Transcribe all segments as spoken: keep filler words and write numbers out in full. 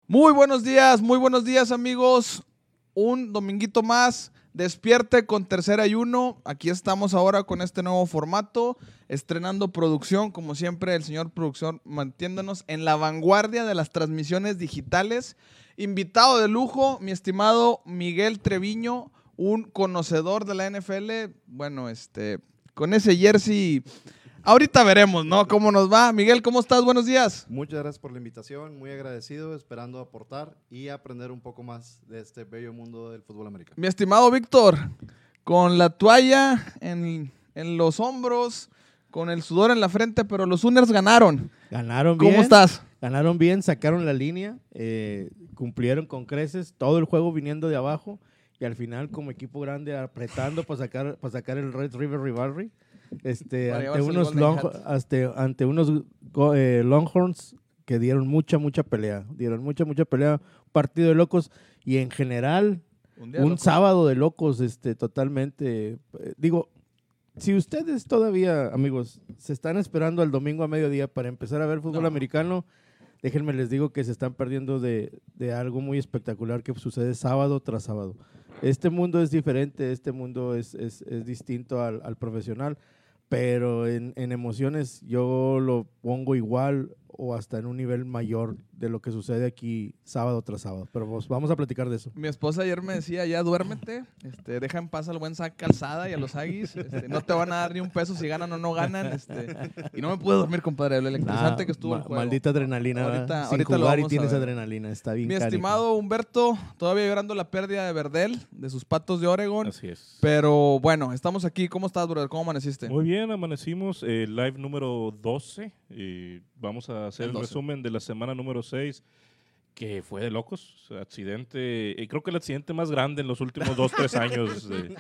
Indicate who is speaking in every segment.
Speaker 1: Muy buenos días, muy buenos días amigos. Un dominguito más, despierte con Tercera y Uno. Aquí estamos ahora con este nuevo formato, estrenando producción, como siempre el señor producción manteniéndonos en la vanguardia de las transmisiones digitales. Invitado de lujo, mi estimado Miguel Treviño, un conocedor de la N F L. Bueno, este, con ese jersey... Ahorita veremos, ¿no? ¿Cómo nos va? Miguel, ¿cómo estás? Buenos días.
Speaker 2: Muchas gracias por la invitación, muy agradecido, esperando aportar y aprender un poco más de este bello mundo del fútbol americano.
Speaker 1: Mi estimado Víctor, con la toalla en, en los hombros, con el sudor en la frente, pero los Sooners ganaron.
Speaker 3: Ganaron bien.
Speaker 1: ¿Cómo estás?
Speaker 3: Ganaron bien, sacaron la línea, eh, cumplieron con creces, todo el juego viniendo de abajo y al final como equipo grande apretando para sacar, para sacar el Red River Rivalry. Este, ante, unos long, hasta, ante unos eh, Longhorns que dieron mucha, mucha pelea. Dieron mucha, mucha pelea. Partido de locos y en general un, un sábado de locos este, totalmente. Eh, digo, si ustedes todavía, amigos, se están esperando al domingo a mediodía para empezar a ver fútbol no. americano, déjenme les digo que se están perdiendo de, de algo muy espectacular que sucede sábado tras sábado. Este mundo es diferente, este mundo es, es, es distinto al, al profesional. Pero en, en emociones yo lo pongo igual o hasta en un nivel mayor de lo que sucede aquí sábado tras sábado. Pero pues, vamos a platicar de eso.
Speaker 1: Mi esposa ayer me decía, ya duérmete, este, deja en paz al buen Zach Calzada y a los Aggies. Este, no te van a dar ni un peso si ganan o no ganan. Este, y no me pude dormir, compadre, lo electrizante nah, que estuvo ma- el juego.
Speaker 3: Maldita adrenalina.
Speaker 1: Ahorita,
Speaker 3: Sin
Speaker 1: ahorita
Speaker 3: jugar
Speaker 1: lo
Speaker 3: y tienes adrenalina, está bien
Speaker 1: Mi
Speaker 3: cánico.
Speaker 1: estimado Humberto, todavía llorando la pérdida de Verdell, de sus Patos de Oregon.
Speaker 4: Así es.
Speaker 1: Pero bueno, estamos aquí. ¿Cómo estás, brother? ¿Cómo amaneciste?
Speaker 4: Muy bien, amanecimos. Eh, live número doce. Eh, vamos a hacer el, el resumen de la semana número seis, que fue de locos. O sea, accidente, eh, creo que el accidente más grande en los últimos dos, tres años. Eh.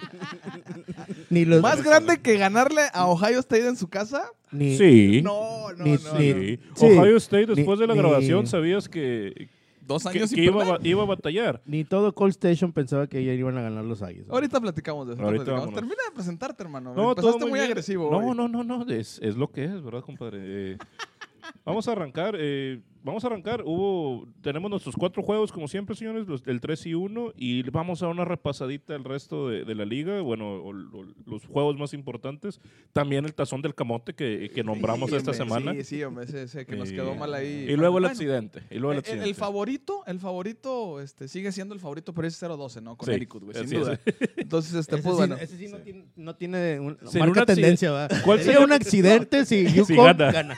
Speaker 1: Ni los ¿Más grande que ganarle a Ohio State en su casa?
Speaker 4: Ni, sí.
Speaker 1: No, no,
Speaker 4: ni,
Speaker 1: no.
Speaker 4: Sí.
Speaker 1: no.
Speaker 4: Sí. Ohio State, después
Speaker 3: ni,
Speaker 4: de la
Speaker 3: ni,
Speaker 4: grabación, ¿sabías que...
Speaker 1: Dos años
Speaker 4: que,
Speaker 1: sin
Speaker 4: que iba, iba a batallar?
Speaker 3: Ni todo Cold Station pensaba que ya iban a ganar los Aggies. ¿no?
Speaker 1: Ahorita platicamos de eso.
Speaker 4: Ahorita
Speaker 1: platicamos. Termina de presentarte, hermano.
Speaker 4: No,
Speaker 1: Empezaste
Speaker 4: muy,
Speaker 1: muy
Speaker 4: bien.
Speaker 1: agresivo.
Speaker 4: No,
Speaker 1: hoy.
Speaker 4: no, no, no. Es, es lo que es, ¿verdad, compadre? Eh, vamos a arrancar. Eh, vamos a arrancar. Hubo, tenemos nuestros cuatro juegos, como siempre, señores, los del tres y uno. Y vamos a dar una repasadita al resto de, de la liga. Bueno, o, o, los juegos más importantes. También el tazón del camote que, que nombramos
Speaker 1: sí,
Speaker 4: esta
Speaker 1: hombre,
Speaker 4: semana.
Speaker 1: Sí, sí, hombre, ese, ese que nos quedó
Speaker 4: y,
Speaker 1: mal ahí.
Speaker 4: Y luego el
Speaker 1: bueno,
Speaker 4: accidente. Y luego el,
Speaker 1: el,
Speaker 4: accidente.
Speaker 1: el favorito, el favorito este, sigue siendo el favorito, pero es cero doce, ¿no? Con
Speaker 4: sí,
Speaker 1: Eric, güey, sin
Speaker 4: sí,
Speaker 1: duda.
Speaker 4: Sí.
Speaker 1: Entonces, este,
Speaker 3: ese
Speaker 1: pues
Speaker 3: sí,
Speaker 1: bueno.
Speaker 3: Ese sí no sí. tiene, no tiene un,
Speaker 4: sí,
Speaker 3: marca
Speaker 4: un
Speaker 3: tendencia, ¿va?
Speaker 4: ¿Cuál
Speaker 3: sería un accidente si Yukon
Speaker 4: si gana?
Speaker 3: gana?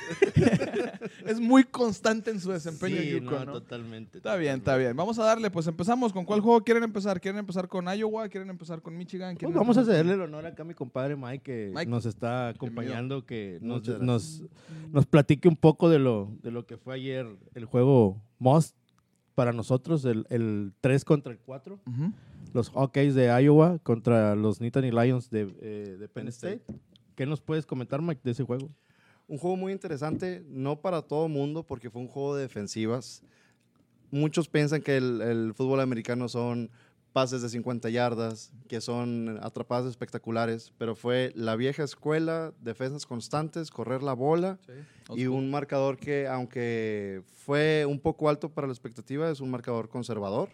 Speaker 1: Es muy constante en su desempeño
Speaker 3: sí,
Speaker 1: Yukon,
Speaker 3: no,
Speaker 1: ¿no?
Speaker 3: Totalmente.
Speaker 1: Está bien, está bien. Vamos a darle, pues empezamos. ¿Con cuál juego quieren empezar? ¿Quieren empezar con Iowa? ¿Quieren empezar con Michigan?
Speaker 3: Pues vamos a cederle el honor acá a mi compadre Mike, que
Speaker 1: Mike,
Speaker 3: nos está acompañando, que nos,
Speaker 2: Muchas
Speaker 3: nos, nos platique un poco de lo, de lo que fue ayer el juego Must para nosotros, el, el tres contra el cuatro.
Speaker 1: Uh-huh.
Speaker 3: Los Hawkeyes de Iowa contra los Nittany Lions de, eh, de Penn State. ¿Qué nos puedes comentar, Mike, de ese juego?
Speaker 2: Un juego muy interesante, no para todo mundo, porque fue un juego de defensivas. Muchos piensan que el, el fútbol americano son pases de cincuenta yardas, que son atrapadas espectaculares, pero fue la vieja escuela, defensas constantes, correr la bola sí, y un marcador que, aunque fue un poco alto para la expectativa, es un marcador conservador.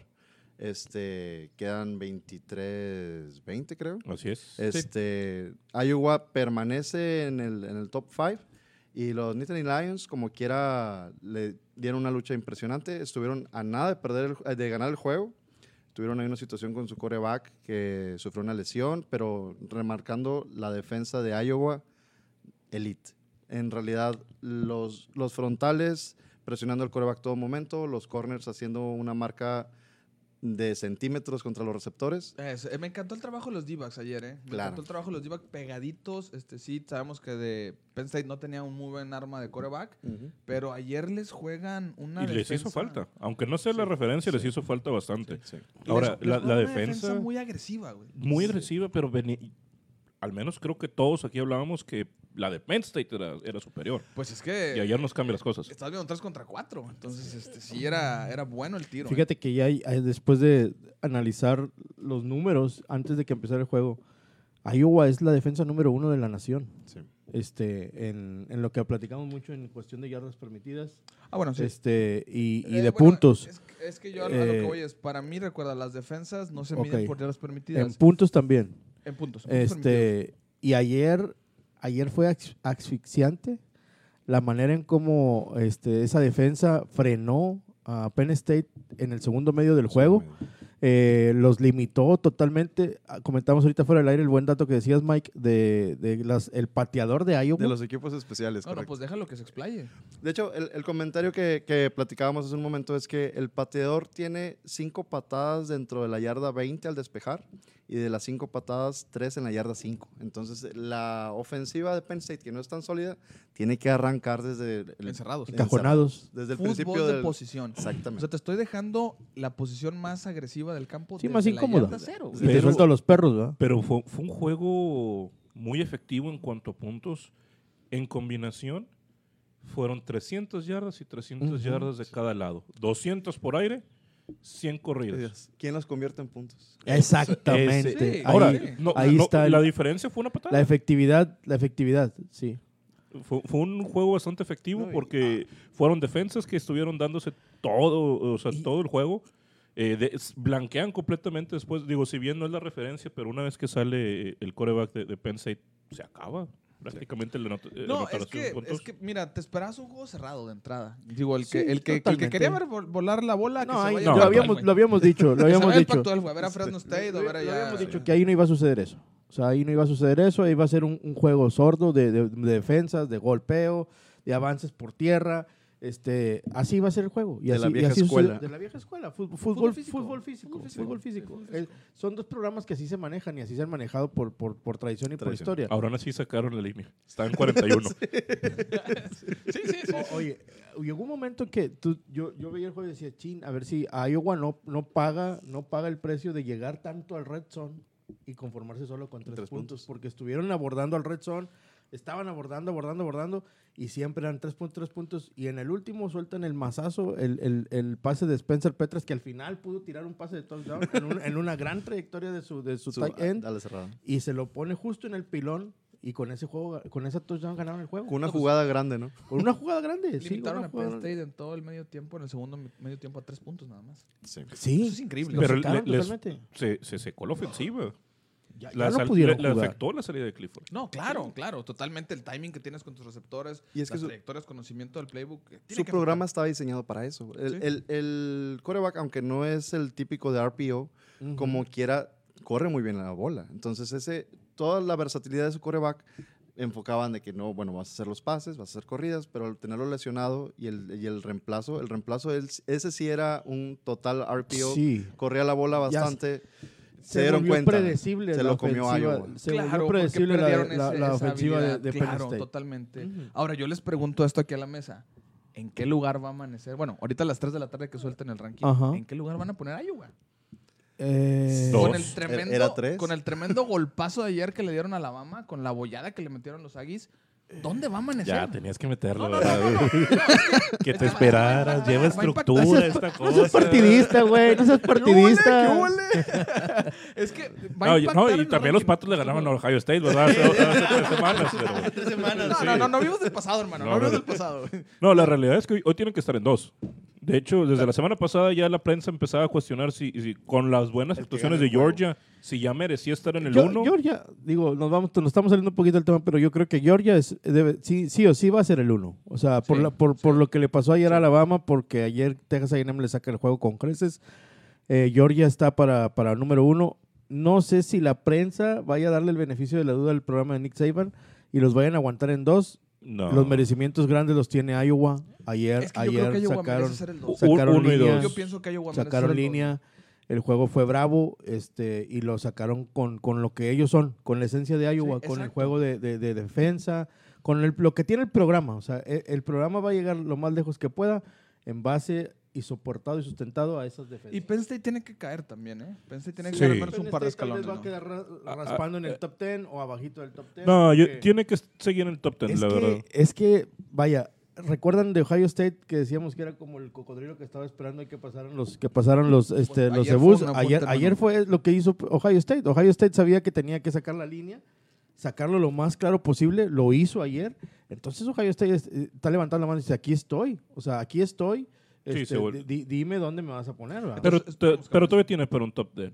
Speaker 2: Este, quedan veintitrés veinte, creo.
Speaker 4: Así es.
Speaker 2: Este, sí. Iowa permanece en el, en el top cinco. Y los Nittany Lions, como quiera, le dieron una lucha impresionante. Estuvieron a nada de, perder el, de ganar el juego. Tuvieron ahí una situación con su quarterback que sufrió una lesión, pero remarcando la defensa de Iowa, elite. En realidad, los, los frontales presionando al quarterback todo momento, los corners haciendo una marca de centímetros contra los receptores.
Speaker 1: Es, eh, me encantó el trabajo de los D-backs ayer, ¿eh? Me
Speaker 2: claro.
Speaker 1: encantó el trabajo de los D-backs pegaditos. Este, sí, sabemos que de Penn State no tenía un muy buen arma de quarterback, uh-huh. pero ayer les juegan una
Speaker 4: y
Speaker 1: defensa.
Speaker 4: les hizo falta. Aunque no sea sí, la referencia, sí. les hizo falta bastante.
Speaker 1: Sí, sí.
Speaker 4: Ahora,
Speaker 1: les,
Speaker 4: la,
Speaker 1: les
Speaker 4: la
Speaker 1: una
Speaker 4: defensa...
Speaker 1: defensa muy agresiva, güey.
Speaker 4: Muy
Speaker 1: sí.
Speaker 4: agresiva, pero vení, al menos creo que todos aquí hablábamos que la de Penn State era, era superior.
Speaker 1: Pues es que...
Speaker 4: Y ayer nos cambia las cosas.
Speaker 1: Estás viendo tres contra cuatro. Entonces, este, sí era, era bueno el tiro.
Speaker 3: Fíjate
Speaker 1: ¿eh?
Speaker 3: que ya hay, hay, después de analizar los números, antes de que empezara el juego, Iowa es la defensa número uno de la nación.
Speaker 2: Sí.
Speaker 3: este, en, en lo que platicamos mucho en cuestión de yardas permitidas
Speaker 1: Ah, bueno, sí.
Speaker 3: este, y, y
Speaker 1: Eh,
Speaker 3: de
Speaker 1: bueno,
Speaker 3: puntos.
Speaker 1: Es, es que yo a lo que
Speaker 3: Eh,
Speaker 1: voy es, para mí, recuerda, las defensas no se
Speaker 3: ok.
Speaker 1: miden por yardas permitidas.
Speaker 3: En puntos también.
Speaker 1: En puntos. en puntos permitidos.
Speaker 3: Este, y ayer, ayer fue asf- asfixiante la manera en cómo este, esa defensa frenó a Penn State en el segundo medio del juego. Eh, los limitó totalmente. Ah, Comentamos ahorita fuera del aire el buen dato que decías, Mike, de, de las, el pateador de Iowa.
Speaker 2: De los equipos especiales,
Speaker 1: No, no,
Speaker 2: correcto.
Speaker 1: pues déjalo que se explaye.
Speaker 2: De hecho, el, el comentario que, que platicábamos hace un momento es que el pateador tiene cinco patadas dentro de la yarda veinte al despejar y de las cinco patadas, tres en la yarda cinco. Entonces, la ofensiva de Penn State, que no es tan sólida, tiene que arrancar desde... El,
Speaker 1: Encerrados.
Speaker 3: Encajonados.
Speaker 2: Desde el
Speaker 1: Fútbol
Speaker 2: principio
Speaker 1: de
Speaker 2: del...
Speaker 1: posición. O
Speaker 2: Exactamente.
Speaker 1: sea, te estoy dejando la posición más agresiva del campo.
Speaker 3: Sí,
Speaker 1: desde
Speaker 3: más
Speaker 1: la
Speaker 3: incómoda.
Speaker 1: yarda cero,
Speaker 3: Y
Speaker 1: güey.
Speaker 3: te
Speaker 4: Pero-
Speaker 3: suelto a los perros, ¿verdad?
Speaker 4: Pero fue, fue un juego muy efectivo en cuanto a puntos. En combinación, fueron trescientas yardas y trescientas
Speaker 3: Ujú.
Speaker 4: yardas de cada lado. doscientas por aire, cien corridas.
Speaker 2: ¿Quién los convierte en puntos?
Speaker 3: Exactamente.
Speaker 1: Ese- sí.
Speaker 4: Ahora,
Speaker 3: ahí
Speaker 4: no,
Speaker 3: ahí
Speaker 4: no,
Speaker 3: está el-
Speaker 4: la diferencia fue una patada.
Speaker 3: la efectividad, la efectividad, sí.
Speaker 4: Fue, fue un juego bastante efectivo
Speaker 2: No, y-
Speaker 4: porque fueron defensas que estuvieron dándose todo, o sea,
Speaker 3: Y-
Speaker 4: todo el juego. Eh, de- s- blanquean completamente después. Digo, si bien no es la referencia, pero una vez que sale el quarterback de, de Penn State, se acaba prácticamente la anot- eh,
Speaker 1: No,
Speaker 4: anotación
Speaker 1: es que,
Speaker 4: de puntos.
Speaker 1: es que, mira, te esperabas un juego cerrado de entrada. Digo, el
Speaker 3: Sí,
Speaker 1: que, el que, el que
Speaker 3: totalmente.
Speaker 1: quería ver vol- volar la bola, que
Speaker 3: No,
Speaker 1: se
Speaker 3: ahí-
Speaker 1: vaya
Speaker 4: no,
Speaker 1: al
Speaker 3: lo,
Speaker 4: no,
Speaker 1: Pac-twelve,
Speaker 3: habíamos,
Speaker 1: güey.
Speaker 3: lo habíamos dicho, lo
Speaker 1: Que se
Speaker 3: habíamos
Speaker 1: vaya al
Speaker 3: dicho.
Speaker 1: Pac-twelve, güey, a ver a Fresno State, o a ver
Speaker 3: Lo
Speaker 1: allá.
Speaker 3: habíamos dicho que ahí no iba a suceder eso. O sea, ahí no iba a suceder eso, ahí iba a ser un, un juego sordo de, de- de defensas, de golpeo, de avances por tierra. Este, así iba a ser el juego. Y
Speaker 2: De
Speaker 3: así,
Speaker 2: la
Speaker 3: y
Speaker 2: vieja
Speaker 3: así sucedió.
Speaker 2: escuela.
Speaker 3: De la vieja escuela. Fútbol, fútbol,
Speaker 1: físico.
Speaker 3: fútbol físico.
Speaker 1: Fútbol físico.
Speaker 3: Fútbol físico.
Speaker 1: Fútbol
Speaker 3: Eh, son dos programas que así se manejan y así se han manejado por, por, por tradición y por
Speaker 2: Tradición.
Speaker 3: historia.
Speaker 4: Ahora sí sacaron la línea. Está en cuarenta y uno.
Speaker 1: Sí, sí, sí.
Speaker 3: O- oye, llegó un momento en que tú, yo, yo veía el juego y decía, chin, a ver si Iowa no, no, paga, no paga el precio de llegar tanto al red zone y conformarse solo con tres,
Speaker 2: Tres
Speaker 3: puntos,
Speaker 2: puntos.
Speaker 3: porque estuvieron abordando al red zone, estaban abordando, abordando, abordando, y siempre eran tres puntos, tres puntos, y en el último sueltan el mazazo, el, el, el pase de Spencer Petras, que al final pudo tirar un pase de touchdown en, un- en una gran trayectoria de su, de su,
Speaker 2: Su-
Speaker 3: tight end,
Speaker 2: Dale cerrado.
Speaker 3: y se lo pone justo en el pilón, y con ese juego, con esa touchdown ganaron el juego.
Speaker 2: Con una jugada grande, ¿no?
Speaker 3: Con una jugada grande, sí.
Speaker 1: Limitaron
Speaker 3: una
Speaker 1: a
Speaker 3: jugada
Speaker 1: Penn
Speaker 3: grande.
Speaker 1: State en todo el medio tiempo, en el segundo mi- medio tiempo a tres puntos nada más.
Speaker 2: Sí.
Speaker 3: Sí.
Speaker 1: Eso es increíble.
Speaker 3: Lo
Speaker 4: Pero
Speaker 3: secaron
Speaker 4: le- les-
Speaker 3: totalmente.
Speaker 4: Se, se secó la ofensiva.
Speaker 3: Ya,
Speaker 4: La
Speaker 3: ya no
Speaker 4: sal-
Speaker 3: pudieron
Speaker 4: le, le
Speaker 3: jugar.
Speaker 4: afectó la salida de Clifford.
Speaker 1: No, claro, claro. Totalmente el timing que tienes con tus receptores,
Speaker 2: Y es que
Speaker 1: las
Speaker 2: su-
Speaker 1: trayectorias, conocimiento del playbook. eh, tiene
Speaker 2: Su
Speaker 1: que
Speaker 2: programa
Speaker 1: afectar.
Speaker 2: estaba diseñado para eso. El,
Speaker 1: Sí.
Speaker 2: el, el quarterback, aunque no es el típico de R P O,
Speaker 3: Ujú.
Speaker 2: como quiera, corre muy bien la bola. Entonces, ese, toda la versatilidad de su quarterback enfocaban de que no, bueno, vas a hacer los pases, vas a hacer corridas, pero al tenerlo lesionado y el, y el reemplazo, el reemplazo, él- ese sí era un total R P O,
Speaker 3: Sí.
Speaker 2: corría la bola
Speaker 3: Ya
Speaker 2: bastante. Se,
Speaker 3: Se
Speaker 2: dieron
Speaker 3: volvió
Speaker 2: cuenta.
Speaker 3: predecible
Speaker 2: se
Speaker 3: la
Speaker 2: lo comió
Speaker 3: ofensiva,
Speaker 2: Iowa.
Speaker 3: Se
Speaker 1: Claro,
Speaker 3: volvió
Speaker 1: porque
Speaker 3: predecible la,
Speaker 1: perdieron
Speaker 3: la-
Speaker 1: ese-
Speaker 3: la
Speaker 1: esa
Speaker 3: ofensiva de,
Speaker 1: habilidad.
Speaker 3: de Penn
Speaker 1: Claro,
Speaker 3: State.
Speaker 1: totalmente.
Speaker 3: Ujú.
Speaker 1: Ahora, yo les pregunto esto aquí a la mesa. ¿En qué lugar va a amanecer? Bueno, ahorita a las tres de la tarde que suelten el ranking.
Speaker 3: Ajá.
Speaker 1: ¿En qué lugar van a poner a Iowa?
Speaker 3: Eh,
Speaker 4: Dos.
Speaker 1: Con el tremendo,
Speaker 2: ¿Era tres?
Speaker 1: con el tremendo golpazo de ayer que le dieron a Alabama, con la bollada que le metieron los Aggies, ¿dónde va a amanecer?
Speaker 4: Ya, tenías que meterlo.
Speaker 1: No, no, no,
Speaker 4: ¿verdad?
Speaker 1: no, no.
Speaker 4: Que
Speaker 1: Es
Speaker 4: te
Speaker 1: que va-
Speaker 4: esperaras.
Speaker 1: va-
Speaker 4: Lleva
Speaker 1: va a impactar.
Speaker 4: estructura esta
Speaker 3: no
Speaker 4: cosa.
Speaker 3: seas partidista, güey. No seas
Speaker 1: ¿Qué
Speaker 3: partidista.
Speaker 1: huele? ¿Qué huele? Es que va a
Speaker 4: No, y-
Speaker 1: impactar
Speaker 4: no,
Speaker 1: en
Speaker 4: y
Speaker 1: el
Speaker 4: también los
Speaker 1: ranking.
Speaker 4: patos le ganaban a Ohio State, ¿verdad? Hace, hace tres semanas. Pero...
Speaker 3: Tres semanas.
Speaker 1: No, no, no, no vimos del pasado, hermano. No,
Speaker 4: No,
Speaker 1: vimos
Speaker 4: no.
Speaker 1: del pasado.
Speaker 4: No, la realidad es que hoy, hoy tienen que estar en dos. De hecho, desde la semana pasada ya la prensa empezaba a cuestionar si, si con las buenas
Speaker 2: El que
Speaker 4: actuaciones
Speaker 2: gane
Speaker 4: de
Speaker 2: el juego.
Speaker 4: Georgia, si ya merecía estar en el
Speaker 3: Yo-
Speaker 4: uno.
Speaker 3: Georgia, digo, nos vamos, nos estamos saliendo un poquito del tema, pero yo creo que Georgia es, debe, sí, sí o sí va a ser el uno. O sea, por,
Speaker 1: Sí,
Speaker 3: la- por, por lo que le pasó ayer a Alabama, porque ayer Texas A and M le saca el juego con creces. Eh, Georgia está para, para número uno. No sé si la prensa vaya a darle el beneficio de la duda al programa de Nick Saban y los vayan a aguantar en dos.
Speaker 4: No.
Speaker 3: Los merecimientos grandes los tiene Iowa. Ayer,
Speaker 1: Es que yo creo
Speaker 3: ayer
Speaker 1: que Iowa
Speaker 3: sacaron,
Speaker 1: merece ser el dos.
Speaker 3: sacaron
Speaker 4: Uno y
Speaker 3: línea,
Speaker 4: dos.
Speaker 1: Yo pienso que Iowa merece
Speaker 3: sacaron
Speaker 1: ser el dos.
Speaker 3: línea. El juego fue bravo, este, y lo sacaron con, con lo que ellos son, con la esencia de Iowa,
Speaker 1: Sí,
Speaker 3: con el
Speaker 1: exacto.
Speaker 3: juego de, de- de defensa, con el- lo que tiene el programa. O sea, el, el programa va a llegar lo más lejos que pueda en base y soportado y sustentado a esas defensas.
Speaker 1: Y Penn State tiene que caer también, ¿eh? Penn State tiene que
Speaker 4: Sí.
Speaker 1: caer al menos
Speaker 3: Penn
Speaker 1: un par de
Speaker 3: State tal vez
Speaker 1: escalones.
Speaker 3: va a
Speaker 1: ¿no?
Speaker 3: quedar ra-
Speaker 4: Ah, ah,
Speaker 3: raspando en
Speaker 4: eh.
Speaker 3: el top ten o abajito del top ten.
Speaker 4: No, yo-
Speaker 3: porque
Speaker 4: tiene que seguir en el top ten,
Speaker 3: es
Speaker 4: la
Speaker 3: que,
Speaker 4: verdad.
Speaker 3: es que, vaya, ¿recuerdan de Ohio State que decíamos que era como el cocodrilo que estaba esperando y que pasaran los, que pasaran los, este,
Speaker 1: Pues,
Speaker 3: los
Speaker 1: ayer
Speaker 3: cebús?
Speaker 1: fue una
Speaker 3: Ayer,
Speaker 1: buen
Speaker 3: ayer
Speaker 1: término.
Speaker 3: fue lo que hizo Ohio State. Ohio State sabía que tenía que sacar la línea. sacarlo lo más claro posible, lo hizo ayer. Entonces Ohio State es- eh, está levantando la mano y dice, aquí estoy, o sea, aquí estoy,
Speaker 4: Sí,
Speaker 3: este,
Speaker 4: se vuelve-
Speaker 3: di- dime dónde me vas a poner. ¿verdad?
Speaker 4: Pero,
Speaker 1: Entonces,
Speaker 4: te-
Speaker 1: estamos
Speaker 4: pero
Speaker 1: con
Speaker 4: todavía tiene para un top diez.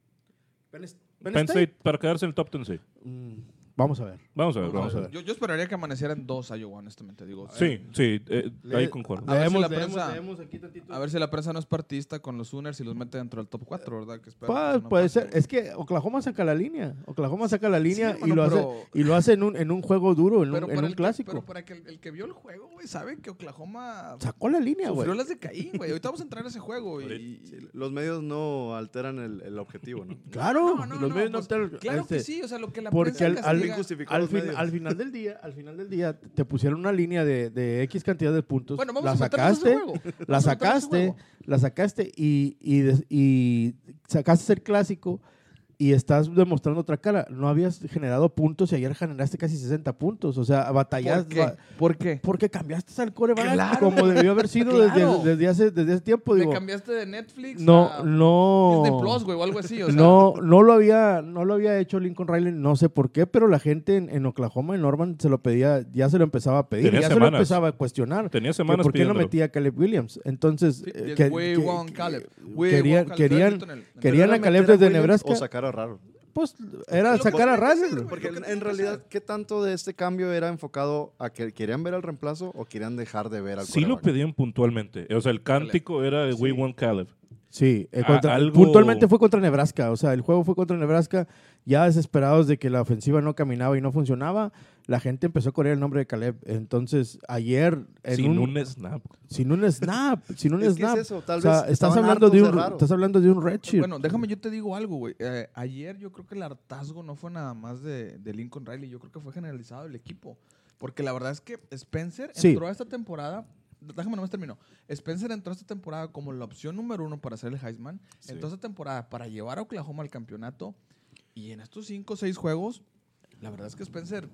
Speaker 3: Penn,
Speaker 4: Penn
Speaker 3: Penn
Speaker 4: State,
Speaker 3: State.
Speaker 4: para quedarse en el top diez, sí.
Speaker 3: Mm, vamos a ver.
Speaker 4: Vamos a ver,
Speaker 1: Vamos
Speaker 4: vamos
Speaker 1: a
Speaker 4: a
Speaker 1: ver.
Speaker 4: ver.
Speaker 1: Yo, yo esperaría que amaneciera en dos Iowa, honestamente. Digo,
Speaker 4: Sí, sí, eh, ahí
Speaker 3: Le-
Speaker 4: concuerdo.
Speaker 1: A ver si
Speaker 3: Leemos,
Speaker 1: la
Speaker 3: leemos,
Speaker 1: prensa-
Speaker 3: leemos aquí tantito.
Speaker 1: A ver si la prensa no es partista con los Sooners y los mete dentro del top cuatro, ¿verdad? Que espero que
Speaker 3: Pues,
Speaker 1: eso no
Speaker 3: puede
Speaker 1: pase,
Speaker 3: ser.
Speaker 1: güey.
Speaker 3: Es que Oklahoma saca la línea. Oklahoma saca la línea
Speaker 1: hermano,
Speaker 3: y, lo
Speaker 1: pero-
Speaker 3: hace, y lo hace en un, en un juego duro, en
Speaker 1: Pero
Speaker 3: un, en
Speaker 1: para
Speaker 3: un
Speaker 1: el
Speaker 3: clásico.
Speaker 1: Que, pero para que el, el que vio el juego, güey, sabe que Oklahoma
Speaker 3: Sacó la línea,
Speaker 1: sufrió
Speaker 3: güey.
Speaker 1: las de Caín, güey. Ahorita vamos a entrar a ese juego. Y,
Speaker 2: Sí, los medios no alteran el, el objetivo, ¿no?
Speaker 3: Claro,
Speaker 1: No, no,
Speaker 3: los
Speaker 1: no,
Speaker 3: medios no
Speaker 1: pues,
Speaker 3: te-
Speaker 1: claro que
Speaker 3: este,
Speaker 1: sí, o sea, lo que la
Speaker 3: porque
Speaker 1: prensa
Speaker 3: al- al-
Speaker 1: castiga-
Speaker 2: justificó
Speaker 3: al,
Speaker 2: los
Speaker 3: fin-
Speaker 2: medios.
Speaker 3: al final del día, al final del día te pusieron una línea de, de X cantidad de puntos.
Speaker 1: Bueno, vamos
Speaker 3: la
Speaker 1: a meternos a ese
Speaker 3: sacaste,
Speaker 1: juego.
Speaker 3: la
Speaker 1: Vamos a meternos a ese
Speaker 3: sacaste,
Speaker 1: juego.
Speaker 3: la sacaste y, y, des- y sacaste el clásico y estás demostrando otra cara. No habías generado puntos y ayer generaste casi sesenta puntos. O sea, batallaste.
Speaker 1: ¿Por qué? ¿Por qué?
Speaker 3: Porque cambiaste al coreback
Speaker 1: Claro.
Speaker 3: como debió haber sido
Speaker 1: Claro.
Speaker 3: desde, desde, hace, desde ese tiempo.
Speaker 1: ¿Le
Speaker 3: Digo,
Speaker 1: cambiaste de Netflix
Speaker 3: no,
Speaker 1: a
Speaker 3: no.
Speaker 1: Disney Plus, güey, o algo así? O sea,
Speaker 3: no, no lo había, no lo había hecho Lincoln Riley, no sé por qué, pero la gente en, en Oklahoma, en Norman, se lo pedía, ya se lo empezaba a pedir,
Speaker 4: Tenía
Speaker 3: ya se lo
Speaker 4: semanas.
Speaker 3: empezaba a cuestionar.
Speaker 4: Tenía
Speaker 3: que
Speaker 4: semanas
Speaker 3: ¿Por qué no
Speaker 4: pidiéndolo.
Speaker 3: metía a Caleb Williams? Entonces,
Speaker 1: Sí,
Speaker 3: eh,
Speaker 1: es
Speaker 3: que-
Speaker 1: we
Speaker 3: que-
Speaker 1: want
Speaker 3: que-
Speaker 1: Caleb. We
Speaker 3: querían,
Speaker 1: want Caleb.
Speaker 3: querían,
Speaker 1: Ahorita en el- en el-
Speaker 3: querían a
Speaker 2: ¿Era
Speaker 3: Caleb
Speaker 2: meter
Speaker 3: desde
Speaker 2: Williams
Speaker 3: Nebraska.
Speaker 2: O sacar a Raro.
Speaker 3: Pues era
Speaker 1: Lo
Speaker 3: sacar a
Speaker 1: que tiene que
Speaker 3: Russell.
Speaker 1: ser,
Speaker 2: Porque
Speaker 1: Lo que
Speaker 2: en,
Speaker 1: tiene
Speaker 2: en
Speaker 1: que
Speaker 2: realidad,
Speaker 1: ser.
Speaker 2: ¿qué tanto de este cambio era enfocado a que querían ver al reemplazo o querían dejar de ver al
Speaker 4: Sí lo
Speaker 2: quarterback?
Speaker 4: pedían puntualmente. O sea, el cántico era de We
Speaker 3: Sí.
Speaker 4: Want Caleb.
Speaker 3: Sí, eh,
Speaker 4: A-
Speaker 3: contra-
Speaker 4: algo-
Speaker 3: puntualmente fue contra Nebraska, o sea, el juego fue contra Nebraska, ya desesperados de que la ofensiva no caminaba y no funcionaba, la gente empezó a correr el nombre de Caleb. Entonces, ayer, en
Speaker 4: Sin
Speaker 3: un-
Speaker 4: un snap.
Speaker 3: sin un snap, sin un
Speaker 2: Es que es
Speaker 3: snap.
Speaker 2: eso, tal
Speaker 3: o sea,
Speaker 2: vez
Speaker 3: estás
Speaker 2: estaban
Speaker 3: hablando, de
Speaker 2: hartos
Speaker 3: un,
Speaker 2: de Raro.
Speaker 3: estás hablando de un redshirt.
Speaker 1: Bueno, déjame, yo te digo algo, güey. Eh, ayer yo creo que el hartazgo no fue nada más de, de Lincoln Riley, yo creo que fue generalizado el equipo. Porque la verdad es que Spencer
Speaker 3: Sí.
Speaker 1: entró a esta temporada, déjame nomás termino. Spencer entró a esta temporada como la opción número uno para ser el Heisman.
Speaker 2: Sí.
Speaker 1: Entró a esta temporada para llevar a Oklahoma al campeonato. Y en estos cinco o seis juegos, la verdad es que Spencer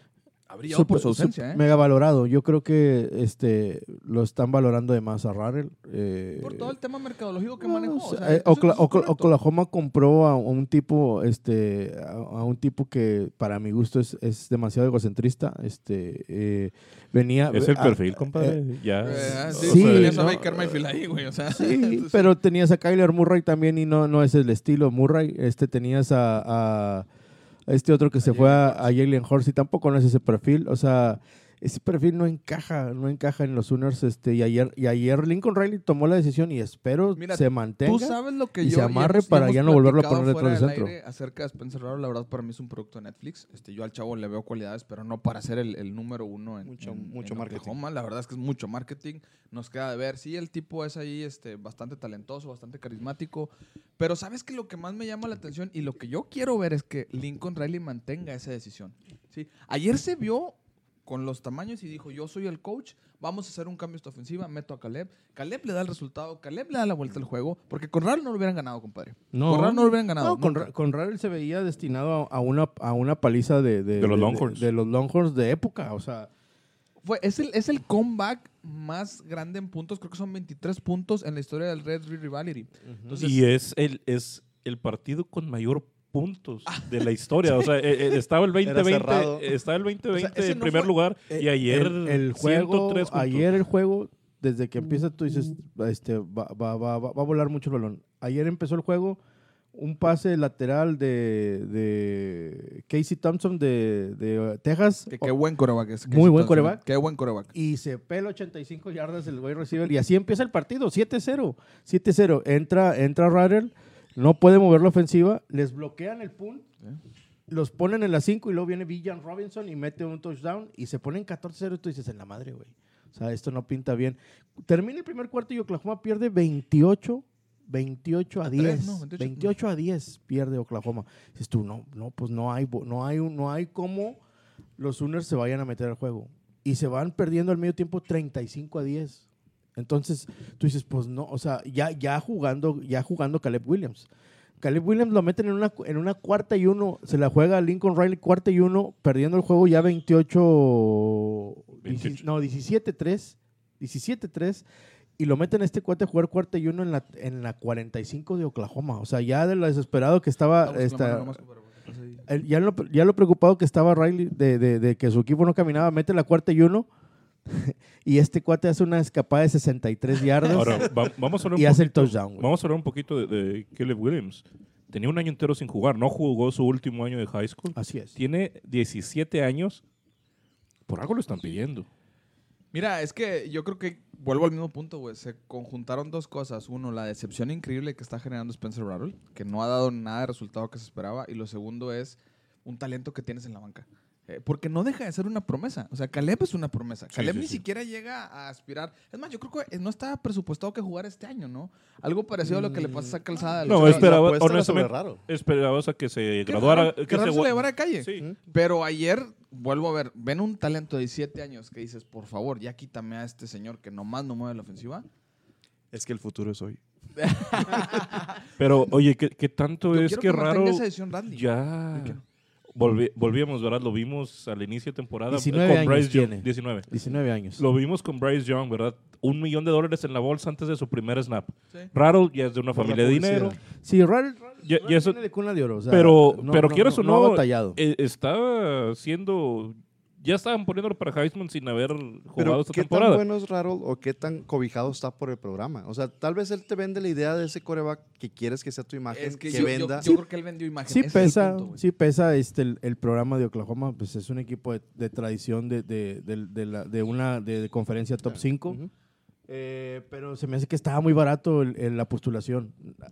Speaker 1: ha brillado por su
Speaker 3: Super-
Speaker 1: ausencia,
Speaker 3: super-
Speaker 1: ¿eh?
Speaker 3: Mega valorado. Yo creo que este lo están valorando de más a Rarrell. eh,
Speaker 1: Por todo el tema mercadológico que
Speaker 3: no,
Speaker 1: manejó.
Speaker 3: o
Speaker 1: o
Speaker 3: sea,
Speaker 1: sea,
Speaker 3: eh,
Speaker 1: eso-
Speaker 3: Okla-
Speaker 1: eso es
Speaker 3: Okla-
Speaker 1: correcto.
Speaker 3: Oklahoma compró a un tipo, este, a, a un tipo que para mi gusto es, es demasiado egocentrista. Este, eh, venía.
Speaker 4: Es el
Speaker 3: a-
Speaker 4: perfil,
Speaker 3: eh,
Speaker 4: compadre. ya.
Speaker 1: Eh,
Speaker 4: o
Speaker 1: sí,
Speaker 3: Sí,
Speaker 4: sea,
Speaker 1: tenías a
Speaker 3: no.
Speaker 1: Baker Mayfield ahí, güey. O sea,
Speaker 3: Sí,
Speaker 1: entonces-
Speaker 3: pero tenías a Kyler Murray también y no, no es el estilo Murray. Este tenías a, a- a este otro que se fue a, a Jalen Hurts y tampoco no es ese perfil. O sea, ese perfil no encaja, no encaja en los Sooners. Este, y ayer, y ayer Lincoln Riley tomó la decisión y espero
Speaker 1: Mira,
Speaker 3: se
Speaker 1: Tú
Speaker 3: mantenga.
Speaker 1: sabes lo que
Speaker 3: y
Speaker 1: yo
Speaker 3: se
Speaker 1: y
Speaker 3: amarre
Speaker 1: hemos- y
Speaker 3: para
Speaker 1: hemos
Speaker 3: ya no volverlo a
Speaker 1: platicado
Speaker 3: poner dentro
Speaker 1: fuera
Speaker 3: del
Speaker 1: del
Speaker 3: centro.
Speaker 1: aire acerca de Spencer Raro, la verdad para mí es un producto de Netflix. Este, yo al chavo le veo cualidades, pero no para ser el, el número uno en,
Speaker 2: Mucho-
Speaker 1: en-
Speaker 2: mucho
Speaker 1: en
Speaker 2: marketing.
Speaker 1: Oklahoma. La verdad es que es mucho marketing. Nos queda de ver. Sí, el tipo es ahí este, bastante talentoso, bastante carismático. Pero sabes que lo que más me llama la atención y lo que yo quiero ver es que Lincoln Riley mantenga esa decisión. ¿Sí? Ayer se vio con los tamaños y dijo, yo soy el coach, vamos a hacer un cambio esta ofensiva, meto a Caleb. Caleb le da el resultado, Caleb le da la vuelta al juego, porque con Raro no lo hubieran ganado, compadre.
Speaker 3: No.
Speaker 1: Con Raro no lo hubieran ganado.
Speaker 3: No, con,
Speaker 1: nunca.
Speaker 3: Ra- con Rarrell se veía destinado a, a una, a una paliza de, de,
Speaker 4: De los Longhorns.
Speaker 3: De, los Longhorns de época. O sea,
Speaker 1: Fue, es, el, es el comeback más grande en puntos, creo que son veintitrés puntos en la historia del Red River Rivalry. Entonces,
Speaker 4: Y es el, es el partido con mayor puntos de la historia. O sea, eh, eh, estaba el
Speaker 2: Era
Speaker 4: veinte
Speaker 2: cerrado.
Speaker 4: veinte, estaba el veinte veinte
Speaker 1: O sea, ese
Speaker 4: en
Speaker 1: no
Speaker 4: primer
Speaker 1: fue-
Speaker 4: lugar y ayer
Speaker 3: el, el juego,
Speaker 4: ciento tres puntos.
Speaker 3: ayer el juego, desde que empieza tú dices, este, va, va, va, va va a volar mucho el balón. Ayer empezó el juego, un pase lateral de, de Casey Thompson de, de Texas.
Speaker 1: que, qué buen coreback es.
Speaker 3: Muy buen quarterback.
Speaker 1: Qué buen coreback.
Speaker 3: Y se pela ochenta y cinco yardas el wide receiver. Y así empieza el partido, siete cero. siete cero. Entra, entra Rarrell, no puede mover la ofensiva, les bloquean el punt, los ponen en la cinco y luego viene Villan Robinson y mete un touchdown y se ponen catorce cero y tú dices, en la madre, güey. O sea, esto no pinta bien. Termina el primer cuarto y Oklahoma pierde veintiocho, veintiocho a
Speaker 1: tres,
Speaker 3: diez.
Speaker 1: ¿no? veintiocho.
Speaker 3: veintiocho a diez pierde Oklahoma. Dices tú, no, no, pues no hay, bo- no hay, un- no hay cómo los Sooners se vayan a meter al juego. Y se van perdiendo al medio tiempo treinta y cinco a diez. Entonces, tú dices, pues no, o sea, ya, ya jugando, ya jugando Caleb Williams. Caleb Williams lo meten en una, en una cuarta y uno, se la juega Lincoln Riley cuarta y uno, perdiendo el juego ya veintiocho,
Speaker 4: veintiocho.
Speaker 3: no, diecisiete tres, diecisiete tres, y lo meten a este cuate a jugar cuarta y uno en la, en la cuarenta y cinco de Oklahoma. O sea, ya de lo desesperado que estaba,
Speaker 1: Estamos
Speaker 3: esta,
Speaker 1: clamando nomás, compadre, porque pasa ahí.
Speaker 3: el- ya, lo, ya lo preocupado que estaba Riley de, de, de que su equipo no caminaba, mete la cuarta y uno y este cuate hace una escapada de sesenta y tres yardas
Speaker 4: Ahora, va- vamos a hablar un
Speaker 3: y hace el
Speaker 4: poquito-
Speaker 3: touchdown. güey.
Speaker 4: Vamos a hablar un poquito de, de Caleb Williams. Tenía un año entero sin jugar. No jugó su último año de high school.
Speaker 3: Así es.
Speaker 4: Tiene diecisiete años. Por algo lo están pidiendo.
Speaker 1: Mira, es que yo creo que vuelvo al mismo punto, güey. Se conjuntaron dos cosas. Uno, la decepción increíble que está generando Spencer Rattler, que no ha dado nada de resultado que se esperaba. Y lo segundo es un talento que tienes en la banca. Eh, porque no deja de ser una promesa. O sea, Caleb es una promesa.
Speaker 4: Sí,
Speaker 1: Caleb
Speaker 4: sí,
Speaker 1: ni
Speaker 4: sí.
Speaker 1: siquiera llega a aspirar. Es más, yo creo que no estaba presupuestado que jugara este año, ¿no? Algo parecido a lo que le pasa a Calzada.
Speaker 4: No,
Speaker 2: La- la
Speaker 4: esperaba,
Speaker 2: apuesta era
Speaker 4: honestamente,
Speaker 2: sobre Raro.
Speaker 4: esperabas a que se
Speaker 1: Qué
Speaker 4: graduara.
Speaker 1: raro,
Speaker 4: que
Speaker 1: qué raro
Speaker 4: se
Speaker 1: se
Speaker 4: gua-
Speaker 1: le llevara a calle.
Speaker 4: Sí.
Speaker 1: Pero ayer, vuelvo a ver, ven un talento de diecisiete años que dices, por favor, ya quítame a este señor que nomás no mueve la ofensiva.
Speaker 2: Es que el futuro es hoy.
Speaker 4: Pero, oye, ¿qué, qué tanto
Speaker 1: Yo
Speaker 4: es
Speaker 1: quiero
Speaker 4: que
Speaker 1: mantenga
Speaker 4: raro?
Speaker 1: esa decisión Radley.
Speaker 4: Ya.
Speaker 1: Yo quiero.
Speaker 4: Volvi- volvíamos, ¿verdad? Lo vimos al inicio de temporada.
Speaker 3: diecinueve
Speaker 4: con
Speaker 3: años
Speaker 4: Bryce Young.
Speaker 3: tiene.
Speaker 4: diecinueve.
Speaker 3: diecinueve años.
Speaker 4: Lo vimos con Bryce Young, ¿verdad? Un millón de dólares en la bolsa antes de su primer snap.
Speaker 1: Sí.
Speaker 4: Rattle ya es de una
Speaker 2: Por la
Speaker 4: familia de dinero.
Speaker 2: publicidad.
Speaker 3: Sí, Ral, Ral-
Speaker 4: Ya-
Speaker 3: Ral
Speaker 4: ya eso-
Speaker 3: viene de cuna de oro. O sea,
Speaker 4: pero,
Speaker 3: no-
Speaker 4: pero
Speaker 3: no-
Speaker 4: quieras
Speaker 3: no-
Speaker 4: o
Speaker 3: no ha
Speaker 4: no,
Speaker 3: batallado.
Speaker 4: eh, estaba siendo... Ya estaban poniéndolo para Heisman sin haber jugado
Speaker 2: Pero,
Speaker 4: esta
Speaker 2: ¿qué
Speaker 4: temporada.
Speaker 2: tan bueno es Rattle o qué tan cobijado está por el programa? O sea, tal vez él te vende la idea de ese coreback que quieres que sea tu imagen,
Speaker 1: Es que,
Speaker 2: que
Speaker 1: yo, yo-
Speaker 2: venda.
Speaker 1: yo creo que él vendió imagen.
Speaker 3: Sí
Speaker 1: Ese es el
Speaker 3: pesa,
Speaker 1: punto, güey.
Speaker 3: sí pesa este, el, el programa de Oklahoma, pues es un equipo de, de tradición de, de, de- de la- de una de, de conferencia top cinco,
Speaker 2: Ujú.
Speaker 3: eh, pero se me hace que estaba muy barato el- el- la postulación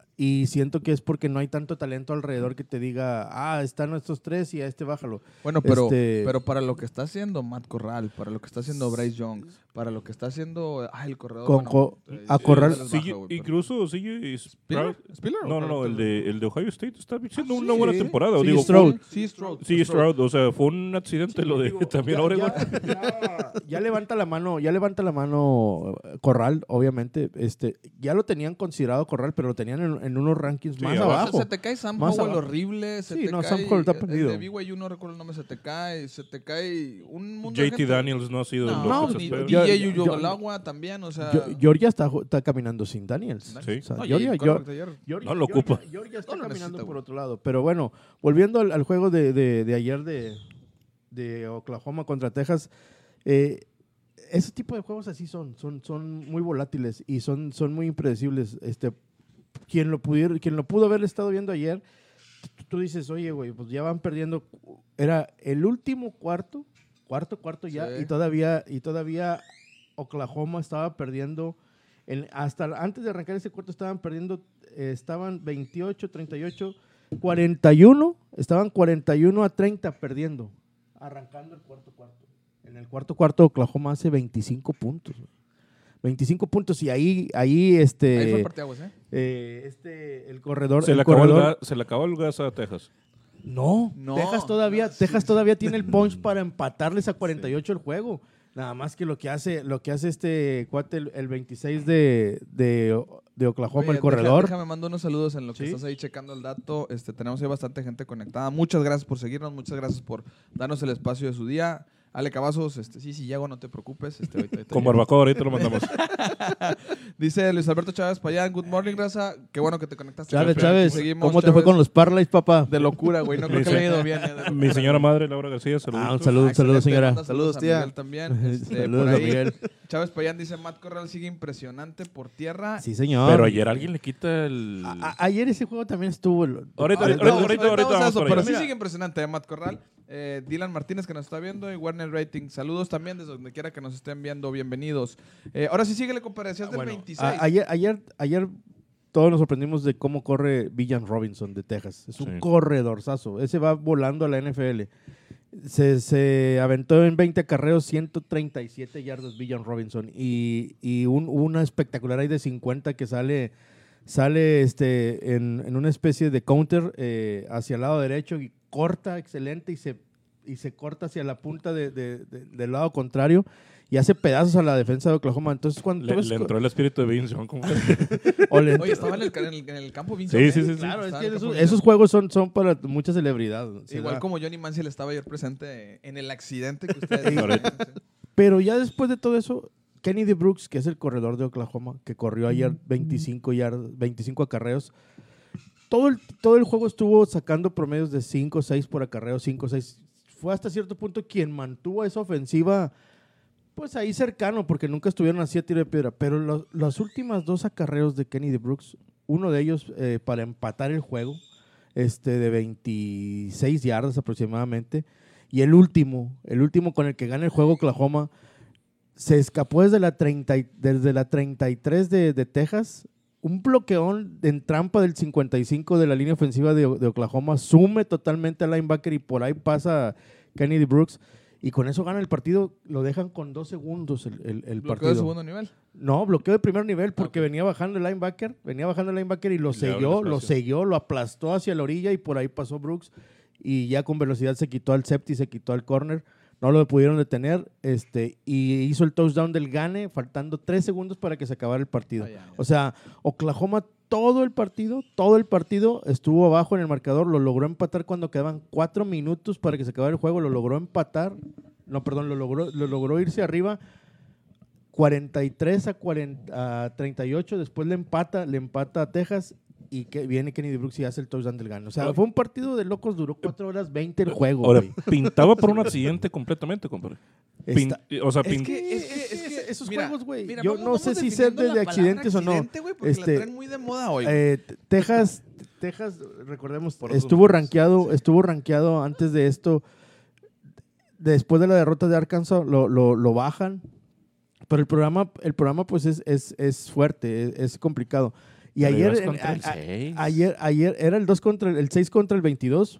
Speaker 3: y siento que es porque no hay tanto talento alrededor que te diga, ah, están estos tres y a este bájalo.
Speaker 1: Bueno, pero,
Speaker 3: Este-
Speaker 1: pero para lo que está haciendo Matt Corral, para lo que está haciendo Bryce Young, para lo que está haciendo ah, el corredor.
Speaker 3: Con
Speaker 1: bueno,
Speaker 3: co-
Speaker 1: eh,
Speaker 3: a
Speaker 1: sí,
Speaker 3: Corral-
Speaker 1: se les
Speaker 4: Sí,
Speaker 1: baja, güey, pero-
Speaker 4: incluso sigue
Speaker 1: ¿Spiller?
Speaker 4: Sprout-
Speaker 1: ¿Spiller o
Speaker 4: No, no, no,
Speaker 1: cuál?
Speaker 4: el de, el de Ohio State está haciendo
Speaker 1: Ah,
Speaker 4: una
Speaker 1: sí.
Speaker 4: buena temporada.
Speaker 3: Sí,
Speaker 4: Digo,
Speaker 3: Stroud.
Speaker 4: fue un-
Speaker 1: Sí, Stroud.
Speaker 4: Sí, Stroud, o sea, fue un accidente lo de
Speaker 3: Digo,
Speaker 4: también
Speaker 3: ya,
Speaker 4: Oregon.
Speaker 3: ya- ya- ya levanta la mano, ya levanta la mano eh, Corral, obviamente, este, ya lo tenían considerado Corral, pero lo tenían en, en unos rankings
Speaker 4: Sí,
Speaker 3: más
Speaker 4: abajo.
Speaker 3: abajo.
Speaker 1: Se, se te cae Sam
Speaker 3: Más
Speaker 1: Howell
Speaker 3: abajo.
Speaker 1: horrible. Se
Speaker 3: Sí,
Speaker 1: te
Speaker 3: no,
Speaker 1: cae,
Speaker 3: Sam Howell está
Speaker 1: el
Speaker 3: perdido.
Speaker 1: de B Y U no recuerdo el nombre, se te cae. Se te cae un mundo de
Speaker 4: J T
Speaker 1: gente.
Speaker 4: Daniels no ha sido
Speaker 1: No,
Speaker 4: lo
Speaker 3: no,
Speaker 4: que se
Speaker 1: ni
Speaker 4: espera.
Speaker 3: yo-
Speaker 1: D J
Speaker 3: yo-
Speaker 1: Uyugalagua también, o sea.
Speaker 3: Yo- Georgia está, ju- está caminando sin Daniels.
Speaker 4: Sí.
Speaker 3: O sea,
Speaker 1: No, y
Speaker 3: Georgia,
Speaker 1: el
Speaker 3: Geor-
Speaker 1: quarterback de ayer.
Speaker 3: Georgia-
Speaker 4: No lo
Speaker 3: Georgia-
Speaker 4: ocupa.
Speaker 3: Georgia está
Speaker 1: No lo
Speaker 3: caminando
Speaker 1: necesita,
Speaker 3: por
Speaker 1: güey.
Speaker 3: otro lado. Pero bueno, volviendo al, al juego de, de- de ayer de, de Oklahoma contra Texas, eh, ese tipo de juegos así son, son, son muy volátiles y son, son muy impredecibles. Este, quien lo pudiera, quien lo pudo haber estado viendo ayer, tú, tú dices, oye, güey, pues ya van perdiendo. Era el último cuarto, cuarto, cuarto ya,
Speaker 1: Sí.
Speaker 3: y todavía, y todavía Oklahoma estaba perdiendo. En- hasta antes de arrancar ese cuarto estaban perdiendo, eh, estaban veintiocho, treinta y ocho, cuarenta y uno, estaban cuarenta y uno a treinta perdiendo, arrancando el cuarto cuarto. En el cuarto cuarto Oklahoma hace veinticinco puntos. güey. veinticinco puntos y ahí, ahí este,
Speaker 1: Ahí fue parteaguas, ¿eh?
Speaker 3: eh, este, el corredor,
Speaker 4: Se
Speaker 3: el
Speaker 4: le, acabó el
Speaker 3: corredor,
Speaker 4: gas, se le acabó el gas a Texas.
Speaker 3: no,
Speaker 1: No,
Speaker 3: Texas todavía,
Speaker 1: no, sí,
Speaker 3: Texas
Speaker 1: sí.
Speaker 3: todavía tiene el punch para empatarles a cuarenta y ocho el juego. Nada más que lo que hace, lo que hace este cuate, el, el veintiséis de, de, de Oklahoma,
Speaker 1: Oye,
Speaker 3: el corredor.
Speaker 1: Deja, déjame mando unos saludos en lo que
Speaker 3: Sí.
Speaker 1: estás ahí checando el dato. Este, tenemos ahí bastante gente conectada. Muchas gracias por seguirnos, muchas gracias por darnos el espacio de su día. Ale Cavazos, este, sí, sí llego, no te preocupes. Este, ahorita- ahorita
Speaker 4: Con
Speaker 1: llego.
Speaker 4: barbacoa ahorita lo mandamos.
Speaker 1: Dice Luis Alberto Chávez Payán, good morning, raza. Qué bueno que te conectaste.
Speaker 3: Chávez,
Speaker 1: Aquí
Speaker 3: Chávez,
Speaker 1: seguimos,
Speaker 3: ¿cómo te fue
Speaker 1: Chávez.
Speaker 3: con los parlays, papá?
Speaker 1: De locura, güey. No creo que le haya ido bien. eh, de locura.
Speaker 4: Mi señora madre, Laura García, saludos.
Speaker 3: Ah, un saludo, un saludo,
Speaker 1: Excelente,
Speaker 3: señora.
Speaker 1: manda
Speaker 2: Saludos,
Speaker 1: a
Speaker 2: tía.
Speaker 1: Miguel también. Este,
Speaker 3: Saludos
Speaker 1: por
Speaker 3: a
Speaker 1: ahí,
Speaker 3: Miguel.
Speaker 1: Chávez Payán dice, Matt Corral sigue impresionante por tierra.
Speaker 3: Sí, señor.
Speaker 4: Pero ayer alguien le quita el...
Speaker 3: A- a- ayer ese juego también estuvo. el-
Speaker 4: Ahorita,
Speaker 1: Ahorita,
Speaker 4: ahorita,
Speaker 1: vamos-
Speaker 4: ahorita,
Speaker 1: ahorita
Speaker 4: ahorita
Speaker 1: vamos a
Speaker 4: vamos
Speaker 1: eso,
Speaker 4: para
Speaker 1: pero
Speaker 4: allá.
Speaker 1: sí
Speaker 3: Mira.
Speaker 1: sigue impresionante, eh, Matt Corral. Eh, Dylan Martínez que nos está viendo y Warner Rating. Saludos también desde donde quiera que nos estén viendo. Bienvenidos. Eh, ahora sí síguele con decías del
Speaker 3: Bueno,
Speaker 1: veintiséis.
Speaker 3: a- ayer, ayer, ayer todos nos sorprendimos de cómo corre Villan Robinson de Texas. Es un
Speaker 4: Sí.
Speaker 3: corredorzazo. Ese va volando a la N F L. Se, se aventó en veinte acarreos, ciento treinta y siete yardas Villan Robinson. Y, y un- una espectacular ahí de cincuenta que sale, sale este, en, en una especie de counter eh, hacia el lado derecho y corta excelente y se, y se corta hacia la punta de- de- de- del lado contrario y hace pedazos a la defensa de Oklahoma. Entonces, cuando tú
Speaker 4: Le,
Speaker 3: ves
Speaker 4: le
Speaker 3: co-
Speaker 4: entró el espíritu de Vince Young, como-
Speaker 3: o le-
Speaker 1: Oye, estaba en el, ca- en el, en el campo Vince.
Speaker 4: Sí,
Speaker 1: Young,
Speaker 4: sí,
Speaker 1: ¿eh?
Speaker 4: sí, sí.
Speaker 3: Claro, es
Speaker 1: Estaba
Speaker 3: que
Speaker 1: en el
Speaker 3: esos,
Speaker 1: campo Vince
Speaker 3: esos
Speaker 1: Young.
Speaker 3: juegos son, son para mucha celebridad. Se
Speaker 1: Igual
Speaker 3: da.
Speaker 1: como Johnny Manziel estaba ayer presente en el accidente que ustedes
Speaker 4: Ahorita.
Speaker 3: Pero ya después de todo eso, Kennedy Brooks, que es el corredor de Oklahoma, que corrió ayer veinticinco, yardas, veinticinco acarreos, todo el, todo el juego estuvo sacando promedios de cinco o seis por acarreo, cinco o seis. Fue hasta cierto punto quien mantuvo esa ofensiva, pues ahí cercano, porque nunca estuvieron así a tiro de piedra. Pero los, los últimos dos acarreos de Kennedy Brooks, uno de ellos eh, para empatar el juego, este, de veintiséis yardas aproximadamente, y el último, el último con el que gana el juego Oklahoma, se escapó desde la, treinta, desde la treinta y tres de, de Texas, un bloqueón en trampa del cincuenta y cinco de la línea ofensiva de, de Oklahoma, sume totalmente al linebacker y por ahí pasa Kennedy Brooks, y con eso gana el partido, lo dejan con dos segundos el, el, el
Speaker 1: ¿Bloqueo
Speaker 3: partido.
Speaker 1: de segundo nivel?
Speaker 3: No, bloqueo de primer nivel porque
Speaker 1: Okay.
Speaker 3: venía bajando el linebacker, venía bajando el linebacker y lo
Speaker 4: Y le abre
Speaker 3: selló,
Speaker 4: el
Speaker 3: lo
Speaker 4: espacio.
Speaker 3: selló, lo aplastó hacia la orilla y por ahí pasó Brooks y ya con velocidad se quitó al safety, se quitó al corner, no lo pudieron detener este, y hizo el touchdown del gane faltando tres segundos para que se acabara el partido.
Speaker 1: Ay, ay, ay.
Speaker 3: O sea, Oklahoma todo el partido, todo el partido estuvo abajo en el marcador, lo logró empatar cuando quedaban cuatro minutos para que se acabara el juego, lo logró empatar, no, perdón, lo logró, lo logró irse arriba cuarenta y tres a, cuarenta, a treinta y ocho, después le empata, le empata a Texas y que viene Kennedy Brooks y hace el touchdown del gane. O sea, fue un partido de locos, duró cuatro horas veinte el juego.
Speaker 4: Ahora,
Speaker 3: güey.
Speaker 4: pintaba por un accidente completamente, compadre. Pin-
Speaker 3: Está-
Speaker 4: o sea,
Speaker 1: Es
Speaker 4: pin-
Speaker 1: que, es que, es que
Speaker 3: esos
Speaker 1: mira,
Speaker 3: juegos, güey,
Speaker 1: mira,
Speaker 3: yo
Speaker 1: vamos-
Speaker 3: no
Speaker 1: vamos
Speaker 3: sé si
Speaker 1: definiendo
Speaker 3: ser de
Speaker 1: la palabra
Speaker 3: accidentes o no.
Speaker 1: accidente, güey, porque
Speaker 3: Este,
Speaker 1: la traen muy de moda hoy.
Speaker 3: Eh, t- Texas, Texas, recordemos,
Speaker 4: Por eso
Speaker 3: estuvo
Speaker 4: los-
Speaker 3: rankeado, estuvo rankeado antes de esto. Después de la derrota de Arkansas, lo, lo, lo bajan. Pero el programa, el programa pues es, es, es fuerte, es, es complicado. Y
Speaker 4: Pero
Speaker 3: ayer,
Speaker 4: ibas
Speaker 3: en-
Speaker 4: contra el
Speaker 3: a- a-
Speaker 4: seis.
Speaker 3: ayer, ayer era el dos contra el, el seis contra el veintidós.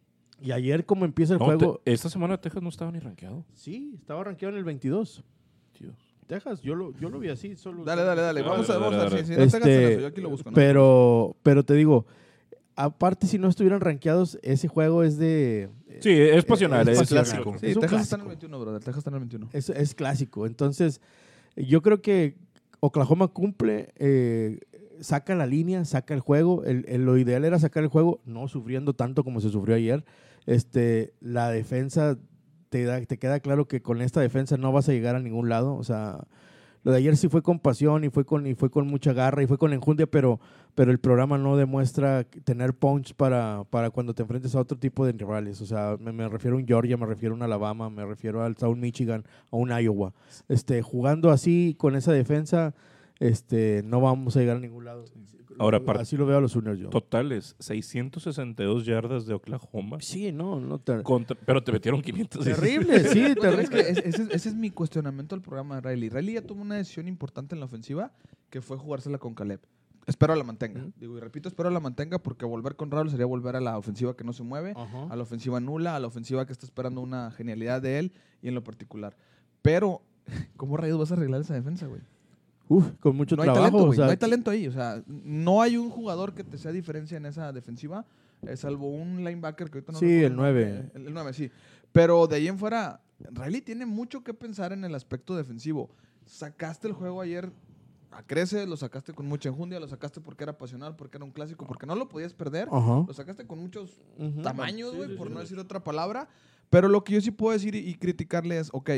Speaker 3: Y ayer como empieza el
Speaker 4: no,
Speaker 3: juego,
Speaker 4: te- esta semana Texas no estaba ni rankeado.
Speaker 3: sí, estaba rankeado en el veintidós.
Speaker 4: Dios.
Speaker 3: Texas, yo lo, yo lo vi así. Solo,
Speaker 1: Dale, dale, dale.
Speaker 4: Dale,
Speaker 1: Vamos a,
Speaker 4: dale,
Speaker 1: vamos a
Speaker 4: dale,
Speaker 1: ver. Si, si
Speaker 3: Este,
Speaker 1: no te gastes en eso, yo aquí lo busco. ¿no?
Speaker 3: pero, pero te digo, aparte si no estuvieran rankeados, ese juego es de...
Speaker 4: Sí, es pasional,
Speaker 3: es
Speaker 4: es,
Speaker 3: pasional.
Speaker 4: clásico.
Speaker 1: Sí,
Speaker 3: es un
Speaker 1: Texas está en el
Speaker 3: clásico.
Speaker 1: veintiuno, brother. Texas está en el veintiuno.
Speaker 3: Es, es clásico. Entonces, yo creo que Oklahoma cumple, eh, saca la línea, saca el juego. El, el- lo ideal era sacar el juego, no sufriendo tanto como se sufrió ayer. Este, la defensa, te, da, te queda claro que con esta defensa no vas a llegar a ningún lado. O sea, lo de ayer sí fue con pasión y fue con, y fue con mucha garra y fue con enjundia, pero, pero el programa no demuestra tener punch para, para cuando te enfrentes a otro tipo de rivales. O sea, me, me refiero a un Georgia, me refiero a un Alabama, me refiero al South Michigan, a un Iowa. Este, jugando así, con esa defensa, este, no vamos a llegar a ningún lado.
Speaker 4: Ahora, par-
Speaker 3: así lo veo a los Sooners yo.
Speaker 4: Totales, seiscientos sesenta y dos yardas de Oklahoma.
Speaker 3: Sí, no, no. Te...
Speaker 4: Contra- pero te metieron quinientos.
Speaker 3: Terrible, sí,
Speaker 1: No,
Speaker 3: terrible.
Speaker 1: es que ese, ese es- ese es mi cuestionamiento del programa de Riley. Riley ya tomó una decisión importante en la ofensiva, que fue jugársela con Caleb. Espero la mantenga.
Speaker 3: Ujú.
Speaker 1: Digo, y repito, espero la mantenga porque volver con Raúl sería volver a la ofensiva que no se mueve,
Speaker 3: Ajá.
Speaker 1: a la ofensiva nula, a la ofensiva que está esperando una genialidad de él y en lo particular. Pero, ¿cómo rayos vas a arreglar esa defensa, güey?
Speaker 3: Uf, con mucho
Speaker 1: No hay
Speaker 3: trabajo.
Speaker 1: talento,
Speaker 3: o
Speaker 1: güey.
Speaker 3: sea,
Speaker 1: No hay talento ahí. O sea, no hay un jugador que te sea diferencia en esa defensiva, eh, salvo un linebacker que ahorita no
Speaker 3: Sí,
Speaker 1: recuerdo
Speaker 3: el nueve.
Speaker 1: nombre. El, el nueve, sí. Pero de ahí en fuera, Riley tiene mucho que pensar en el aspecto defensivo. Sacaste el juego ayer a crece, lo sacaste con mucha enjundia, lo sacaste porque era pasional, porque era un clásico, porque no lo podías perder.
Speaker 3: Ajá.
Speaker 1: Lo sacaste con muchos
Speaker 3: Ujú.
Speaker 1: tamaños,
Speaker 4: Sí,
Speaker 1: güey,
Speaker 4: sí,
Speaker 1: por
Speaker 4: sí,
Speaker 1: no
Speaker 4: sí.
Speaker 1: decir otra palabra. Pero lo que yo sí puedo decir y, y criticarle es, ok,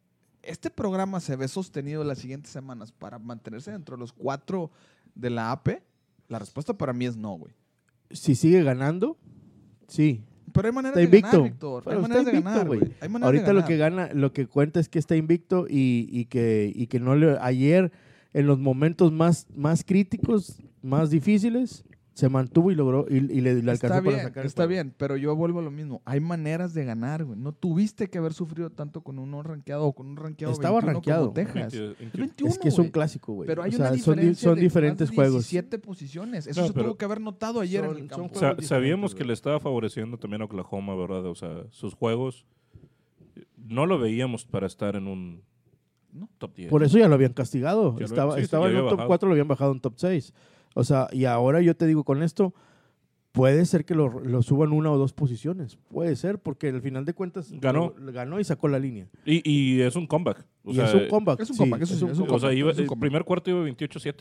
Speaker 1: este programa se ve sostenido las siguientes semanas para mantenerse dentro de los cuatro de la A P. La respuesta para mí es no, güey.
Speaker 3: Si sigue ganando, sí.
Speaker 1: Pero hay maneras
Speaker 3: Está
Speaker 1: de
Speaker 3: invicto.
Speaker 1: ganar, Víctor.
Speaker 3: Pero
Speaker 1: Hay
Speaker 3: está
Speaker 1: maneras de
Speaker 3: invicto,
Speaker 1: ganar,
Speaker 3: güey.
Speaker 1: güey. Hay maneras
Speaker 3: Ahorita
Speaker 1: de
Speaker 3: lo
Speaker 1: ganar.
Speaker 3: que gana, lo que cuenta es que está invicto y, y que, y que no le, ayer, en los momentos más, más críticos, más difíciles, se mantuvo y logró y, y le, le alcanzó
Speaker 1: Está
Speaker 3: para
Speaker 1: bien,
Speaker 3: sacar el
Speaker 1: está
Speaker 3: juego.
Speaker 1: bien, pero yo vuelvo a lo mismo. Hay maneras de ganar, güey. No tuviste que haber sufrido tanto con un no rankeado o con un rankeado
Speaker 3: Estaba
Speaker 1: veintiuno
Speaker 3: rankeado.
Speaker 1: como Texas.
Speaker 4: veinte,
Speaker 1: Es
Speaker 4: veintiuno.
Speaker 1: veintiuno,
Speaker 3: Es que es un
Speaker 1: güey.
Speaker 3: clásico, güey.
Speaker 1: Pero hay
Speaker 3: O
Speaker 1: una
Speaker 3: sea, son, di-
Speaker 1: diferencia
Speaker 3: son
Speaker 1: de
Speaker 3: diferentes
Speaker 1: más de
Speaker 3: juegos.
Speaker 1: diecisiete posiciones. Eso
Speaker 4: No,
Speaker 1: se
Speaker 4: pero-
Speaker 1: tuvo que haber notado ayer
Speaker 3: Son-
Speaker 1: en el
Speaker 3: son
Speaker 1: campo.
Speaker 4: Sa-
Speaker 3: juegos
Speaker 4: sabíamos
Speaker 3: diferentes,
Speaker 4: que
Speaker 3: güey.
Speaker 4: le estaba favoreciendo también a Oklahoma, ¿verdad? O sea, sus juegos eh, no lo veíamos para estar en un
Speaker 1: ¿No?
Speaker 4: top diez.
Speaker 3: Por eso ya lo habían castigado.
Speaker 4: Ya lo-
Speaker 3: estaba
Speaker 4: sí, sí,
Speaker 3: estaba
Speaker 4: ya
Speaker 3: en un
Speaker 4: había
Speaker 3: top
Speaker 4: bajado.
Speaker 3: cuatro, lo habían bajado a un top seis. O sea, y ahora yo te digo con esto, puede ser que lo, lo suban una o dos posiciones. Puede ser, porque al final de cuentas
Speaker 4: Ganó.
Speaker 3: lo- ganó y sacó la línea.
Speaker 4: Y, y es un comeback. O
Speaker 3: y
Speaker 4: sea,
Speaker 3: es un comeback.
Speaker 1: es un
Speaker 3: sí,
Speaker 1: comeback, eso sí, es un
Speaker 4: O sea,
Speaker 1: comeback,
Speaker 4: iba-
Speaker 1: es un
Speaker 4: el
Speaker 1: comeback.
Speaker 4: primer cuarto iba veintiocho siete.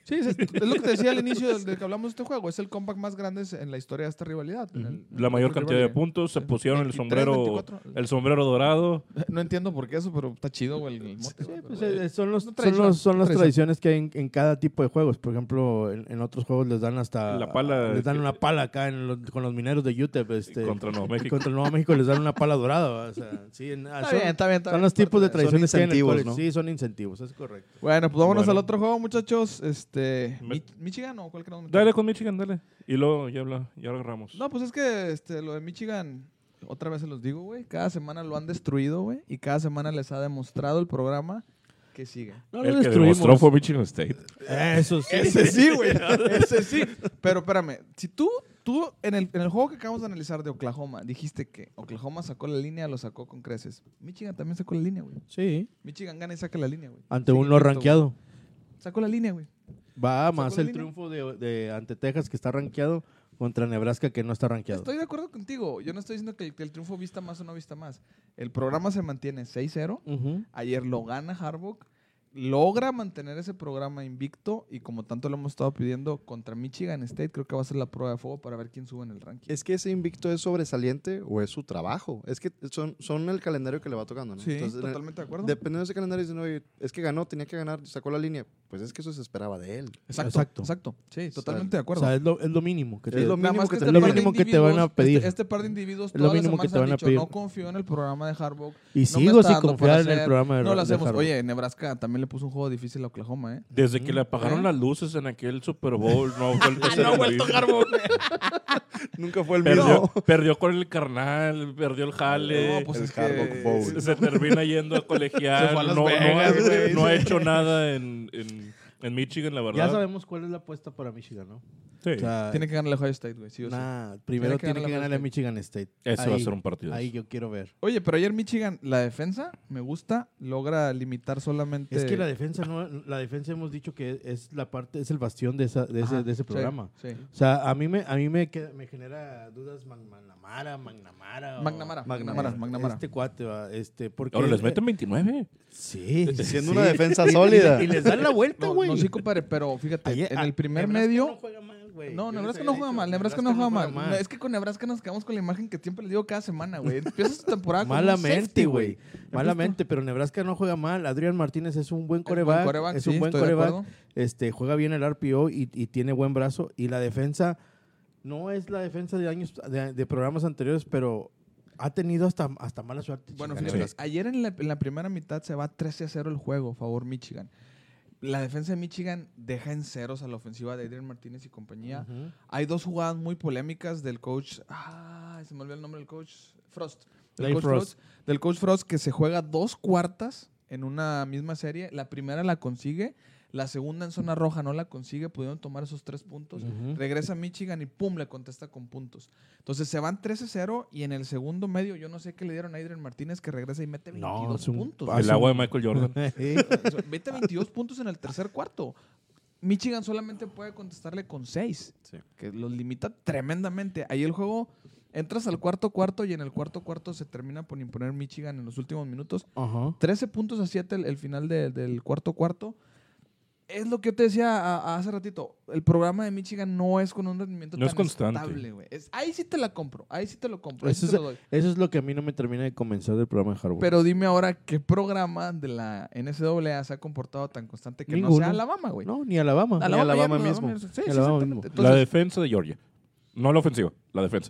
Speaker 1: Sí, es, es lo que te decía al inicio del, del que hablamos de este juego. Es el comeback más grande en la historia de esta rivalidad. en el-
Speaker 4: La mayor
Speaker 1: el
Speaker 4: cantidad de
Speaker 1: rivalry.
Speaker 4: puntos, se pusieron el
Speaker 1: veintitrés,
Speaker 4: sombrero,
Speaker 1: veinticuatro.
Speaker 4: el sombrero dorado.
Speaker 1: No entiendo por qué eso, pero está chido, güey, el, el mote.
Speaker 3: Sí,
Speaker 1: güey,
Speaker 3: pues,
Speaker 1: pero,
Speaker 3: eh, son, los,
Speaker 1: una
Speaker 3: son,
Speaker 1: tradición,
Speaker 3: los- son
Speaker 1: una
Speaker 3: las
Speaker 1: tradición.
Speaker 3: tradiciones que hay en, en cada tipo de juegos. Por ejemplo, en, en otros juegos les dan hasta...
Speaker 4: La pala
Speaker 3: Les dan
Speaker 4: que-
Speaker 3: una pala acá en los- con los mineros de U T E P. Este,
Speaker 4: Contra Nuevo México.
Speaker 3: Contra el Nuevo México les dan una pala dorada. ¿va? O sea, sí, en- ah,
Speaker 1: Está
Speaker 3: son,
Speaker 1: bien, está bien, está
Speaker 3: son
Speaker 1: bien,
Speaker 3: los
Speaker 1: parte
Speaker 3: tipos de
Speaker 1: de-
Speaker 3: tradiciones que hay en el
Speaker 2: incentivos,
Speaker 3: college.
Speaker 2: ¿no?
Speaker 3: Sí, son incentivos, es correcto.
Speaker 1: Bueno, pues vámonos
Speaker 4: Bueno.
Speaker 1: al otro juego, muchachos. Este,
Speaker 4: Me-
Speaker 1: Mi- ¿Michigan o cuál queremos meter?
Speaker 4: Dale con Michigan, dale. Y luego ya, habla, ya agarramos.
Speaker 1: No, pues es que este, lo de Michigan, otra vez se los digo, güey. Cada semana lo han destruido, güey. Y cada semana les ha demostrado el programa que sigue.
Speaker 3: No
Speaker 4: el
Speaker 3: lo
Speaker 4: que
Speaker 3: destruimos.
Speaker 4: demostró fue Michigan State.
Speaker 3: Eso sí.
Speaker 1: Ese sí, güey. Ese sí. Pero espérame, si tú, tú en, el, en el juego que acabamos de analizar de Oklahoma, dijiste que Oklahoma sacó la línea, lo sacó con creces. Michigan también sacó la línea, güey.
Speaker 3: Sí.
Speaker 1: Michigan gana y saca la línea, güey.
Speaker 3: Ante
Speaker 1: Sí,
Speaker 3: un no
Speaker 1: quinto,
Speaker 3: rankeado.
Speaker 1: güey. Sacó la línea, güey.
Speaker 3: Va
Speaker 1: ¿Sacó
Speaker 3: más
Speaker 1: la
Speaker 3: el
Speaker 1: línea?
Speaker 3: triunfo de, de ante Texas, que está rankeado, contra Nebraska, que no está rankeado.
Speaker 1: Estoy de acuerdo contigo. Yo no estoy diciendo que el, que el triunfo vista más o no vista más. El programa se mantiene seis cero.
Speaker 3: Ujú.
Speaker 1: Ayer lo gana Harbaugh. Logra mantener ese programa invicto y como tanto lo hemos estado pidiendo contra Michigan State, creo que va a ser la prueba de fuego para ver quién sube en el ranking.
Speaker 2: ¿Es que ese invicto es sobresaliente o es su trabajo? Es que son, son el calendario que le va tocando, ¿no?
Speaker 1: Sí,
Speaker 2: Entonces, en el-
Speaker 1: totalmente de acuerdo.
Speaker 2: Dependiendo de ese calendario, dicen, oye, es que ganó, tenía que ganar, sacó la línea. Pues es que eso se esperaba de él.
Speaker 1: Exacto,
Speaker 3: Exacto.
Speaker 1: exacto. Sí, totalmente de acuerdo.
Speaker 3: O sea, es lo, es lo mínimo que
Speaker 2: Es
Speaker 3: te
Speaker 2: lo
Speaker 1: Nada
Speaker 2: mínimo
Speaker 1: más
Speaker 2: que
Speaker 1: este
Speaker 2: te
Speaker 3: lo
Speaker 1: par de
Speaker 3: mínimo que te van a
Speaker 1: individuos-
Speaker 3: pedir.
Speaker 1: Este, este par de individuos
Speaker 3: Es lo
Speaker 1: todas las
Speaker 3: mínimo que
Speaker 1: semanas
Speaker 3: te
Speaker 1: han
Speaker 3: van a
Speaker 1: dicho,
Speaker 3: pedir.
Speaker 1: no confío en el programa de Harbaugh.
Speaker 3: Y
Speaker 1: no me
Speaker 3: sigo
Speaker 1: está
Speaker 3: sin
Speaker 1: dando
Speaker 3: confiar
Speaker 1: para
Speaker 3: en el
Speaker 1: hacer.
Speaker 3: programa de
Speaker 1: No lo
Speaker 3: de
Speaker 1: hacemos.
Speaker 3: Harbaugh.
Speaker 1: Oye, Nebraska también le puso un juego difícil a Oklahoma, ¿eh?
Speaker 4: Desde que le apagaron
Speaker 1: ¿Eh?
Speaker 4: las luces en aquel Super Bowl, no ha vuelto a ser
Speaker 1: No ha
Speaker 4: el
Speaker 1: vuelto
Speaker 4: mismo.
Speaker 1: Harbaugh.
Speaker 2: Nunca fue el
Speaker 4: Perdió,
Speaker 2: mismo.
Speaker 4: perdió con el carnal, perdió el jale.
Speaker 1: No, pues
Speaker 2: el
Speaker 1: es
Speaker 2: Harbaugh
Speaker 1: que...
Speaker 2: Bowl.
Speaker 4: se, se termina yendo a colegial.
Speaker 1: Se fue a Las
Speaker 4: no, no
Speaker 1: Vegas,
Speaker 4: ha,
Speaker 1: güey.
Speaker 4: no ha hecho nada en, en, en Michigan, la
Speaker 3: Ya
Speaker 4: verdad.
Speaker 3: sabemos cuál es la apuesta para Michigan, ¿no?
Speaker 4: Sí.
Speaker 3: O sea,
Speaker 1: Tiene que ganar el Ohio State, güey, sí o sí.
Speaker 3: nah, primero
Speaker 1: Tiene que
Speaker 3: tiene que
Speaker 1: ganar
Speaker 3: ganar
Speaker 1: la
Speaker 3: a Michigan State.
Speaker 4: Ese va a
Speaker 3: Ahí-
Speaker 4: ser un partido.
Speaker 3: Ahí yo quiero ver.
Speaker 1: Oye, pero ayer Michigan, la defensa, me gusta, logra limitar solamente...
Speaker 3: Es que la defensa no, la defensa hemos dicho que es la parte, es el bastión de, esa, de, ese,
Speaker 1: Ajá,
Speaker 3: de ese
Speaker 1: sí,
Speaker 3: programa.
Speaker 1: Sí.
Speaker 3: O sea, a mí me, a mí me, queda- me genera dudas Mag- Magnamara, Magnamara. o-
Speaker 1: Magnamara,
Speaker 2: Magnamara,
Speaker 1: Magnamara, Magnamara.
Speaker 3: Este cuate va, este, porque
Speaker 4: Ahora les meten veintinueve.
Speaker 3: Sí,
Speaker 2: Siendo
Speaker 3: sí.
Speaker 2: una defensa
Speaker 3: Y- y-
Speaker 2: sólida.
Speaker 3: Y, les dan la vuelta,
Speaker 1: No,
Speaker 3: güey.
Speaker 1: no, sí, compadre, pero fíjate,
Speaker 3: Ayer-
Speaker 1: en
Speaker 3: ah,
Speaker 1: el primer
Speaker 3: Nebraska
Speaker 1: medio...
Speaker 3: No, juega mal, güey.
Speaker 1: No,
Speaker 3: Yo les
Speaker 1: Nebraska
Speaker 3: había
Speaker 1: no juega
Speaker 3: dicho,
Speaker 1: mal, Nebraska no juega mal.
Speaker 3: mal.
Speaker 1: No, es que con Nebraska nos quedamos con la imagen que siempre le digo cada semana, güey. Empieza su temporada con un
Speaker 3: Malamente,
Speaker 1: safety,
Speaker 3: güey. Malamente, pero Nebraska no juega mal. Adrián Martínez es un buen
Speaker 1: Es buen
Speaker 3: coreback.
Speaker 1: quarterback,
Speaker 3: Es
Speaker 1: sí,
Speaker 3: un buen
Speaker 1: estoy de
Speaker 3: coreback.
Speaker 1: acuerdo.
Speaker 3: Este, juega bien el R P O y, y tiene buen brazo. Y la defensa no es la defensa de años de, de programas anteriores, pero ha tenido hasta, hasta mala suerte.
Speaker 1: Bueno,
Speaker 3: chinga,
Speaker 1: fíjate,
Speaker 3: Nebraska.
Speaker 1: ayer en la, en la primera mitad se va trece a cero el juego, favor Michigan. La defensa de Michigan deja en ceros a la ofensiva de Adrian Martínez y compañía.
Speaker 3: Ujú.
Speaker 1: Hay dos jugadas muy polémicas del coach. Ah, se me olvidó el nombre del coach. Frost. Del
Speaker 3: Dave
Speaker 1: coach
Speaker 3: Frost.
Speaker 1: Del coach Frost que se juega dos cuartas en una misma serie. La primera la consigue. La segunda en zona roja no la consigue. Pudieron tomar esos tres puntos.
Speaker 3: Ujú.
Speaker 1: Regresa a Michigan y pum, le contesta con puntos. Entonces se van trece cero y en el segundo medio yo no sé qué le dieron a Adrian Martínez que regresa y mete
Speaker 3: No,
Speaker 1: veintidós
Speaker 3: es un-
Speaker 1: puntos.
Speaker 3: Ah,
Speaker 4: El
Speaker 3: sí.
Speaker 4: agua de Michael Jordan.
Speaker 3: Sí.
Speaker 1: O sea, mete veintidós puntos en el tercer cuarto. Michigan solamente puede contestarle con seis,
Speaker 2: Sí.
Speaker 1: que los limita tremendamente. Ahí el juego, entras al cuarto cuarto y en el cuarto cuarto se termina por imponer Michigan en los últimos minutos.
Speaker 3: Ajá.
Speaker 1: trece puntos a siete el, el final de- del cuarto cuarto. Es lo que yo te decía a- a hace ratito. El programa de Michigan no es con un rendimiento
Speaker 4: No es
Speaker 1: tan
Speaker 4: constante.
Speaker 1: estable, güey. Es- Ahí sí te la compro. Ahí sí te lo compro. Ahí
Speaker 3: Eso
Speaker 1: sí te
Speaker 3: es-
Speaker 1: lo doy.
Speaker 3: Eso es lo que a mí no me termina de convencer del programa de Harvard.
Speaker 1: Pero dime ahora qué programa de la N C A A se ha comportado tan constante que no
Speaker 3: Ninguno.
Speaker 1: sea Alabama, güey.
Speaker 3: no, ni Alabama.
Speaker 2: Ni Alabama
Speaker 1: ya-
Speaker 2: mismo.
Speaker 1: Sí, sí,
Speaker 3: Ni Alabama
Speaker 1: exactamente.
Speaker 3: mismo.
Speaker 4: La
Speaker 1: Entonces,
Speaker 4: defensa de Georgia. No la ofensiva, la defensa.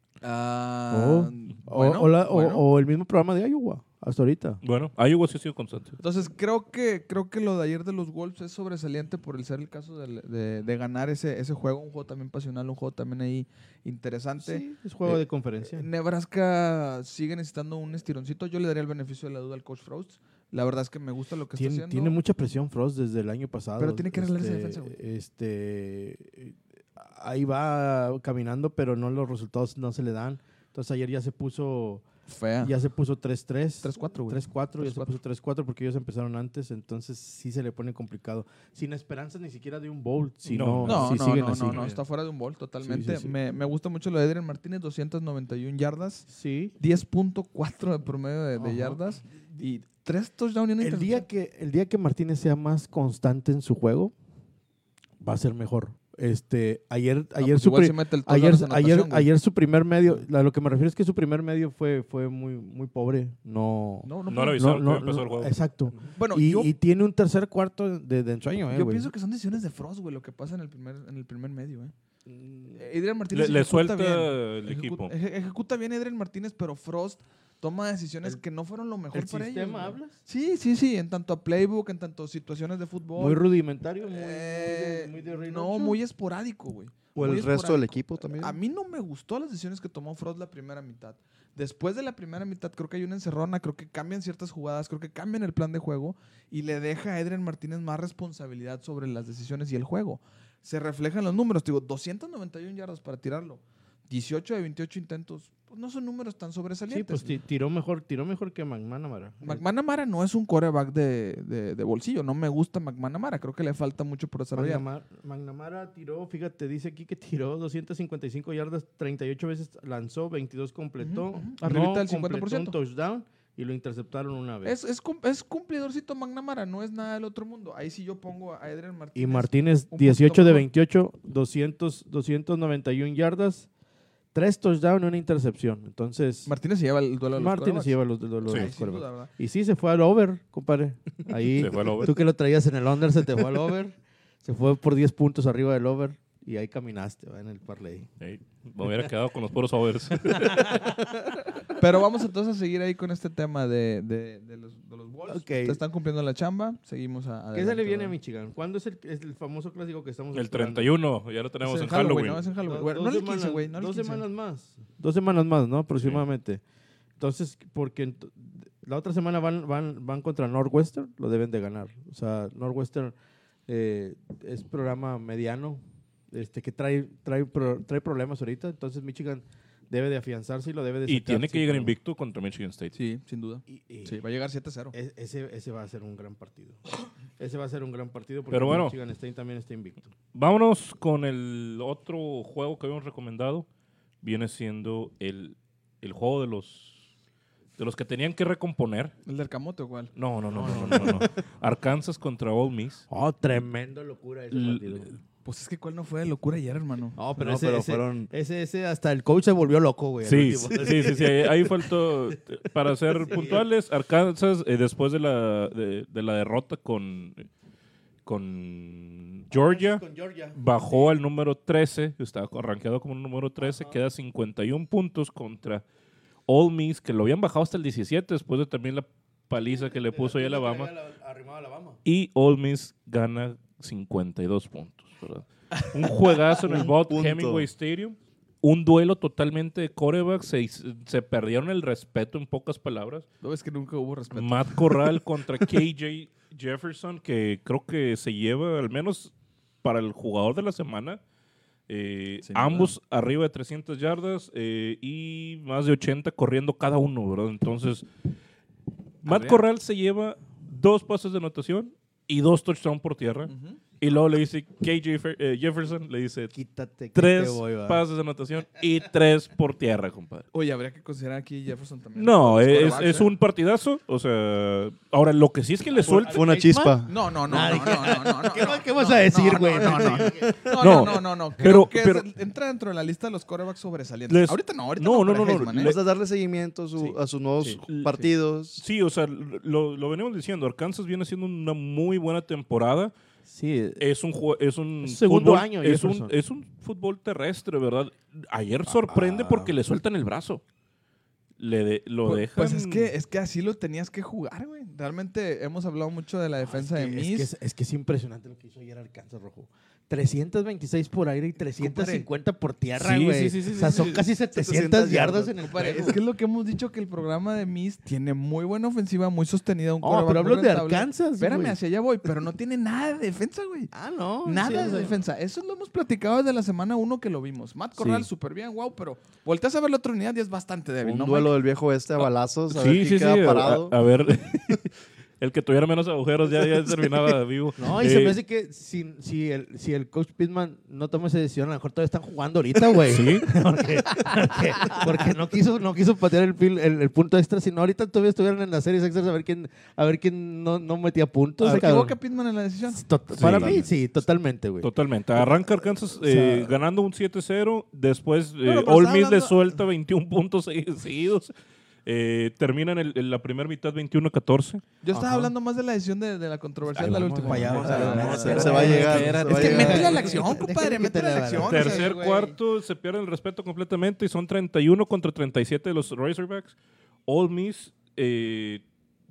Speaker 1: ah,
Speaker 3: O,
Speaker 1: bueno,
Speaker 3: o la- o-
Speaker 1: bueno.
Speaker 3: o el mismo programa de Iowa, hasta ahorita.
Speaker 4: Bueno, Iowa sí ha sido constante.
Speaker 1: Entonces creo que creo que lo de ayer de los Wolves es sobresaliente por el ser el caso del- de, de ganar ese, ese juego, un juego también pasional, un juego también ahí interesante.
Speaker 3: Sí, es juego
Speaker 1: Eh,
Speaker 3: de conferencia.
Speaker 1: Nebraska sigue necesitando un estironcito. Yo le daría el beneficio de la duda al coach Frost. La verdad es que me gusta lo que
Speaker 3: Tiene,
Speaker 1: está haciendo.
Speaker 3: tiene mucha presión Frost desde el año pasado.
Speaker 1: Pero tiene que arreglar esa
Speaker 3: Este,
Speaker 1: defensa, güey.
Speaker 3: Este, ahí va caminando, pero no los resultados no se le dan. Entonces ayer ya se puso
Speaker 1: Fea.
Speaker 3: ya se puso tres tres.
Speaker 1: tres cuatro, güey.
Speaker 3: tres cuatro, ya se
Speaker 1: tres cuatro.
Speaker 3: puso tres cuatro porque ellos empezaron antes, entonces sí se le pone complicado. Sin esperanzas ni siquiera de un bowl, si no,
Speaker 4: No,
Speaker 1: No,
Speaker 3: si
Speaker 1: no,
Speaker 3: siguen
Speaker 1: no,
Speaker 3: así.
Speaker 1: no, no, está fuera de un bol totalmente.
Speaker 3: Sí, sí, sí.
Speaker 1: Me, me gusta mucho lo de Adrian Martínez, doscientas noventa y una yardas,
Speaker 3: Sí.
Speaker 1: diez punto cuatro de promedio de, de
Speaker 3: Ajá.
Speaker 1: yardas y tres touchdowns y una
Speaker 3: El día
Speaker 1: intercepción.
Speaker 3: que el día que Martínez sea más constante en su juego, va a ser mejor. Este, ayer,
Speaker 1: Ah,
Speaker 3: ayer,
Speaker 1: pues
Speaker 3: su,
Speaker 1: igual
Speaker 3: pri-
Speaker 1: sí mete el touchdown
Speaker 3: ayer,
Speaker 1: en esa
Speaker 3: ayer,
Speaker 1: anotación, güey.
Speaker 3: ayer su primer medio, a lo que me refiero es que su primer medio fue, fue muy, muy pobre. No,
Speaker 1: No,
Speaker 4: No
Speaker 1: no,
Speaker 4: lo
Speaker 1: no,
Speaker 4: avisaron que empezó el juego.
Speaker 3: Exacto.
Speaker 1: Bueno,
Speaker 3: y,
Speaker 1: yo,
Speaker 3: y tiene un tercer cuarto de, de ensueño, eh,
Speaker 1: yo
Speaker 3: güey.
Speaker 1: pienso que son decisiones de Frost, güey, lo que pasa en el primer, en el primer medio, eh.
Speaker 3: Mm,
Speaker 1: Adrian Martínez
Speaker 4: Le, le
Speaker 1: ejecuta
Speaker 4: suelta
Speaker 1: bien.
Speaker 4: el
Speaker 1: Ejecu-
Speaker 4: equipo.
Speaker 1: eje- ejecuta bien Adrian Martínez, pero Frost toma decisiones
Speaker 3: El-
Speaker 1: que no fueron lo mejor
Speaker 3: ¿El
Speaker 1: para ellos.
Speaker 3: sistema
Speaker 1: güey.
Speaker 3: hablas?
Speaker 1: Sí, sí, sí, en tanto a playbook, en tanto a situaciones de fútbol.
Speaker 3: Muy rudimentario, muy,
Speaker 1: Eh,
Speaker 3: muy de, muy de
Speaker 1: no,
Speaker 3: Reynoso.
Speaker 1: muy esporádico, güey.
Speaker 2: O el
Speaker 1: Muy
Speaker 2: resto del
Speaker 1: esporádico.
Speaker 2: equipo también.
Speaker 1: A mí no me gustó las decisiones que tomó Frost la primera mitad. Después de la primera mitad creo que hay una encerrona, creo que cambian ciertas jugadas, creo que cambian el plan de juego y le deja a Adrian Martínez más responsabilidad sobre las decisiones y el juego. Se reflejan los números, te digo, doscientas noventa y una yardas para tirarlo, dieciocho de veintiocho intentos, pues no son números tan
Speaker 3: Sí,
Speaker 1: sobresalientes.
Speaker 3: pues ti- tiró mejor, tiró mejor que McManamara.
Speaker 1: McManamara no es un quarterback de, de, de bolsillo, no me gusta McManamara, creo que le falta mucho por desarrollar.
Speaker 3: McNamara, McNamara tiró, fíjate, dice aquí que tiró doscientas cincuenta y cinco yardas, treinta y ocho veces lanzó, veintidós completó.
Speaker 1: Ujú, ujú. Arribita
Speaker 3: no
Speaker 1: del cincuenta por ciento.
Speaker 3: completó un touchdown y lo interceptaron una vez.
Speaker 1: Es, es, cum- es cumplidorcito McNamara, no es nada del otro mundo. Ahí sí yo pongo a Adrian Martínez.
Speaker 3: Y Martínez,
Speaker 1: un
Speaker 3: dieciocho de
Speaker 1: poquito
Speaker 3: veintiocho, doscientos, doscientos noventa y una yardas, tres touchdowns y una intercepción. Entonces,
Speaker 1: Martínez se lleva el duelo de los
Speaker 3: Martínez
Speaker 1: quarterbacks.
Speaker 3: lleva los, los, los
Speaker 4: Sí.
Speaker 1: Ahí,
Speaker 3: los
Speaker 1: sin
Speaker 3: quarterbacks.
Speaker 1: duda, ¿verdad?
Speaker 3: Y sí, se fue al over, compadre. Ahí,
Speaker 4: Se fue al over.
Speaker 3: tú que lo traías en el under, se te fue al over. Se fue por diez puntos arriba del over y ahí caminaste, ¿va? En el parlay.
Speaker 4: Ey, me hubiera quedado con los puros overs.
Speaker 1: Pero vamos entonces a seguir ahí con este tema de, de, de los, de los Wolves.
Speaker 3: Ok.
Speaker 1: Te están cumpliendo la chamba. Seguimos a,
Speaker 3: ¿Qué
Speaker 1: adelante,
Speaker 3: se le viene a
Speaker 1: ¿verdad?
Speaker 3: Michigan? ¿Cuándo es el, es el famoso clásico que estamos
Speaker 4: El
Speaker 3: esperando?
Speaker 4: treinta y uno, ya lo
Speaker 1: Es
Speaker 4: tenemos
Speaker 1: en
Speaker 4: en
Speaker 1: Halloween,
Speaker 4: Halloween.
Speaker 1: ¿no? Es en Halloween.
Speaker 3: Do-
Speaker 1: Bueno,
Speaker 3: dos
Speaker 1: no el quince,
Speaker 3: semanas-
Speaker 1: güey. No el
Speaker 3: dos
Speaker 1: quince.
Speaker 3: semanas más. Dos semanas más, ¿no? Aproximadamente. Entonces, porque ent- la otra semana van, van, van contra Northwestern, lo deben de ganar. O sea, Northwestern eh, es programa mediano, este que trae, trae, pro- trae problemas ahorita. Entonces, Michigan debe de afianzarse y lo debe de
Speaker 4: Y
Speaker 3: sacar
Speaker 4: tiene que
Speaker 3: sin
Speaker 4: llegar
Speaker 3: problema.
Speaker 4: invicto contra Michigan State.
Speaker 1: Sí, sin duda.
Speaker 3: Y- y
Speaker 1: Sí, va a llegar siete cero.
Speaker 3: es- ese, ese va a ser un gran partido. Ese va a ser un gran partido porque
Speaker 4: Pero bueno.
Speaker 3: Michigan State también está invicto.
Speaker 4: Vámonos con el otro juego que habíamos recomendado. Viene siendo el, el juego de los de los que tenían que recomponer.
Speaker 1: ¿El del camote o cuál?
Speaker 4: No, no, no, no, no, no, no. Arkansas contra Ole Miss.
Speaker 3: Oh, tremendo locura ese
Speaker 4: L-
Speaker 3: partido.
Speaker 1: Pues es que cuál no fue de locura ayer, hermano.
Speaker 3: No, pero,
Speaker 2: No,
Speaker 3: ese,
Speaker 2: pero
Speaker 3: ese,
Speaker 2: fueron-
Speaker 3: ese, ese hasta el coach se volvió loco, güey. al
Speaker 4: Sí,
Speaker 3: último.
Speaker 4: sí, sí, sí, ahí ahí faltó, para ser puntuales, Arkansas, eh, después de la, de, de la derrota con, con Georgia,
Speaker 3: Con Georgia.
Speaker 4: bajó al número trece, estaba arranqueado como el número trece, queda cincuenta y uno puntos contra Ole Miss, que lo habían bajado hasta el diecisiete después de también la paliza que le puso ahí a Alabama,
Speaker 3: Arrimado a Alabama.
Speaker 4: y Ole Miss gana cincuenta y dos puntos, ¿verdad? Un juegazo en el
Speaker 2: Un
Speaker 4: Bob
Speaker 2: punto.
Speaker 4: Hemingway Stadium. Un duelo totalmente de quarterbacks. Se, se perdieron el respeto en pocas palabras.
Speaker 1: No, es que nunca hubo respeto.
Speaker 4: Matt Corral contra K J Jefferson, que creo que se lleva, al menos para el jugador de la semana, eh,
Speaker 1: Sin duda.
Speaker 4: ambos arriba de trescientas yardas eh, y más de ochenta corriendo cada uno, ¿verdad? Entonces, Matt
Speaker 1: ver.
Speaker 4: Corral se lleva dos pases de anotación y dos touchdowns por tierra.
Speaker 1: Ujú.
Speaker 4: Y luego le dice K J Fer- eh, Jefferson, le dice
Speaker 3: Quítate que
Speaker 4: tres
Speaker 3: te voy, va.
Speaker 4: pases de anotación y tres por tierra, compadre.
Speaker 1: Oye, habría que considerar aquí Jefferson también.
Speaker 4: No,
Speaker 1: Los
Speaker 4: es,
Speaker 1: quarterbacks,
Speaker 4: es
Speaker 1: ¿eh?
Speaker 4: un partidazo. O sea, ahora lo que sí es que le suelta.
Speaker 2: Fue una chispa.
Speaker 1: No, no, no,
Speaker 3: Ah,
Speaker 1: no,
Speaker 3: dije-
Speaker 1: no, no, no, no.
Speaker 3: ¿Qué
Speaker 1: no,
Speaker 3: vas- qué vas
Speaker 1: no,
Speaker 3: a decir,
Speaker 1: no,
Speaker 3: güey?
Speaker 1: No, no, no. No,
Speaker 4: No,
Speaker 1: no, no, no, no.
Speaker 4: pero-
Speaker 1: Creo que
Speaker 4: pero-
Speaker 1: es- entra dentro de la lista de los quarterbacks sobresalientes.
Speaker 4: Les-
Speaker 1: ahorita no, ahorita
Speaker 4: no,
Speaker 1: no.
Speaker 4: no,
Speaker 1: para
Speaker 4: no, no,
Speaker 1: Heisman, ¿eh?
Speaker 2: Vamos a darle seguimiento a, su-
Speaker 1: Sí.
Speaker 2: a sus nuevos
Speaker 1: Sí.
Speaker 2: partidos.
Speaker 4: Sí, o sea, lo, lo venimos diciendo. Arkansas viene siendo una muy buena temporada.
Speaker 3: Sí,
Speaker 4: Es un jue- es un
Speaker 3: Es su segundo
Speaker 4: fútbol-
Speaker 3: año,
Speaker 4: es un,
Speaker 3: Jefferson.
Speaker 4: es un fútbol terrestre, ¿verdad? Ayer sorprende
Speaker 2: Ah.
Speaker 4: porque le sueltan el brazo. Le de- lo
Speaker 1: Pues,
Speaker 4: dejan.
Speaker 1: pues es que es que así lo tenías que jugar, güey. Realmente hemos hablado mucho de la defensa
Speaker 3: es
Speaker 1: de
Speaker 3: que, es,
Speaker 1: Miss.
Speaker 3: que es, es que es impresionante lo que hizo ayer Arkansas, Rojo. trescientos veintiséis por aire y trescientos cincuenta por tierra,
Speaker 4: Sí,
Speaker 3: güey.
Speaker 4: sí, sí, sí,
Speaker 3: o sea,
Speaker 4: sí,
Speaker 3: son
Speaker 4: sí.
Speaker 3: casi setecientas
Speaker 2: setecientas
Speaker 3: yardas
Speaker 2: yardas.
Speaker 3: en el
Speaker 1: Compadre,
Speaker 3: juego.
Speaker 1: es que es lo que hemos dicho, que el programa de Miss tiene muy buena ofensiva, muy sostenida. Un
Speaker 3: Oh,
Speaker 1: quarterback
Speaker 3: pero
Speaker 1: muy
Speaker 3: hablo de
Speaker 1: rentable.
Speaker 3: Arkansas,
Speaker 1: Espérame,
Speaker 3: güey.
Speaker 1: hacia allá voy, pero no tiene nada de defensa, güey.
Speaker 3: Ah, no.
Speaker 1: Nada
Speaker 3: sí,
Speaker 1: de
Speaker 3: o sea,
Speaker 1: defensa. Eso lo hemos platicado desde la semana uno que lo vimos. Matt Corral,
Speaker 3: Sí.
Speaker 1: súper bien, wow, pero volteas a ver la otra unidad y es bastante débil,
Speaker 2: Un
Speaker 1: ¿no,
Speaker 2: duelo
Speaker 1: Mike?
Speaker 2: del viejo este a balazos. A ver
Speaker 4: Sí,
Speaker 2: quién
Speaker 4: sí, sí.
Speaker 2: queda
Speaker 4: A,
Speaker 2: parado.
Speaker 4: a ver. el que tuviera menos agujeros ya, ya terminaba vivo.
Speaker 3: No, y
Speaker 4: Eh,
Speaker 3: se me hace que si, si, el, si el coach Pittman no toma esa decisión, a lo mejor todavía están jugando ahorita, güey.
Speaker 4: Sí.
Speaker 3: porque, porque, porque no quiso no quiso patear el, fil- el, el punto extra, sino ahorita todavía estuvieran en las series extras a ver quién, a ver quién no, no metía puntos.
Speaker 1: ¿Se
Speaker 3: cabrón.
Speaker 1: equivoca Pittman en la decisión?
Speaker 3: Tot-
Speaker 4: Sí.
Speaker 3: para mí, sí, totalmente, güey.
Speaker 4: Totalmente. Arranca Arkansas eh,
Speaker 3: sea-
Speaker 4: ganando un siete cero. Después eh,
Speaker 1: Bueno, pero
Speaker 4: Ole
Speaker 1: está
Speaker 4: Miss le
Speaker 1: hablando-
Speaker 4: suelta veintiún puntos segui- seguidos. Eh, termina en, el- en la primera mitad veintiuno catorce.
Speaker 1: Yo estaba
Speaker 3: Ajá.
Speaker 1: hablando más de la decisión de, de la controversia
Speaker 3: Ahí
Speaker 1: de la
Speaker 3: vamos,
Speaker 1: última.
Speaker 3: para allá,
Speaker 1: O sea,
Speaker 3: vamos,
Speaker 1: no,
Speaker 3: vamos,
Speaker 2: Se,
Speaker 1: espérate.
Speaker 2: se va a llegar.
Speaker 4: espérate.
Speaker 2: se va
Speaker 1: Es
Speaker 2: a
Speaker 1: que
Speaker 2: llegar.
Speaker 1: métele a la acción, compadre,
Speaker 3: Déjame que
Speaker 1: métele a la
Speaker 3: te la-
Speaker 1: acción. o sea,
Speaker 4: Tercer
Speaker 1: güey.
Speaker 4: cuarto se pierde el respeto completamente y son treinta y uno contra treinta y siete de los Razorbacks. Ole Miss. Eh,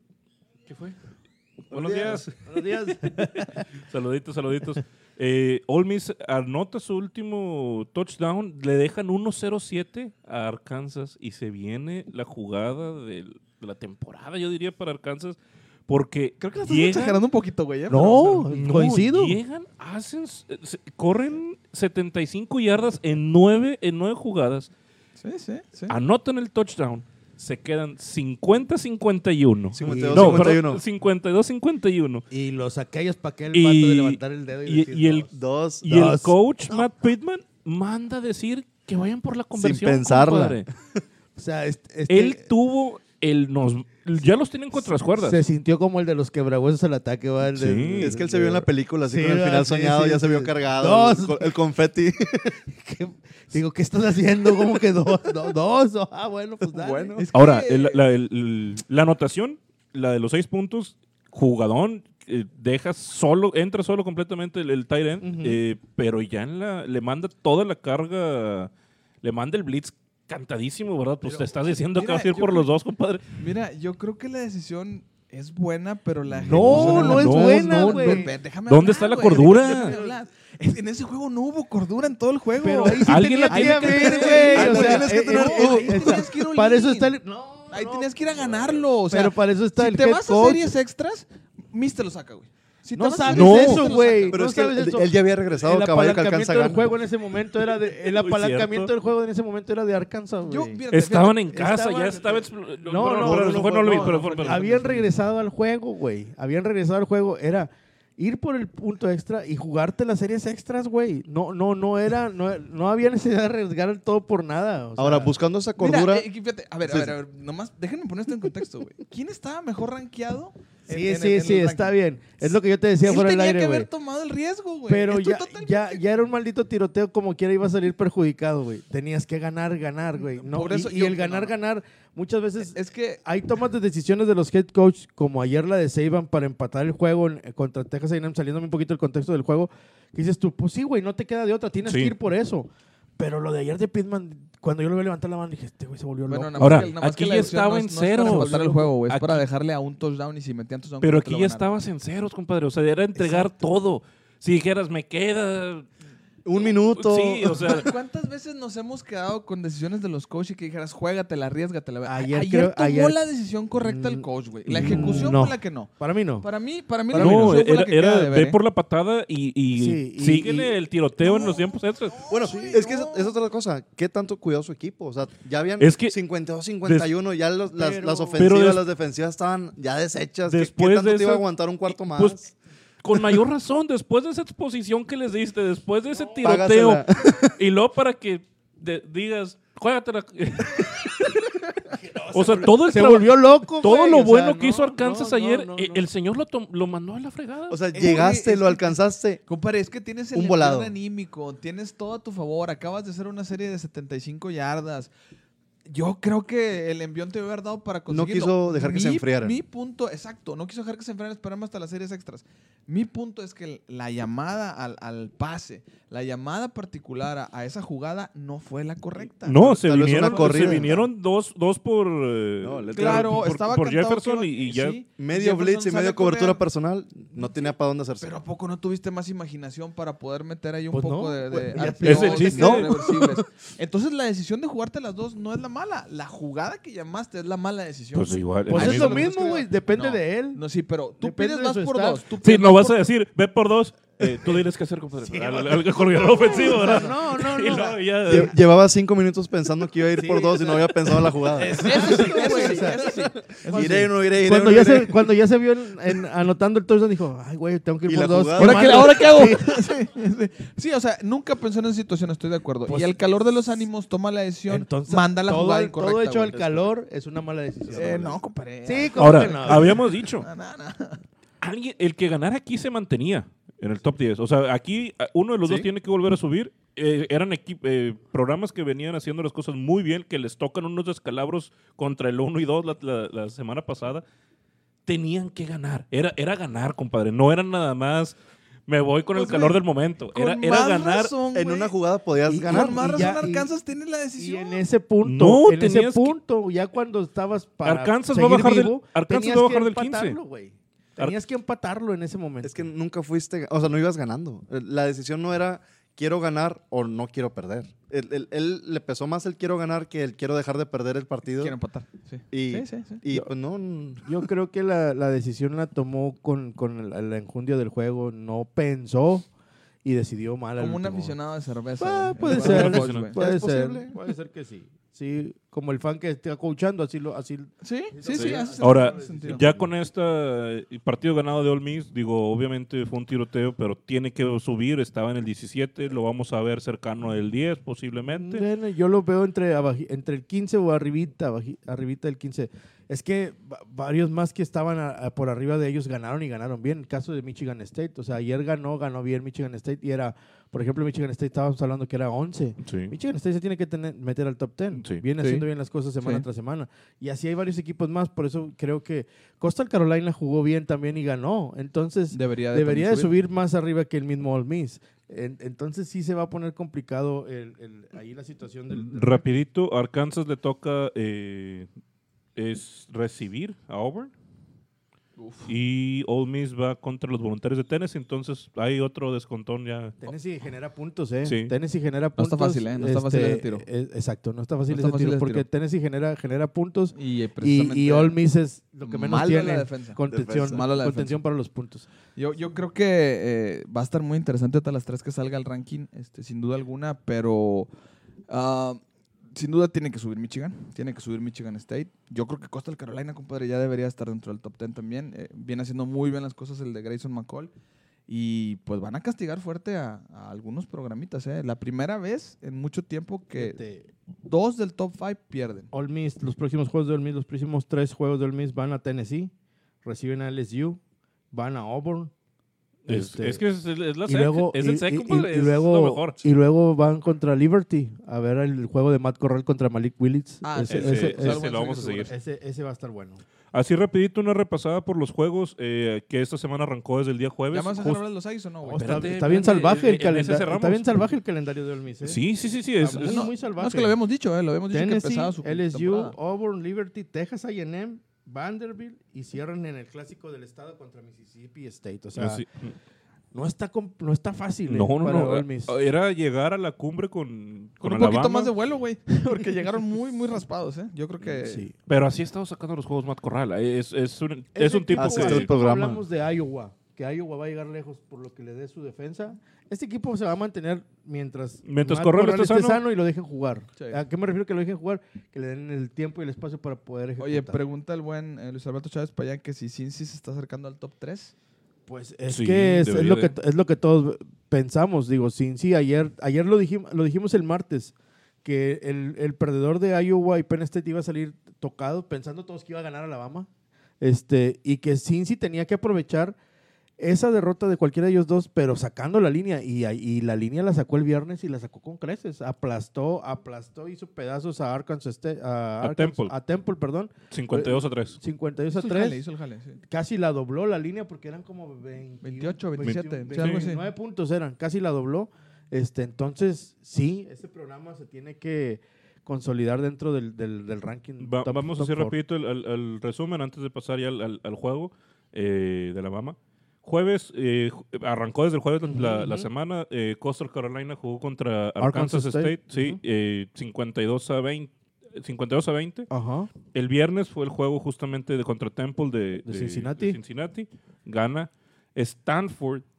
Speaker 4: ¿Qué fue? Buenos días.
Speaker 3: Buenos días.
Speaker 4: Saluditos, saluditos. Eh, Ole Miss anota su último touchdown, le dejan uno cero siete a Arkansas y se viene la jugada del- de la temporada, yo diría, para Arkansas, porque
Speaker 1: Creo que la estás
Speaker 4: llegan-
Speaker 1: exagerando un poquito, güey. ¿eh?
Speaker 3: No,
Speaker 1: Pero-
Speaker 4: no,
Speaker 3: coincido.
Speaker 4: Llegan, hacen, se- corren setenta y cinco yardas en nueve, en nueve jugadas,
Speaker 1: Sí, sí, sí.
Speaker 4: anotan el touchdown, se quedan cincuenta cincuenta y uno.
Speaker 2: cincuenta y dos,
Speaker 4: No,
Speaker 2: cincuenta y uno.
Speaker 4: perdón, cincuenta y dos cincuenta y uno.
Speaker 3: Y los aquellos para que el
Speaker 4: Y-
Speaker 3: vato de levantar el dedo y,
Speaker 4: y-
Speaker 3: decir,
Speaker 4: y el-
Speaker 3: "No".
Speaker 2: Dos.
Speaker 4: Y el
Speaker 3: Dos.
Speaker 4: coach Matt Pittman manda a decir que vayan por la conversión.
Speaker 2: pensarla.
Speaker 4: compadre.
Speaker 3: O sea, este, este-
Speaker 4: Él tuvo el nos ya los tienen contra las cuerdas.
Speaker 3: se sintió como el de los quebrahuesos al ataque, ¿va? El de-
Speaker 4: Sí.
Speaker 3: el
Speaker 2: Es que él
Speaker 3: de-
Speaker 2: se vio en la película, así
Speaker 3: Sí,
Speaker 2: con el
Speaker 3: ¿verdad?
Speaker 2: final
Speaker 3: Sí,
Speaker 2: soñado,
Speaker 3: sí,
Speaker 2: ya se
Speaker 3: sí.
Speaker 2: vio cargado.
Speaker 3: Dos.
Speaker 2: El, co- el confeti.
Speaker 3: ¿Qué? Digo, ¿qué estás haciendo? ¿Cómo que dos? Do- ¿Dos? Ah, bueno, pues dale.
Speaker 2: Bueno.
Speaker 1: Es que-
Speaker 4: Ahora, el- la, el- el- la anotación, la de los seis puntos, jugadón, eh, deja solo, entra solo completamente el, el tight end,
Speaker 3: Ujú.
Speaker 4: eh, pero ya en la, le manda toda la carga, le manda el blitz cantadísimo, ¿verdad? Pues
Speaker 1: Pero,
Speaker 4: te estás diciendo que
Speaker 1: mira,
Speaker 4: vas a ir
Speaker 1: yo
Speaker 4: por
Speaker 1: creo-
Speaker 4: los dos, compadre.
Speaker 1: Mira, yo creo que la decisión es buena, pero la
Speaker 3: No,
Speaker 1: ejecución en
Speaker 3: no
Speaker 1: la-
Speaker 3: es buena, güey.
Speaker 1: ve- déjame
Speaker 4: ¿Dónde
Speaker 1: hablar,
Speaker 4: está la
Speaker 1: güey,
Speaker 4: cordura?
Speaker 1: déjame hablar. Es- En ese juego no hubo cordura en todo el juego.
Speaker 3: Pero ahí sí
Speaker 4: Alguien
Speaker 3: tenía
Speaker 4: la
Speaker 3: que
Speaker 4: tiene que
Speaker 3: haber,
Speaker 4: tener,
Speaker 3: güey.
Speaker 1: ahí
Speaker 3: O
Speaker 1: la
Speaker 3: sea,
Speaker 1: tienes que
Speaker 3: eh,
Speaker 1: tener
Speaker 3: eh,
Speaker 1: tú.
Speaker 3: eh,
Speaker 1: Ahí tenías que ir all
Speaker 3: Para eso
Speaker 1: in.
Speaker 3: está el... No,
Speaker 1: Ahí
Speaker 3: no.
Speaker 1: tenías que ir a ganarlo. O sea,
Speaker 3: Pero para eso está
Speaker 1: si
Speaker 3: el
Speaker 1: te
Speaker 3: head
Speaker 1: vas
Speaker 3: coach.
Speaker 1: a series extras, Miss te lo saca, güey. Si te
Speaker 3: No
Speaker 1: vas a
Speaker 3: sabes
Speaker 1: series
Speaker 4: No.
Speaker 1: extras,
Speaker 3: eso,
Speaker 1: te lo
Speaker 3: güey.
Speaker 1: saca.
Speaker 2: Pero
Speaker 3: No
Speaker 2: es que
Speaker 3: sabes
Speaker 2: él,
Speaker 3: eso.
Speaker 2: él ya había regresado,
Speaker 3: El
Speaker 2: caballo que
Speaker 3: apalancamiento
Speaker 2: alcanza
Speaker 3: del
Speaker 2: gana.
Speaker 3: juego en ese momento era de... El
Speaker 4: Muy
Speaker 3: apalancamiento
Speaker 4: cierto.
Speaker 3: del juego en ese momento era de Arkansas, güey.
Speaker 1: Yo, fíjate,
Speaker 4: Estaban
Speaker 1: fíjate,
Speaker 4: en casa,
Speaker 3: estaban-
Speaker 4: ya estaba... expl-
Speaker 3: No,
Speaker 4: pero-
Speaker 3: no,
Speaker 4: pero
Speaker 3: no,
Speaker 4: eso
Speaker 3: no,
Speaker 4: fue en
Speaker 3: no,
Speaker 4: Ole Miss,
Speaker 3: no,
Speaker 4: pero
Speaker 3: no,
Speaker 4: fue- pero-
Speaker 3: Habían regresado al juego, güey. Habían regresado al juego. Era ir por el punto extra y jugarte las series extras, güey. No, no, no era, no, no había necesidad de arriesgar el todo por nada. o sea,
Speaker 2: Ahora, buscando esa
Speaker 1: Mira,
Speaker 2: cordura.
Speaker 1: eh, fíjate, a ver, a
Speaker 2: Sí,
Speaker 1: ver,
Speaker 2: sí.
Speaker 1: a ver, nomás déjenme poner esto en contexto, güey. ¿Quién estaba mejor rankeado? en-
Speaker 3: Sí,
Speaker 1: en
Speaker 3: sí,
Speaker 1: el- en
Speaker 3: sí,
Speaker 1: el
Speaker 3: está
Speaker 1: ranking?
Speaker 3: bien. Es lo que yo te decía
Speaker 1: Él
Speaker 3: fuera del
Speaker 1: tenía
Speaker 3: aire,
Speaker 1: que
Speaker 3: güey.
Speaker 1: haber tomado el riesgo, güey.
Speaker 3: Pero
Speaker 1: Estoy
Speaker 3: ya,
Speaker 1: totalmente-
Speaker 3: ya, ya era un maldito tiroteo, como quiera iba a salir perjudicado, güey. Tenías que ganar, ganar, güey. No,
Speaker 1: Por eso
Speaker 3: y, y
Speaker 1: yo-
Speaker 3: el ganar,
Speaker 1: no, no.
Speaker 3: ganar, muchas veces
Speaker 1: Es que
Speaker 3: hay tomas de decisiones de los head coach, como ayer la de Saban para empatar el juego en- contra Texas A and M, saliéndome un poquito del contexto del juego, que dices tú, pues sí, güey, no te queda de otra, tienes
Speaker 4: Sí.
Speaker 3: que ir por eso. Pero lo de ayer de Pittman, cuando yo lo vi levantar la mano, dije, este güey se volvió
Speaker 1: Bueno,
Speaker 3: loco.
Speaker 1: nada más
Speaker 4: Ahora,
Speaker 1: que- nada más
Speaker 4: aquí
Speaker 1: que la
Speaker 4: ya
Speaker 1: decisión
Speaker 4: estaba
Speaker 1: no
Speaker 4: en
Speaker 1: es- no es para
Speaker 4: ceros.
Speaker 1: empatar el juego, güey. Es
Speaker 4: Aquí-
Speaker 1: para dejarle a un touchdown y si metían touchdown.
Speaker 4: Pero
Speaker 1: creo que
Speaker 4: aquí
Speaker 1: lo
Speaker 4: ya
Speaker 1: ganaron.
Speaker 4: estabas en ceros, compadre. O sea, era entregar todo. Si dijeras, me queda...
Speaker 2: Un minuto.
Speaker 4: Sí, o sea...
Speaker 1: ¿Cuántas veces nos hemos quedado con decisiones de los coaches que dijeras, juégatela, arriesgatela?
Speaker 3: Ayer
Speaker 1: Ayer,
Speaker 3: creo-
Speaker 1: tomó
Speaker 3: ayer-
Speaker 1: la decisión correcta el
Speaker 3: Mm,
Speaker 1: coach, güey. La
Speaker 3: mm,
Speaker 1: ejecución
Speaker 3: no.
Speaker 1: fue la que no.
Speaker 3: Para mí no.
Speaker 1: Para mí, para mí
Speaker 3: Para
Speaker 1: la
Speaker 3: mí no.
Speaker 4: No,
Speaker 1: ejecución fue
Speaker 4: era,
Speaker 1: la que queda
Speaker 4: era
Speaker 1: de
Speaker 4: ve
Speaker 1: ver, ¿eh?
Speaker 4: por la patada y, y
Speaker 3: Sí, y-
Speaker 4: síguele
Speaker 3: y-
Speaker 4: el tiroteo en los tiempos extras.
Speaker 2: Bueno,
Speaker 1: Sí,
Speaker 2: es que
Speaker 1: no.
Speaker 2: esa es otra cosa. ¿Qué tanto cuidó su equipo? O sea, ya habían
Speaker 4: Es que
Speaker 2: cincuenta y dos cincuenta y uno, ya los- las,
Speaker 3: Pero-
Speaker 2: las
Speaker 3: pero
Speaker 2: ofensivas,
Speaker 4: des-
Speaker 2: las defensivas estaban ya deshechas. ¿Qué-
Speaker 4: después
Speaker 2: ¿Qué, tanto
Speaker 4: de
Speaker 2: te iba a
Speaker 4: esa-
Speaker 2: aguantar un cuarto más?
Speaker 4: Pues, con mayor razón, después de esa exposición que les diste, después de ese tiroteo,
Speaker 2: Págasela.
Speaker 4: y luego para que de- digas, juégatela. O sea, todo el
Speaker 3: Se
Speaker 4: traba-
Speaker 3: volvió loco,
Speaker 4: todo
Speaker 3: güey,
Speaker 4: lo
Speaker 3: o sea,
Speaker 4: bueno que
Speaker 3: no,
Speaker 4: hizo Arkansas
Speaker 3: no,
Speaker 4: ayer,
Speaker 3: no, no,
Speaker 4: eh,
Speaker 3: no.
Speaker 4: el señor lo, tom- lo mandó a la fregada.
Speaker 2: O sea,
Speaker 1: Es
Speaker 2: llegaste,
Speaker 1: que- es
Speaker 2: lo
Speaker 1: que-
Speaker 2: alcanzaste.
Speaker 1: Compadre, es que tienes el
Speaker 2: Un volado.
Speaker 1: envión anímico, tienes todo a tu favor, acabas de hacer una serie de setenta y cinco yardas. Yo creo que el envión te debe haber dado para conseguirlo.
Speaker 2: quiso dejar que se
Speaker 1: Mi-
Speaker 2: enfriaran.
Speaker 1: Mi punto, exacto, no quiso dejar que se enfriaran, esperamos hasta las series extras. Mi punto es que la llamada al, al pase, la llamada particular a, a esa jugada no fue la correcta.
Speaker 4: no, se
Speaker 2: tal vez una
Speaker 4: vinieron, se
Speaker 2: corrida.
Speaker 4: vinieron dos, dos por, eh,
Speaker 2: No, le-
Speaker 1: Claro,
Speaker 4: por,
Speaker 1: estaba
Speaker 4: por
Speaker 1: cantado
Speaker 4: Jefferson
Speaker 1: que
Speaker 4: y,
Speaker 1: iba-
Speaker 4: y ya.
Speaker 1: sí,
Speaker 2: Medio
Speaker 1: Jefferson
Speaker 2: blitz y
Speaker 1: sale
Speaker 2: medio
Speaker 1: a
Speaker 2: cobertura
Speaker 1: correr.
Speaker 2: personal. No tenía para dónde hacerse.
Speaker 1: Pero ¿a poco no tuviste más imaginación para poder meter ahí un
Speaker 3: Pues
Speaker 1: poco
Speaker 3: no,
Speaker 1: de,
Speaker 3: güey,
Speaker 1: de
Speaker 3: ya-
Speaker 1: R P O,
Speaker 4: Ese
Speaker 1: de
Speaker 4: chiste.
Speaker 1: cambios
Speaker 2: No.
Speaker 1: reversibles? Entonces la decisión de jugarte las dos no es la mala. La jugada que llamaste es la mala decisión.
Speaker 4: Pues igual.
Speaker 3: Pues
Speaker 1: A
Speaker 3: es
Speaker 1: mí
Speaker 3: lo
Speaker 1: no me
Speaker 3: mismo,
Speaker 1: gusta.
Speaker 3: güey. Depende
Speaker 1: No,
Speaker 3: de él.
Speaker 1: No, sí, pero tú
Speaker 3: Depende
Speaker 1: pides
Speaker 3: de
Speaker 1: más
Speaker 3: su
Speaker 1: por
Speaker 3: staff.
Speaker 1: dos. Tú
Speaker 4: Sí,
Speaker 1: pides
Speaker 4: no
Speaker 1: más
Speaker 4: vas a
Speaker 1: por-
Speaker 4: decir, ve por dos. Eh, tú diles qué hacer, compadre. Sí, al, al, al coordinador ofensivo, ¿verdad?
Speaker 3: No, no, no.
Speaker 4: Y luego ya,
Speaker 2: Lle- Llevaba cinco minutos pensando que iba a ir
Speaker 3: Sí.
Speaker 2: por dos y no había pensado en la jugada.
Speaker 1: Eso sí, eso sí, eso sí. Eso
Speaker 2: Iré,
Speaker 1: sí.
Speaker 2: no iré, iré,
Speaker 3: Cuando
Speaker 2: no
Speaker 3: ya,
Speaker 2: iré.
Speaker 3: se, cuando ya se vio en, en- anotando el touchdown, dijo, ay, güey, tengo que ir
Speaker 2: ¿Y
Speaker 3: por
Speaker 2: la
Speaker 3: dos.
Speaker 2: jugada?
Speaker 1: ¿Ahora
Speaker 3: Qué
Speaker 1: qué,
Speaker 3: malo.
Speaker 1: ¿Ahora qué hago? Sí, sí. Sí, o sea, nunca pensó en esa situación, estoy de acuerdo.
Speaker 3: Pues,
Speaker 1: y al calor de los ánimos toma la decisión,
Speaker 3: Entonces,
Speaker 1: manda la
Speaker 3: todo,
Speaker 1: jugada
Speaker 3: el-
Speaker 1: incorrecta.
Speaker 3: todo hecho
Speaker 1: güey.
Speaker 3: al calor es una mala decisión.
Speaker 1: Eh, no, compadre.
Speaker 3: Sí, ¿cómo
Speaker 4: Ahora,
Speaker 3: que no?
Speaker 4: habíamos dicho,
Speaker 1: No, no, no.
Speaker 4: alguien, el que ganara aquí se mantenía en el top diez. O sea, aquí a- uno de los
Speaker 2: Sí.
Speaker 4: dos tiene que volver a subir. Eh, eran equi- eh, programas que venían haciendo las cosas muy bien, que les tocan unos descalabros contra el uno y dos la, la- la semana pasada. Tenían que ganar. Era, era ganar, compadre. No era nada más, me voy con
Speaker 1: Pues,
Speaker 4: el calor
Speaker 1: güey,
Speaker 4: del momento.
Speaker 1: Con
Speaker 4: Era, era
Speaker 1: más
Speaker 4: ganar.
Speaker 1: razón,
Speaker 2: En
Speaker 1: güey.
Speaker 2: una jugada podías
Speaker 3: Y-
Speaker 2: ganar.
Speaker 1: Con más
Speaker 3: Y
Speaker 1: razón,
Speaker 3: ya- y-
Speaker 1: Arkansas tiene la
Speaker 3: Y
Speaker 1: decisión.
Speaker 3: en ese punto,
Speaker 4: No,
Speaker 3: en ese
Speaker 4: tenías que-
Speaker 3: punto, ya cuando estabas para
Speaker 4: Arkansas va a
Speaker 3: seguir
Speaker 4: bajar del-
Speaker 3: vivo,
Speaker 4: Arkansas
Speaker 3: tenías
Speaker 4: va a
Speaker 3: que
Speaker 4: bajar del quince.
Speaker 3: empatarlo, güey. Tenías que empatarlo en ese momento.
Speaker 2: Es que nunca fuiste, o sea, no ibas ganando. La decisión no era quiero ganar o no quiero perder. Él, él- él le pesó más el quiero ganar que el quiero dejar de perder el partido.
Speaker 1: Quiero empatar. Sí,
Speaker 2: Y,
Speaker 1: sí, sí. sí.
Speaker 2: y
Speaker 3: Yo-
Speaker 2: pues no, n-
Speaker 3: Yo creo que la, la decisión la tomó con, con el, el enjundia del juego, no pensó y decidió mal. al
Speaker 1: Como un
Speaker 3: último.
Speaker 1: aficionado de cerveza.
Speaker 3: Ah,
Speaker 1: güey.
Speaker 3: puede
Speaker 1: El
Speaker 3: ser,
Speaker 1: jugador de coach, güey.
Speaker 3: puede
Speaker 2: ¿Es
Speaker 3: ser,
Speaker 2: posible?
Speaker 3: puede ser que sí. Sí, como el fan que está coachando, así lo, así.
Speaker 1: Sí, sí, sí. hace
Speaker 4: Ahora,
Speaker 1: sentido, hace sentido.
Speaker 4: ya con este partido ganado de Ole Miss, digo, obviamente fue un tiroteo, pero tiene que subir. Estaba en el diecisiete, lo vamos a ver cercano del diez posiblemente.
Speaker 3: Bueno, yo lo veo entre, abaji- entre el quince o arribita, abaji- arribita del quince. Es que va- varios más que estaban a- a por arriba de ellos ganaron y ganaron bien. El caso de Michigan State, o sea, ayer ganó, ganó bien Michigan State y era, por ejemplo, Michigan State estábamos hablando que era once.
Speaker 4: Sí.
Speaker 3: Michigan State se tiene que tener- meter al top diez.
Speaker 4: Sí.
Speaker 3: Viene
Speaker 1: Sí.
Speaker 3: haciendo bien las cosas semana
Speaker 1: Sí.
Speaker 3: tras semana. Y así hay varios equipos más, por eso creo que Coastal Carolina jugó bien también y ganó. Entonces,
Speaker 1: Debería de,
Speaker 3: debería de
Speaker 1: también
Speaker 3: subir más arriba que el mismo Ole Miss. En- entonces sí se va a poner complicado el, el- ahí la situación del... del-
Speaker 4: Rapidito, Arkansas le toca eh, es recibir a Auburn. Y Ole Miss va contra los voluntarios de Tennessee, entonces hay otro descontón ya.
Speaker 3: Tennessee genera puntos, ¿eh?
Speaker 4: Sí.
Speaker 3: Tennessee genera
Speaker 1: No
Speaker 3: puntos.
Speaker 1: está fácil, ¿eh? No está fácil ese tiro.
Speaker 3: eh, exacto, no está fácil,
Speaker 1: No está
Speaker 3: ese,
Speaker 1: fácil
Speaker 3: tiro,
Speaker 1: ese
Speaker 3: porque
Speaker 1: tiro.
Speaker 3: Tennessee genera, genera puntos
Speaker 1: Y, eh,
Speaker 3: y,
Speaker 1: precisamente
Speaker 3: y Ole Miss es lo que menos
Speaker 1: malo en
Speaker 3: tiene.
Speaker 1: la defensa.
Speaker 3: Contención,
Speaker 2: Defensa.
Speaker 1: Malo la
Speaker 3: contención
Speaker 1: defensa.
Speaker 3: para los puntos.
Speaker 1: Yo, yo creo que eh, va a estar muy interesante hasta las tres que salga el ranking, este, sin duda alguna, pero ah, sin duda tiene que subir Michigan, tiene que subir Michigan State. Yo creo que Coastal Carolina, compadre, ya debería estar dentro del top diez también. Eh, viene haciendo muy bien las cosas el de Grayson McCall. Y pues van a castigar fuerte a, a algunos programitas. ¿eh? La primera vez en mucho tiempo que
Speaker 3: Este,
Speaker 1: dos del top cinco pierden.
Speaker 3: Ole Miss, los próximos juegos de Ole Miss, los próximos tres juegos de Ole Miss van a Tennessee, reciben a L S U, van a Auburn.
Speaker 4: Es,
Speaker 3: este,
Speaker 4: es que es, es la
Speaker 3: y
Speaker 4: sec,
Speaker 3: luego,
Speaker 4: es
Speaker 3: y-
Speaker 4: el sec,
Speaker 3: y-
Speaker 4: compadre,
Speaker 3: y- y
Speaker 4: es
Speaker 3: luego,
Speaker 4: lo mejor.
Speaker 3: y luego van contra Liberty a ver el juego de Matt Corral contra Malik Willis.
Speaker 1: Ah,
Speaker 3: ese,
Speaker 4: ese-
Speaker 3: ese-
Speaker 4: ese
Speaker 3: ese-
Speaker 4: lo vamos a seguir.
Speaker 3: ese- ese va a estar bueno.
Speaker 4: Así rapidito una repasada por los juegos eh, que esta semana arrancó desde el día jueves.
Speaker 1: ¿Ya me vas a dejar
Speaker 4: Just-
Speaker 1: hablar de los Aggies o no, güey?
Speaker 3: está,
Speaker 4: espérate,
Speaker 3: está bien
Speaker 4: espérate,
Speaker 3: salvaje el
Speaker 4: en- en ese
Speaker 3: calendario.
Speaker 4: cerramos.
Speaker 3: Está bien salvaje el calendario de Ole Miss. ¿eh?
Speaker 4: Sí, sí, sí, sí. Es,
Speaker 3: Está
Speaker 4: es-
Speaker 3: muy, muy salvaje.
Speaker 1: No, es que lo habíamos dicho, ¿eh? Lo habíamos dicho que
Speaker 3: Tennessee,
Speaker 1: empezaba su
Speaker 3: L S U,
Speaker 1: temporada.
Speaker 3: Auburn, Liberty, Texas A and M, Vanderbilt y cierran en el clásico del estado contra Mississippi State. O sea,
Speaker 4: así-
Speaker 3: no está com- no está fácil.
Speaker 4: no,
Speaker 3: eh,
Speaker 4: no,
Speaker 3: para
Speaker 4: no.
Speaker 3: Ole Miss.
Speaker 4: Era llegar a la cumbre con,
Speaker 1: Con
Speaker 4: con
Speaker 1: un poquito
Speaker 4: Alabama,
Speaker 1: más de vuelo, güey. Porque llegaron muy, muy raspados, ¿eh? Yo creo que...
Speaker 3: Sí.
Speaker 4: Pero así ha estado sacando los juegos Matt Corral. Es, es un, es
Speaker 3: Ese
Speaker 4: un tipo
Speaker 3: equipo,
Speaker 2: Así
Speaker 4: que-
Speaker 2: está
Speaker 3: así
Speaker 2: el
Speaker 3: como
Speaker 2: programa.
Speaker 3: hablamos de Iowa, que Iowa va a llegar lejos por lo que le dé su defensa. Este equipo se va a mantener mientras,
Speaker 4: Mientras
Speaker 3: Matt
Speaker 4: Corral esté
Speaker 3: esté
Speaker 4: sano.
Speaker 3: y lo dejen jugar.
Speaker 1: Sí.
Speaker 3: ¿A qué me refiero que lo dejen jugar? Que le den el tiempo y el espacio para poder ejecutar.
Speaker 1: Oye, pregunta el buen eh, Luis Alberto Chávez Payán que si Cincy se está acercando al top tres.
Speaker 3: Pues es
Speaker 4: Sí,
Speaker 3: que es, es
Speaker 4: debería
Speaker 3: lo
Speaker 4: de.
Speaker 3: que es lo que todos pensamos. Digo, sí, sí, ayer, ayer lo dijimos, lo dijimos el martes, que el, el perdedor de Iowa y Penn State iba a salir tocado, pensando todos que iba a ganar Alabama. Este, y que Cincy tenía que aprovechar esa derrota de cualquiera de ellos dos, pero sacando la línea. Y, y la línea la sacó el viernes y la sacó con creces. Aplastó, aplastó, hizo pedazos a Arkansas State, a,
Speaker 4: A
Speaker 3: Arkansas-
Speaker 4: Temple.
Speaker 3: a Temple, perdón,
Speaker 4: cincuenta y dos a tres.
Speaker 3: cincuenta y dos a
Speaker 1: Hizo el jale,
Speaker 3: tres.
Speaker 1: hizo el jale, sí.
Speaker 3: Casi la dobló la línea porque eran como veintiuno,
Speaker 1: veintiocho, veintisiete,
Speaker 3: veintiuno,
Speaker 1: sí, algo así.
Speaker 3: veintinueve puntos eran, casi la dobló. Este, entonces, sí, ese programa se tiene que consolidar dentro del, del, del ranking.
Speaker 4: Va-
Speaker 3: top-
Speaker 4: vamos a
Speaker 3: top
Speaker 4: hacer
Speaker 3: four.
Speaker 4: rapidito el, el- el resumen antes de pasar ya al, al- al juego eh, de Alabama. Jueves, eh, ju- arrancó desde el jueves la, la
Speaker 3: Ujú.
Speaker 4: semana. Eh, Coastal Carolina jugó contra Arkansas,
Speaker 3: Arkansas
Speaker 4: State,
Speaker 3: State,
Speaker 4: sí,
Speaker 3: ujú.
Speaker 4: eh, cincuenta y dos a veinte. cincuenta y dos a veinte.
Speaker 3: Ajá.
Speaker 4: El viernes fue el juego justamente de contra Temple de,
Speaker 3: De Cincinnati.
Speaker 4: Cincinnati. Gana. Stanford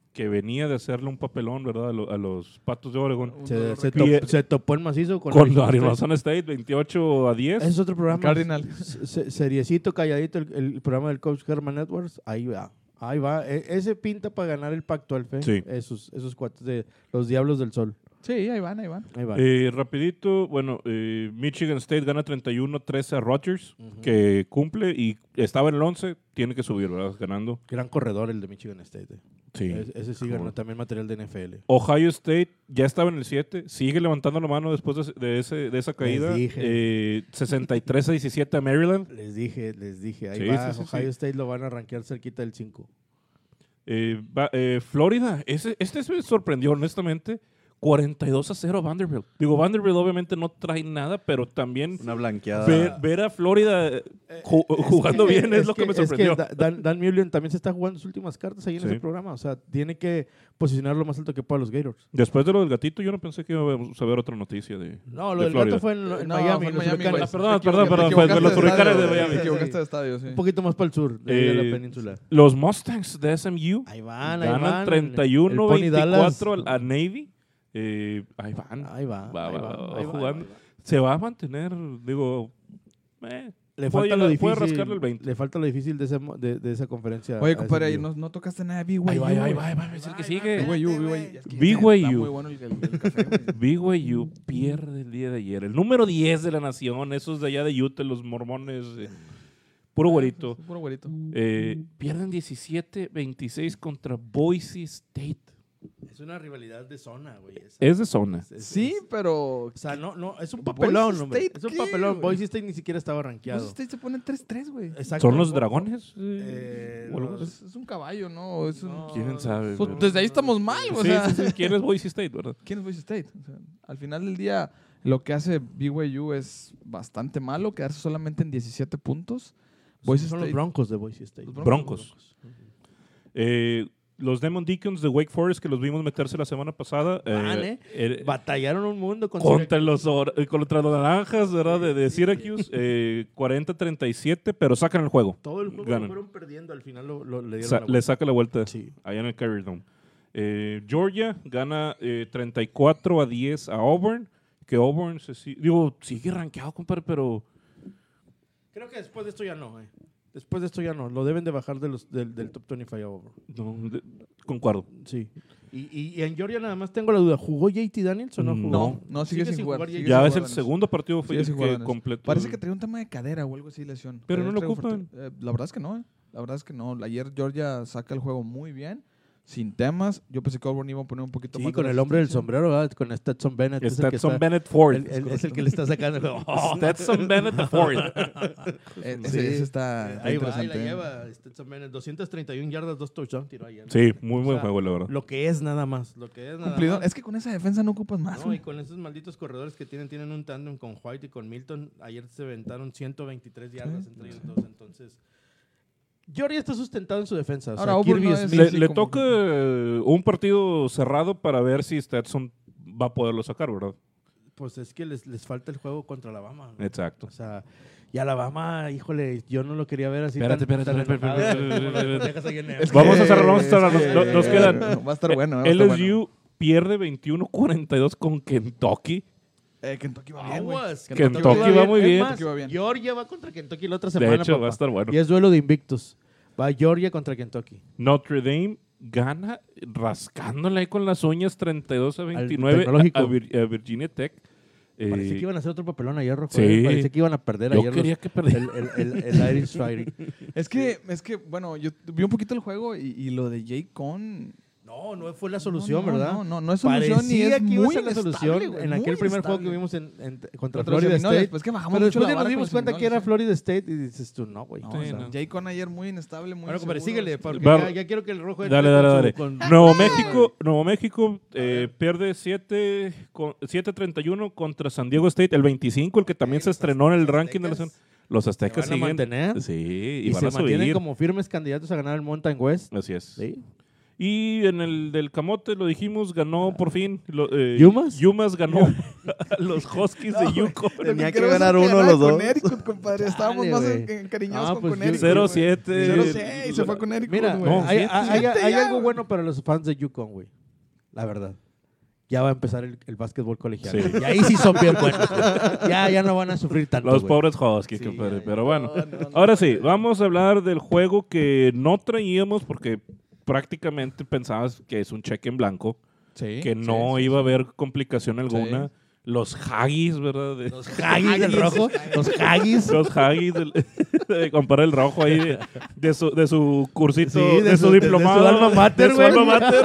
Speaker 4: que venía de hacerle un papelón, ¿verdad? A, lo- a los Patos de Oregon.
Speaker 1: Un
Speaker 3: Se,
Speaker 1: dolor
Speaker 3: se
Speaker 1: de
Speaker 3: top- se topó el macizo con,
Speaker 4: Con
Speaker 3: Arizona State.
Speaker 4: Arizona State, veintiocho a diez.
Speaker 3: Ese es otro programa.
Speaker 1: Cardinal.
Speaker 3: Se- se- Seriecito, calladito, el, el programa del coach Herman Edwards. Ahí va. Ahí va. E- ese pinta para ganar el pacto al fe.
Speaker 4: Sí.
Speaker 3: Esos, esos cuates de los Diablos del Sol.
Speaker 1: Sí, ahí van, ahí van.
Speaker 3: Ahí va.
Speaker 4: Eh, rapidito, bueno, eh, Michigan State gana treinta y uno a trece a Rutgers, que cumple y estaba en el once, tiene que subir, ¿verdad? Ganando.
Speaker 3: Gran corredor el de Michigan State. eh.
Speaker 4: Sí.
Speaker 3: Es- ese sí ganó también material de N F L.
Speaker 4: Ohio State ya estaba en el siete, sigue levantando la mano después de, de ese, de esa caída.
Speaker 3: dije.
Speaker 4: Eh, sesenta y tres a diecisiete a Maryland.
Speaker 3: Les dije, les dije. Ahí
Speaker 4: Sí,
Speaker 3: va.
Speaker 4: sí, sí,
Speaker 3: Ohio
Speaker 4: sí.
Speaker 3: State lo van a rankear cerquita del cinco.
Speaker 4: Eh, va- eh, Florida, ese, este me sorprendió honestamente. cuarenta y dos a cero a Vanderbilt. Digo, Vanderbilt obviamente no trae nada, pero también
Speaker 2: Una blanqueada.
Speaker 4: ver, ver a Florida eh, ju- jugando
Speaker 3: que-
Speaker 4: bien es, lo que, me sorprendió.
Speaker 3: Es que Da- Dan, Dan Mullen también se está jugando sus últimas cartas ahí en
Speaker 4: Sí.
Speaker 3: ese programa. O sea, tiene que posicionar lo más alto que pueda a los Gators.
Speaker 4: Después de lo del gatito, yo no pensé que íbamos a ver otra noticia de.
Speaker 3: No, lo
Speaker 4: de
Speaker 3: del
Speaker 4: Florida.
Speaker 3: gato fue en, en
Speaker 1: No,
Speaker 3: Miami.
Speaker 1: fue en
Speaker 3: los
Speaker 1: Miami,
Speaker 3: huracanes.
Speaker 1: güey.
Speaker 4: Ah, perdón,
Speaker 1: Te
Speaker 4: perdón,
Speaker 1: equivocaste
Speaker 4: perdón, fue de los
Speaker 1: de
Speaker 4: huracanes de
Speaker 1: estadio,
Speaker 4: Miami.
Speaker 1: Te
Speaker 3: Sí,
Speaker 1: equivocaste
Speaker 3: sí.
Speaker 1: de estadio, sí.
Speaker 3: Un poquito más para el sur de, de
Speaker 4: Eh,
Speaker 3: la península.
Speaker 4: Los Mustangs de S M U
Speaker 3: Ahí van, ahí
Speaker 4: ganan
Speaker 3: van.
Speaker 4: treinta y uno a
Speaker 3: El Pony Dallas.
Speaker 4: veinticuatro al- a Navy. Eh, ahí van.
Speaker 3: Ahí va.
Speaker 4: Va,
Speaker 3: ahí
Speaker 4: va,
Speaker 3: va,
Speaker 4: va,
Speaker 3: ahí va,
Speaker 4: jugando.
Speaker 3: ahí va.
Speaker 4: Se va a mantener, digo. Eh,
Speaker 3: Le
Speaker 4: puede
Speaker 3: falta, lo
Speaker 4: llegar- puede
Speaker 3: difícil,
Speaker 4: rascarle el veinte.
Speaker 3: le falta lo difícil de, ese mo- de, de esa conferencia.
Speaker 1: Oye,
Speaker 3: a
Speaker 1: compadre,
Speaker 3: ese
Speaker 1: ahí
Speaker 3: vivo.
Speaker 1: no, no tocaste nada de
Speaker 4: Ahí
Speaker 1: B Y U.
Speaker 4: va, ahí va, ahí
Speaker 1: güey.
Speaker 4: va, ahí va, es el que
Speaker 1: B
Speaker 4: sigue.
Speaker 1: Y U, B Y U. Es que
Speaker 4: B Y U.
Speaker 1: Está muy bueno el, el- el café, güey.
Speaker 4: B Y U pierde el día de ayer. El número diez de la nación, esos de allá de Utah, los mormones. eh, puro güerito.
Speaker 1: Ah, Puro güerito.
Speaker 4: Eh, pierden diecisiete veintiséis contra Boise State.
Speaker 3: Es una rivalidad de zona, güey. esa.
Speaker 4: Es de zona.
Speaker 3: Es- es-
Speaker 1: Sí,
Speaker 3: es-
Speaker 1: pero...
Speaker 3: O sea, no, no, es un
Speaker 1: Boise
Speaker 3: papelón, hombre.
Speaker 1: State,
Speaker 3: Es un
Speaker 1: ¿qué,
Speaker 3: papelón.
Speaker 1: güey?
Speaker 3: Boise State ni siquiera estaba rankeado.
Speaker 1: Boise State se pone tres tres, güey.
Speaker 3: Exacto.
Speaker 4: ¿Son los dragones? Eh,
Speaker 3: Eh,
Speaker 4: o algo
Speaker 3: los-
Speaker 4: así.
Speaker 1: Es, es un caballo, ¿no? Es un-
Speaker 3: No,
Speaker 4: ¿Quién sabe?
Speaker 1: Pues,
Speaker 4: pero-
Speaker 1: desde ahí estamos mal, o
Speaker 4: Sí,
Speaker 1: sea.
Speaker 4: sí, sí. ¿Quién es Boise State, verdad?
Speaker 1: ¿Quién es Boise State? O sea, al final del día, lo que hace B Y U es bastante malo, quedarse solamente en diecisiete puntos. Boise
Speaker 3: son
Speaker 1: State.
Speaker 3: los Broncos de Boise State.
Speaker 1: Los
Speaker 4: Broncos. Eh, los Demon Deacons de Wake Forest, que los vimos meterse la semana pasada. eh,
Speaker 3: Van, ¿eh?
Speaker 4: eh,
Speaker 3: Batallaron un mundo con
Speaker 4: contra los, or- eh, contra los naranjas, ¿verdad? De, de Syracuse. eh, cuarenta a treinta y siete, pero sacan el juego.
Speaker 3: Todo el juego lo
Speaker 4: Ganan.
Speaker 3: fueron perdiendo. Al final lo, lo- le dieron
Speaker 4: Sa-
Speaker 3: la
Speaker 4: le
Speaker 3: vuelta.
Speaker 4: saca la vuelta
Speaker 3: Sí.
Speaker 4: allá en el Carrier Dome. Eh, Georgia gana eh, treinta y cuatro a diez a Auburn. Que Auburn, se, si- digo, sigue rankeado, compadre, pero
Speaker 3: Creo que después de esto ya no, eh. Después de esto ya no. Lo deben de bajar de los, del, del top veinticinco over.
Speaker 4: no, de- concuerdo.
Speaker 3: Sí. Y, y, y en Georgia nada más tengo la duda. ¿Jugó J T Daniels o no jugó?
Speaker 1: No, no, sigue, sin jugar.
Speaker 3: J T
Speaker 1: sigue
Speaker 4: Ya
Speaker 1: sin
Speaker 4: es el
Speaker 1: jugar.
Speaker 4: segundo partido fue
Speaker 1: Sigue sin
Speaker 4: que
Speaker 1: jugar en eso.
Speaker 4: completo.
Speaker 1: Parece que traía un tema de cadera o algo así, lesión.
Speaker 4: Pero
Speaker 1: Ayer
Speaker 4: no lo
Speaker 1: traigo
Speaker 4: ocupan.
Speaker 1: fuerte- eh, la verdad es que no, eh. La verdad es que no. Ayer Georgia saca el juego muy bien, sin temas. Yo pensé que Auburn iba a poner un poquito
Speaker 3: Sí,
Speaker 1: más de
Speaker 3: con el hombre del
Speaker 1: resistencia.
Speaker 3: sombrero, ¿verdad? Con Stetson Bennett. es el que
Speaker 4: Stetson
Speaker 3: está-
Speaker 4: Bennett Ford.
Speaker 3: el- el- es el que le está sacando el juego.
Speaker 4: Stetson Bennett the Ford.
Speaker 1: Eh,
Speaker 3: Sí.
Speaker 1: ese, ese está, está
Speaker 3: Ahí va, ahí
Speaker 1: interesante.
Speaker 3: la
Speaker 1: eh.
Speaker 3: lleva Stetson Bennett. doscientas treinta y una yardas, dos touchdowns, tiró ayer.
Speaker 4: Sí, muy
Speaker 3: O
Speaker 4: buen
Speaker 3: sea,
Speaker 4: juego, la verdad.
Speaker 3: Lo que es nada más. Lo que es nada
Speaker 1: Cumplidor.
Speaker 3: más.
Speaker 1: Es que con esa defensa no ocupas más.
Speaker 3: No,
Speaker 1: güey.
Speaker 3: y con esos malditos corredores que tienen, tienen un tándem con White y con Milton. Ayer se aventaron ciento veintitrés yardas
Speaker 1: Sí,
Speaker 3: entre ellos dos. Entonces, Georgia está sustentado en su defensa. O sea,
Speaker 1: Ahora, Auburn
Speaker 3: Kirby
Speaker 1: no
Speaker 3: Smith-
Speaker 1: es-
Speaker 4: Le,
Speaker 1: sí,
Speaker 4: le
Speaker 1: como-
Speaker 4: toca eh, un partido cerrado para ver si Stetson va a poderlo sacar, ¿verdad?
Speaker 3: pues es que les, les falta el juego contra Alabama. ¿no?
Speaker 4: Exacto.
Speaker 3: O sea, y Alabama, híjole, yo no lo quería ver así.
Speaker 4: Espérate,
Speaker 3: tan,
Speaker 4: espérate,
Speaker 3: tan
Speaker 4: espérate,
Speaker 3: enojado,
Speaker 4: espérate,
Speaker 3: como las
Speaker 4: espérate.
Speaker 3: pendejas ahí en el-
Speaker 1: Es
Speaker 4: Vamos
Speaker 1: que-
Speaker 4: a cerrar, vamos a cerrar,
Speaker 1: es
Speaker 4: nos-
Speaker 1: que-
Speaker 4: nos quedan-
Speaker 1: Va a estar bueno. va a estar
Speaker 4: L S U
Speaker 1: bueno.
Speaker 4: pierde veintiuno cuarenta y dos con Kentucky.
Speaker 1: Eh, Kentucky va bien, güey.
Speaker 3: Aguas,
Speaker 4: Kentucky va muy
Speaker 3: Es
Speaker 4: bien.
Speaker 3: más,
Speaker 1: Kentucky va bien.
Speaker 3: Georgia va contra Kentucky la otra
Speaker 4: De
Speaker 3: semana,
Speaker 4: hecho,
Speaker 3: papá.
Speaker 4: va a estar bueno.
Speaker 3: Y es duelo de invictos. Va Georgia contra Kentucky.
Speaker 4: Notre Dame gana rascándole ahí con las uñas treinta y dos a veintinueve
Speaker 3: Tecnológico.
Speaker 4: a, Vir- a Virginia Tech. Eh,
Speaker 3: Parecía que iban a hacer otro papelón ayer, Rojo.
Speaker 4: sí.
Speaker 3: ¿eh? Parecía que iban a perder
Speaker 4: yo
Speaker 3: ayer.
Speaker 4: quería
Speaker 3: los-
Speaker 4: que perdiera.
Speaker 3: el, el, el, el Irish Fighting.
Speaker 1: Es que, es que, bueno, yo vi un poquito el juego y, y lo de Jay Con.
Speaker 3: No, no fue la solución,
Speaker 1: no, no,
Speaker 3: ¿verdad?
Speaker 1: No, no, no es solución
Speaker 3: Parecía
Speaker 1: ni es
Speaker 3: que iba a
Speaker 1: muy
Speaker 3: ser la
Speaker 1: inestable,
Speaker 3: solución
Speaker 1: güey,
Speaker 3: en
Speaker 1: muy
Speaker 3: aquel primer juego que
Speaker 1: inestable.
Speaker 3: vimos en, en- contra
Speaker 1: Contra
Speaker 3: Florida
Speaker 1: los Seminoles,
Speaker 3: State.
Speaker 1: después que bajamos
Speaker 3: Pero
Speaker 1: mucho
Speaker 3: después
Speaker 1: la
Speaker 3: ya nos
Speaker 1: vara con
Speaker 3: dimos
Speaker 1: los
Speaker 3: cuenta que era
Speaker 1: Seminoles,
Speaker 3: Florida State y dices tú, no, güey.
Speaker 1: No,
Speaker 3: o
Speaker 4: Sí,
Speaker 3: sea,
Speaker 4: no.
Speaker 1: Jay Con ayer muy inestable, muy
Speaker 3: Bueno, pero
Speaker 1: inseguro.
Speaker 3: síguele, porque
Speaker 4: Va-
Speaker 3: ya, ya quiero que el rojo...
Speaker 4: Dale,
Speaker 3: entre
Speaker 4: dale,
Speaker 3: con su-
Speaker 4: dale.
Speaker 3: con-
Speaker 4: Nuevo México, Nuevo México eh, pierde siete treinta y uno contra San Diego State, el veinticinco, el que también
Speaker 3: Sí,
Speaker 4: se
Speaker 3: los
Speaker 4: estrenó en el
Speaker 3: aztecas
Speaker 4: ranking de la zona. Los aztecas
Speaker 3: ¿Se van a
Speaker 4: siguen.
Speaker 3: mantener?
Speaker 4: Sí, y,
Speaker 3: y
Speaker 4: van
Speaker 3: se
Speaker 4: a
Speaker 3: mantienen
Speaker 4: subir.
Speaker 3: como firmes candidatos a ganar el Mountain West.
Speaker 4: Así es.
Speaker 3: Sí.
Speaker 4: Y en el del camote, lo dijimos, ganó por fin. Lo, eh,
Speaker 3: ¿Yumas?
Speaker 4: Yumas ganó a los Huskies de Yukon.
Speaker 2: Tenía que
Speaker 1: queremos
Speaker 2: ganar
Speaker 1: es
Speaker 2: uno de
Speaker 1: ganara
Speaker 2: los dos.
Speaker 1: Connecticut, compadre. Estábamos
Speaker 3: Dale,
Speaker 1: más
Speaker 3: güey.
Speaker 1: en- encariñados
Speaker 3: Ah,
Speaker 1: con
Speaker 3: pues
Speaker 1: Connecticut.
Speaker 4: cero
Speaker 1: güey.
Speaker 4: siete.
Speaker 1: cero seis, se fue con Connecticut,
Speaker 3: Mira,
Speaker 1: güey.
Speaker 4: no,
Speaker 3: hay,
Speaker 4: siete.
Speaker 3: hay- hay-
Speaker 1: Siete
Speaker 3: hay
Speaker 1: ya,
Speaker 3: algo
Speaker 1: güey.
Speaker 3: bueno para los fans de Yukon, güey. La verdad. Ya va a empezar el, el básquetbol colegial.
Speaker 4: Sí.
Speaker 3: Y ahí sí son bien buenos. güey. Ya, ya no van a sufrir tanto.
Speaker 4: Los
Speaker 3: güey.
Speaker 4: pobres Huskies,
Speaker 3: Sí,
Speaker 4: compadre.
Speaker 3: ya,
Speaker 4: Pero
Speaker 3: ya.
Speaker 4: bueno.
Speaker 1: No, no, no,
Speaker 4: Ahora sí,
Speaker 1: compadre.
Speaker 4: vamos a hablar del juego que no traíamos porque prácticamente pensabas que es un cheque en blanco,
Speaker 1: Sí,
Speaker 4: que no
Speaker 1: sí, sí,
Speaker 4: iba a
Speaker 1: sí.
Speaker 4: haber complicación alguna. Los Haggis, ¿verdad? De-
Speaker 3: Los Haggis del rojo. Los Haggis.
Speaker 4: los Haggis, del- de comprar el rojo ahí de, de su, de su cursito,
Speaker 3: Sí,
Speaker 4: de,
Speaker 3: de
Speaker 4: su
Speaker 3: su- de-
Speaker 4: diplomado.
Speaker 3: de su alma mater,
Speaker 4: de su
Speaker 3: güey.
Speaker 4: alma mater.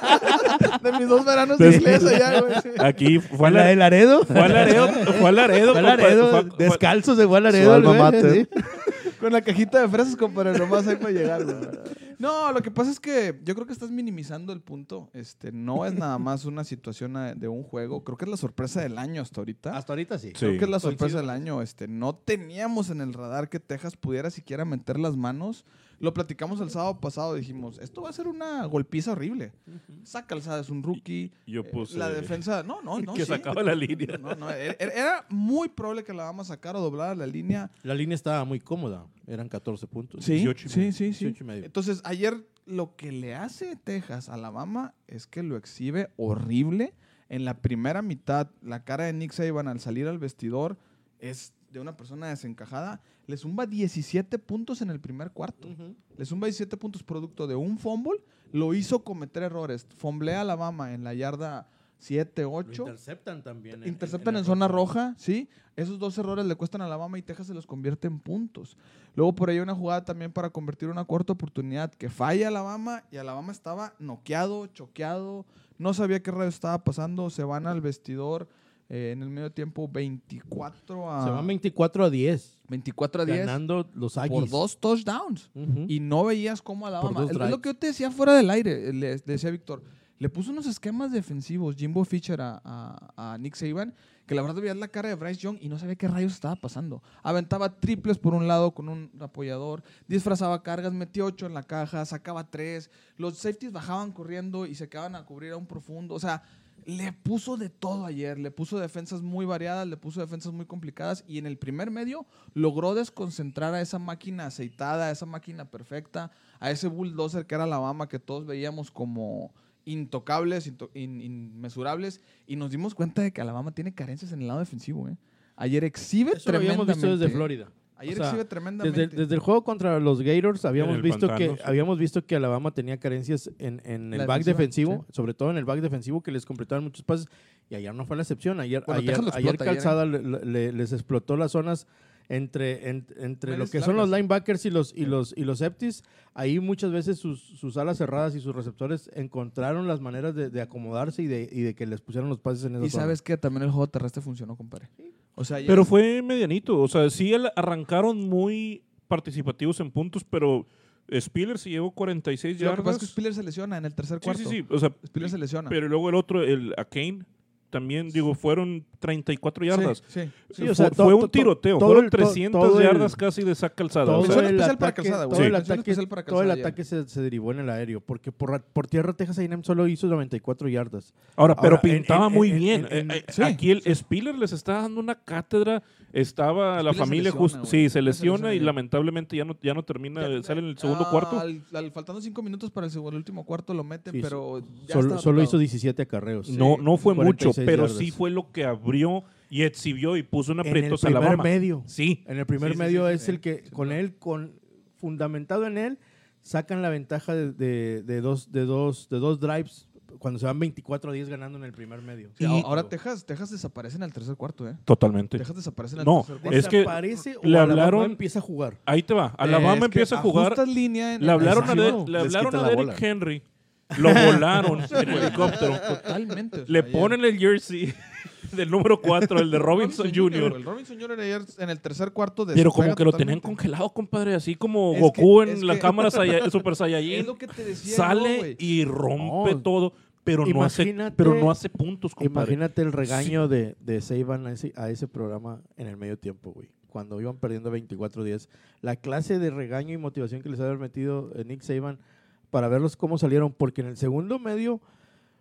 Speaker 1: De mis dos veranos
Speaker 4: Sí.
Speaker 1: de inglés allá, güey. sí.
Speaker 4: Aquí fue a
Speaker 3: ¿La de
Speaker 4: la-
Speaker 3: Laredo?
Speaker 4: fue a Laredo. Fue a Laredo.
Speaker 3: Fue a
Speaker 4: compadre,
Speaker 3: Laredo.
Speaker 4: fue a- fue a-
Speaker 3: Descalzos de fue a
Speaker 2: Su
Speaker 3: Laredo.
Speaker 2: alma
Speaker 3: güey,
Speaker 2: mater.
Speaker 3: sí.
Speaker 1: Con la cajita de fresas, compadre, nomás ahí para llegar, güey. No, lo que pasa es que yo creo que estás minimizando el punto. Este, no es nada más una situación eh, de un juego. Creo que es la sorpresa del año hasta ahorita.
Speaker 3: Hasta ahorita sí.
Speaker 4: Sí.
Speaker 1: Creo que es la sorpresa
Speaker 3: Coincido.
Speaker 1: del año. Este, no teníamos en el radar que Texas pudiera siquiera meter las manos. Lo platicamos el sábado pasado. Dijimos, esto va a ser una golpiza horrible. Saca Alzada, es un rookie.
Speaker 4: Y yo
Speaker 1: Eh,
Speaker 4: puse-
Speaker 1: la defensa, no, no, no.
Speaker 4: que
Speaker 1: sí.
Speaker 4: sacaba la línea.
Speaker 1: No, no, era, era muy probable que la vamos a sacar o doblar la línea.
Speaker 3: La línea estaba muy cómoda. Eran catorce puntos.
Speaker 1: Sí,
Speaker 4: dieciocho y
Speaker 1: sí,
Speaker 4: medio.
Speaker 1: sí, sí.
Speaker 3: dieciocho y medio.
Speaker 1: Entonces, ayer lo que le hace Texas a Alabama es que lo exhibe horrible. En la primera mitad, la cara de Nick Saban al salir al vestidor es de una persona desencajada. Le zumba diecisiete puntos en el primer cuarto.
Speaker 3: Ujú.
Speaker 1: Le zumba diecisiete puntos producto de un fumble. Lo hizo cometer errores. Fumblea a Alabama en la yarda siete,
Speaker 3: Lo
Speaker 1: ocho.
Speaker 3: interceptan también.
Speaker 1: Interceptan en,
Speaker 3: el
Speaker 1: zona
Speaker 3: rojo.
Speaker 1: roja, sí. Esos dos errores le cuestan a Alabama y Texas se los convierte en puntos. Luego por ahí una jugada también para convertir una cuarta oportunidad que falla Alabama y Alabama estaba noqueado, choqueado, no sabía qué radio estaba pasando, se van al vestidor eh, en el medio tiempo veinticuatro a
Speaker 3: Se van veinticuatro a diez.
Speaker 1: veinticuatro a diez
Speaker 3: Ganando los Aggies.
Speaker 1: por dos touchdowns.
Speaker 3: Ujú.
Speaker 1: Y no veías cómo Alabama.
Speaker 3: Por dos
Speaker 1: Es lo
Speaker 3: drives.
Speaker 1: que yo te decía fuera del aire, eh, le, le decía a Víctor. Le puso unos esquemas defensivos, Jimbo Fisher a, a- a Nick Saban, que la verdad veías la cara de Bryce Young y no sabía qué rayos estaba pasando. Aventaba triples por un lado con un apoyador, disfrazaba cargas, metía ocho en la caja, sacaba tres. Los safeties bajaban corriendo y se quedaban a cubrir a un profundo. O sea, le puso de todo ayer. Le puso defensas muy variadas, le puso defensas muy complicadas y en el primer medio logró desconcentrar a esa máquina aceitada, a esa máquina perfecta, a ese bulldozer que era Alabama que todos veíamos como intocables, into- in- inmesurables, y nos dimos cuenta de que Alabama tiene carencias en el lado defensivo. ¿eh? Ayer exhibe
Speaker 3: Eso lo habíamos
Speaker 1: tremendamente.
Speaker 3: visto desde Florida.
Speaker 1: Ayer
Speaker 3: O sea,
Speaker 1: exhibe tremendamente.
Speaker 3: Desde, desde el juego contra los Gators habíamos
Speaker 4: el
Speaker 3: visto
Speaker 4: pantano,
Speaker 3: que
Speaker 4: sí.
Speaker 3: habíamos visto que Alabama tenía carencias en, en
Speaker 1: La
Speaker 3: el back
Speaker 1: defensiva,
Speaker 3: defensivo, sobre todo en el back defensivo que les completaban muchos pases y ayer no fue la excepción. Ayer,
Speaker 1: Bueno,
Speaker 3: ayer,
Speaker 1: Texas lo
Speaker 3: ayer
Speaker 1: explota ayer, ¿eh?
Speaker 3: Calzada le- le- les explotó las zonas entre, en- entre lo
Speaker 1: Medias
Speaker 3: que son los
Speaker 1: largas.
Speaker 3: linebackers y los y los y los safeties. Ahí muchas veces sus, sus alas cerradas y sus receptores encontraron las maneras de, de acomodarse y de, y de que les pusieran los pases en esa
Speaker 1: Y
Speaker 3: zona.
Speaker 1: sabes que también el juego terrestre funcionó, compadre. O sea, ayer-
Speaker 4: Pero fue medianito. O sea, sí el- arrancaron muy participativos en puntos, pero Spiller se llevó cuarenta y seis
Speaker 1: lo que pasa
Speaker 4: yardas.
Speaker 1: es que Spiller se lesiona en el tercer
Speaker 4: Sí,
Speaker 1: cuarto.
Speaker 4: sí, sí. O sea,
Speaker 1: Spiller se lesiona.
Speaker 4: pero luego el otro, el a Kane, también, digo, fueron treinta y cuatro yardas.
Speaker 1: Sí, sí.
Speaker 3: Sí,
Speaker 4: Fue-
Speaker 3: o sea,
Speaker 4: fue,
Speaker 3: to-
Speaker 4: un
Speaker 3: to-
Speaker 4: tiroteo.
Speaker 3: todo
Speaker 4: fueron
Speaker 3: el- to-
Speaker 4: trescientas
Speaker 3: todo el-
Speaker 4: yardas casi de saca calzada.
Speaker 3: Todo
Speaker 4: O sea,
Speaker 1: Mención
Speaker 3: el
Speaker 1: especial para
Speaker 3: ataque-
Speaker 1: Calzada, güey.
Speaker 3: todo el
Speaker 1: Mención
Speaker 3: ataque,
Speaker 1: especial para
Speaker 3: todo el
Speaker 1: Calzada ayer.
Speaker 3: ataque se, se derivó en el aéreo, porque por, por tierra Texas A and M solo hizo noventa y cuatro yardas.
Speaker 4: ahora, pero
Speaker 3: Ahora, en-
Speaker 4: pintaba
Speaker 3: en-
Speaker 4: muy
Speaker 3: en-
Speaker 4: bien.
Speaker 3: en- en-
Speaker 4: Eh, eh,
Speaker 1: sí,
Speaker 4: Aquí el Spiller les está dando una cátedra. Estaba la
Speaker 1: Spiller se
Speaker 4: familia
Speaker 1: lesiona,
Speaker 4: justo.
Speaker 1: güey.
Speaker 4: Sí, se
Speaker 1: Spiller se
Speaker 4: lesiona
Speaker 1: lesiona
Speaker 4: y
Speaker 1: ayer.
Speaker 4: lamentablemente ya no, ya no termina,
Speaker 1: Ya,
Speaker 4: sale en el segundo
Speaker 1: ah,
Speaker 4: cuarto.
Speaker 1: al- al- faltando cinco minutos para el, segundo, el último cuarto lo meten,
Speaker 3: Sí,
Speaker 1: pero ya
Speaker 3: Solo,
Speaker 1: estaba
Speaker 3: solo
Speaker 1: tocado.
Speaker 3: hizo diecisiete acarreos.
Speaker 4: No, no fue
Speaker 3: cuarenta y
Speaker 4: mucho,
Speaker 3: seis
Speaker 4: pero
Speaker 3: yardas.
Speaker 4: sí fue lo que abrió y exhibió y puso un
Speaker 3: En el
Speaker 4: aprietos a
Speaker 3: primer
Speaker 4: Alabama.
Speaker 3: medio.
Speaker 4: Sí.
Speaker 3: En el primer
Speaker 4: Sí, sí,
Speaker 3: medio
Speaker 4: sí,
Speaker 3: es
Speaker 1: sí,
Speaker 3: el que,
Speaker 1: sin
Speaker 3: con
Speaker 1: duda.
Speaker 3: él, con fundamentado en él, sacan la ventaja de, de- de dos, de, dos, de dos drives cuando se van veinticuatro a diez ganando en el primer medio.
Speaker 1: Sí,
Speaker 4: Y-
Speaker 1: ahora Texas, Texas desaparece en el tercer cuarto, ¿eh?
Speaker 4: Totalmente.
Speaker 1: Texas desaparece en el
Speaker 4: No,
Speaker 1: tercer cuarto.
Speaker 4: es que
Speaker 3: ¿Desaparece o
Speaker 4: le
Speaker 3: Alabama
Speaker 4: hablaron-
Speaker 3: empieza a jugar?
Speaker 4: Ahí te va. Alabama
Speaker 1: Es que
Speaker 4: empieza a jugar.
Speaker 1: ajustas línea en-
Speaker 4: Le hablaron, a,
Speaker 3: Exacto.
Speaker 4: de- le
Speaker 2: Les
Speaker 4: hablaron
Speaker 2: quitan
Speaker 4: a
Speaker 2: la
Speaker 4: Derrick
Speaker 2: bola.
Speaker 4: Henry. Lo volaron en helicóptero.
Speaker 1: Totalmente. o sea,
Speaker 4: Le
Speaker 1: ayer.
Speaker 4: ponen el jersey del número cuatro, el de Robinson junior
Speaker 1: El Robinson junior ayer en el tercer cuarto de
Speaker 4: Pero como que lo tenían congelado, compadre. Así como
Speaker 1: Es
Speaker 4: Goku
Speaker 1: que-
Speaker 4: en
Speaker 1: es
Speaker 4: la
Speaker 1: que-
Speaker 4: cámara Saya- Super
Speaker 1: Es
Speaker 4: Saiyajin.
Speaker 1: lo que te decía yo,
Speaker 4: Sale
Speaker 1: güey.
Speaker 4: y rompe
Speaker 3: No.
Speaker 4: todo. Pero no, hace,
Speaker 3: Imagínate-
Speaker 4: pero no hace puntos, compadre.
Speaker 3: Imagínate el regaño de, de Saban a ese, a ese programa en el medio tiempo, güey. Cuando iban perdiendo veinticuatro diez. La clase de regaño y motivación que les había metido eh, Nick Saban para verlos cómo salieron. Porque en el segundo medio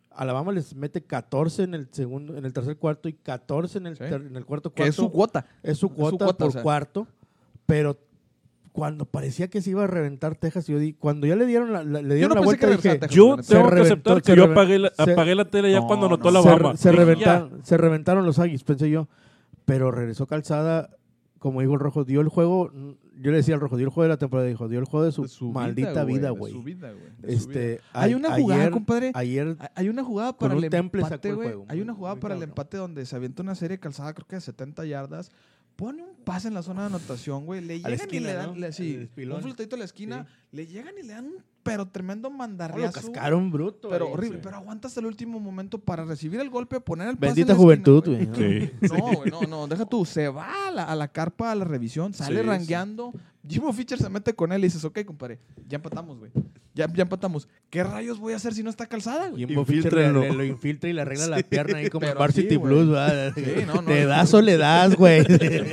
Speaker 3: Alabama les mete catorce en el segundo, en el tercer cuarto y catorce en el,
Speaker 1: Sí.
Speaker 3: ter- en el cuarto
Speaker 1: Que
Speaker 3: cuarto.
Speaker 1: es su cuota.
Speaker 3: Es su cuota,
Speaker 1: cuota,
Speaker 3: por
Speaker 1: o sea.
Speaker 3: cuarto, pero cuando parecía que se iba a reventar Texas, yo di, cuando ya le dieron la, la- le
Speaker 1: Yo
Speaker 3: dieron
Speaker 1: no
Speaker 3: la
Speaker 1: pensé que
Speaker 3: vuelta, dije,
Speaker 1: regresara a Texas,
Speaker 4: Yo
Speaker 1: la neta.
Speaker 3: Se
Speaker 4: tengo que
Speaker 3: reventó,
Speaker 4: aceptar
Speaker 3: se
Speaker 4: que yo
Speaker 3: reven-
Speaker 4: apagué la,
Speaker 3: se-
Speaker 4: apagué la tele ya
Speaker 1: No,
Speaker 4: cuando anotó
Speaker 1: no.
Speaker 4: Alabama.
Speaker 3: se, se,
Speaker 4: Dije,
Speaker 3: reventaron, se reventaron los Aggies, pensé yo, pero regresó Calzada, como dijo el Rojo, dio el juego, yo le decía al Rojo, dio el juego de la temporada, dijo, dio el juego de su,
Speaker 1: De su
Speaker 3: maldita vida,
Speaker 1: de
Speaker 3: güey.
Speaker 1: su vida, güey, de su vida.
Speaker 3: Este,
Speaker 1: Hay
Speaker 3: a-
Speaker 1: una jugada,
Speaker 3: ayer-
Speaker 1: compadre.
Speaker 3: Ayer
Speaker 1: Hay- Hay una jugada
Speaker 3: Con
Speaker 1: para
Speaker 3: un
Speaker 1: el
Speaker 3: temple sacó
Speaker 1: empate,
Speaker 3: el
Speaker 1: güey.
Speaker 3: juego,
Speaker 1: Hay
Speaker 3: muy-
Speaker 1: una jugada
Speaker 3: muy
Speaker 1: para el
Speaker 3: cabrón.
Speaker 1: empate donde se avienta una serie calzada, creo que de setenta yardas. Pone un pase en la zona de anotación, güey. Le
Speaker 3: A la
Speaker 1: llegan y
Speaker 3: esquina,
Speaker 1: le dan,
Speaker 3: ¿no?
Speaker 1: le- sí,
Speaker 3: El pilón.
Speaker 1: un flotadito a la esquina. Le llegan y le dan un pero tremendo
Speaker 3: no, lo
Speaker 1: mandarriazo.
Speaker 3: cascaron bruto.
Speaker 1: Pero
Speaker 3: ahí,
Speaker 1: horrible.
Speaker 3: sí.
Speaker 1: Pero aguanta hasta el último momento para recibir el golpe, poner el pase.
Speaker 3: Bendita
Speaker 1: en la
Speaker 3: juventud,
Speaker 1: esquina,
Speaker 3: güey.
Speaker 4: Sí.
Speaker 1: No, güey, no, no. Deja tú. Se va a la, a la carpa, a la revisión, sale
Speaker 4: Sí,
Speaker 1: rangueando. Jimbo Fisher se mete con él y dices, ok, compadre, ya empatamos, güey. Ya, ya empatamos. ¿Qué rayos voy a hacer si no está calzada, güey?
Speaker 3: Jimbo Fisher le,
Speaker 2: Infíltrenlo.
Speaker 3: le- lo infiltra y le arregla la pierna ahí como en
Speaker 1: pero
Speaker 3: Varsity
Speaker 1: sí, güey.
Speaker 3: Blues, ¿verdad?
Speaker 1: Sí, no, no.
Speaker 3: ¿Le das o le das, güey?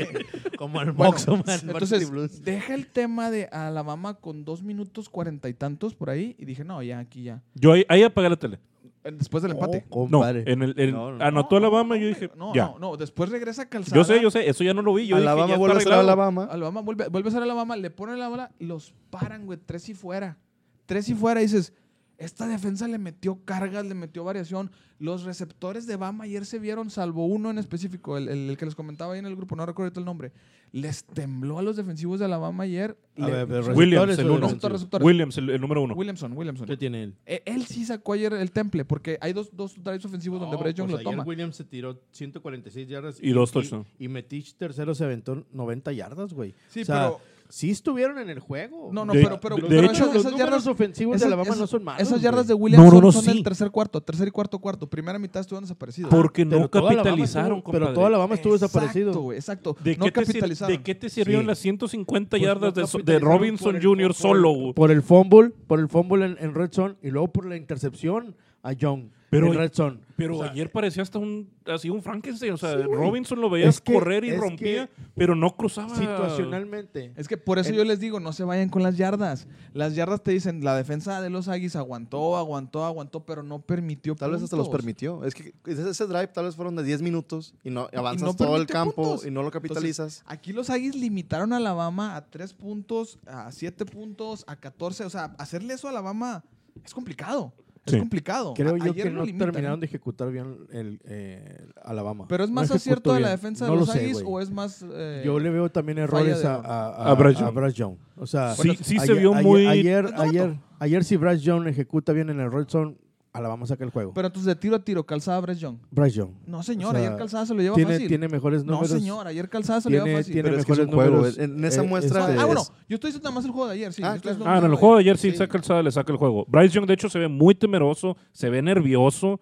Speaker 3: Como al
Speaker 1: Bueno,
Speaker 3: boxo, man. Varsity
Speaker 1: entonces,
Speaker 3: Blues.
Speaker 1: deja el tema de Alabama con dos minutos cuarenta y tantos por ahí y dije, no, ya, aquí ya.
Speaker 4: Yo ahí, ahí apagué la tele.
Speaker 1: Eh, Después del empate.
Speaker 3: Oh,
Speaker 4: No,
Speaker 3: compadre.
Speaker 4: en el, en-
Speaker 2: No, no.
Speaker 4: anotó
Speaker 1: No,
Speaker 4: Alabama
Speaker 1: no,
Speaker 4: y yo
Speaker 1: no,
Speaker 4: dije,
Speaker 1: no,
Speaker 4: ya.
Speaker 1: no, no, después regresa calzada.
Speaker 4: Yo sé, yo sé, eso ya no lo vi. Yo
Speaker 2: Alabama
Speaker 4: dije, ya
Speaker 2: vuelve a
Speaker 4: está
Speaker 2: ser
Speaker 4: arreglado.
Speaker 2: Alabama.
Speaker 1: Alabama vuelve, vuelve a ser Alabama, le ponen la bola, los paran, güey, tres y fuera. Tres y fuera, y dices, esta defensa le metió cargas, le metió variación. Los receptores de Bama ayer se vieron, salvo uno en específico, el, el- el que les comentaba ahí en el grupo, no recuerdo ahorita el nombre. Les tembló a los defensivos de Alabama ayer.
Speaker 3: A
Speaker 1: Le-
Speaker 3: ver, pero
Speaker 4: Williams,
Speaker 3: receptores
Speaker 4: el
Speaker 3: o
Speaker 4: uno.
Speaker 1: Receptor, receptores.
Speaker 4: Williams, el, el número uno.
Speaker 1: Williamson, Williamson.
Speaker 3: ¿Qué tiene él?
Speaker 1: Eh, Él sí sacó ayer el temple, porque hay dos, dos drives ofensivos donde
Speaker 3: No,
Speaker 1: Bryce Young
Speaker 3: pues
Speaker 1: lo
Speaker 3: ayer
Speaker 1: toma.
Speaker 3: Williams se tiró ciento cuarenta y seis yardas.
Speaker 4: Y dos touchdowns.
Speaker 3: Y, Metich tercero se aventó noventa yardas, güey.
Speaker 1: Sí,
Speaker 3: o sea,
Speaker 1: pero-
Speaker 3: sí estuvieron en el juego.
Speaker 1: No, no,
Speaker 4: De-
Speaker 1: pero, pero,
Speaker 4: de
Speaker 1: pero
Speaker 4: hecho,
Speaker 1: esas,
Speaker 3: los
Speaker 1: esas
Speaker 3: números
Speaker 1: yardas
Speaker 3: ofensivos
Speaker 1: esas-
Speaker 3: de Alabama
Speaker 1: esas-
Speaker 3: no son malos.
Speaker 1: Esas yardas de
Speaker 3: güey.
Speaker 1: Williamson
Speaker 4: No, no, no,
Speaker 1: son
Speaker 4: sí.
Speaker 1: del tercer cuarto, tercer y cuarto cuarto. Primera mitad estuvieron desaparecidos.
Speaker 4: Porque
Speaker 3: Pero
Speaker 4: no
Speaker 3: todo Alabama
Speaker 4: capitalizaron,
Speaker 3: estuvo- Pero
Speaker 4: compadre.
Speaker 3: todo Alabama estuvo
Speaker 1: Exacto,
Speaker 3: desaparecido.
Speaker 1: güey, exacto.
Speaker 4: ¿De,
Speaker 1: no
Speaker 4: qué te sir-
Speaker 1: capitalizaron.
Speaker 4: ¿De qué te sirvieron
Speaker 3: Sí.
Speaker 4: las ciento cincuenta
Speaker 3: Pues
Speaker 4: yardas
Speaker 3: no
Speaker 4: de, de
Speaker 3: capitalizaron
Speaker 4: Robinson
Speaker 3: por el-
Speaker 4: junior
Speaker 3: por-
Speaker 4: solo?
Speaker 3: Por,
Speaker 4: güey?
Speaker 3: por el fumble, por el fumble en, en Red Zone y luego por la intercepción a Young
Speaker 4: Pero-
Speaker 3: en Red Zone.
Speaker 4: Pero
Speaker 3: O sea,
Speaker 4: ayer parecía hasta un así un Frankenstein. O sea,
Speaker 3: Sí, güey.
Speaker 4: Robinson lo veías
Speaker 3: Es que-
Speaker 4: correr y
Speaker 3: es
Speaker 4: rompía,
Speaker 3: que
Speaker 4: pero no cruzaba.
Speaker 3: situacionalmente.
Speaker 1: Es que por eso
Speaker 3: El-
Speaker 1: yo les digo, no se vayan con las yardas. Las yardas te dicen, la defensa de los Aggies aguantó, aguantó, aguantó, pero no permitió
Speaker 2: Tal vez hasta los
Speaker 1: puntos.
Speaker 2: permitió. Es que ese, ese drive tal vez fueron de diez minutos y no avanzas
Speaker 1: no
Speaker 2: todo el
Speaker 1: permitió
Speaker 2: campo
Speaker 1: puntos.
Speaker 2: y no lo capitalizas.
Speaker 1: Aquí los Aggies limitaron a Alabama a tres puntos, a siete puntos, a catorce. O sea, hacerle eso a Alabama es complicado. Es
Speaker 4: Sí.
Speaker 1: complicado.
Speaker 3: Creo
Speaker 1: A-
Speaker 3: yo
Speaker 1: ayer
Speaker 3: que
Speaker 1: lo
Speaker 3: no
Speaker 1: limitan,
Speaker 3: terminaron
Speaker 1: ¿eh?
Speaker 3: de ejecutar bien el eh, Alabama.
Speaker 1: Pero es
Speaker 3: No
Speaker 1: más
Speaker 3: ejecutó
Speaker 1: acierto de la
Speaker 3: bien.
Speaker 1: defensa
Speaker 3: No
Speaker 1: de
Speaker 3: lo
Speaker 1: los
Speaker 3: sé,
Speaker 1: Aggies
Speaker 3: güey.
Speaker 1: o es más. eh,
Speaker 3: Yo le veo también errores
Speaker 1: de-
Speaker 3: a, a,
Speaker 4: A Bryce
Speaker 3: a
Speaker 4: Young.
Speaker 3: Bryce Young. O sea,
Speaker 4: Sí, sí se
Speaker 3: ayer-
Speaker 4: vio
Speaker 3: ayer-
Speaker 4: muy.
Speaker 3: Ayer,
Speaker 1: Es novato.
Speaker 3: ayer, ayer si Bryce Young ejecuta bien en el Red Zone, Alabama saca el juego.
Speaker 1: Pero entonces de tiro a tiro, calzada Bryce Young.
Speaker 3: Bryce Young.
Speaker 1: No, señor,
Speaker 3: O sea,
Speaker 1: ayer calzada se lo lleva
Speaker 3: Tiene,
Speaker 1: fácil.
Speaker 3: tiene mejores
Speaker 1: no,
Speaker 3: números.
Speaker 1: señor, ayer calzada se lo lleva
Speaker 3: Tiene,
Speaker 1: fácil.
Speaker 3: tiene
Speaker 2: Pero es que es
Speaker 3: mejores
Speaker 2: un juego.
Speaker 3: números.
Speaker 2: En- en esa
Speaker 3: Eh,
Speaker 2: muestra
Speaker 1: Ah,
Speaker 2: de-
Speaker 1: ah, bueno,
Speaker 2: es-
Speaker 1: yo estoy diciendo nada más el juego de ayer, sí.
Speaker 2: Ah,
Speaker 1: yo estoy
Speaker 2: claro.
Speaker 1: diciendo
Speaker 4: Ah, en el
Speaker 1: de
Speaker 4: juego de ayer sí,
Speaker 1: Sí.
Speaker 4: saca el le saca el juego. Bryce Young, de hecho, se ve muy temeroso, se ve nervioso.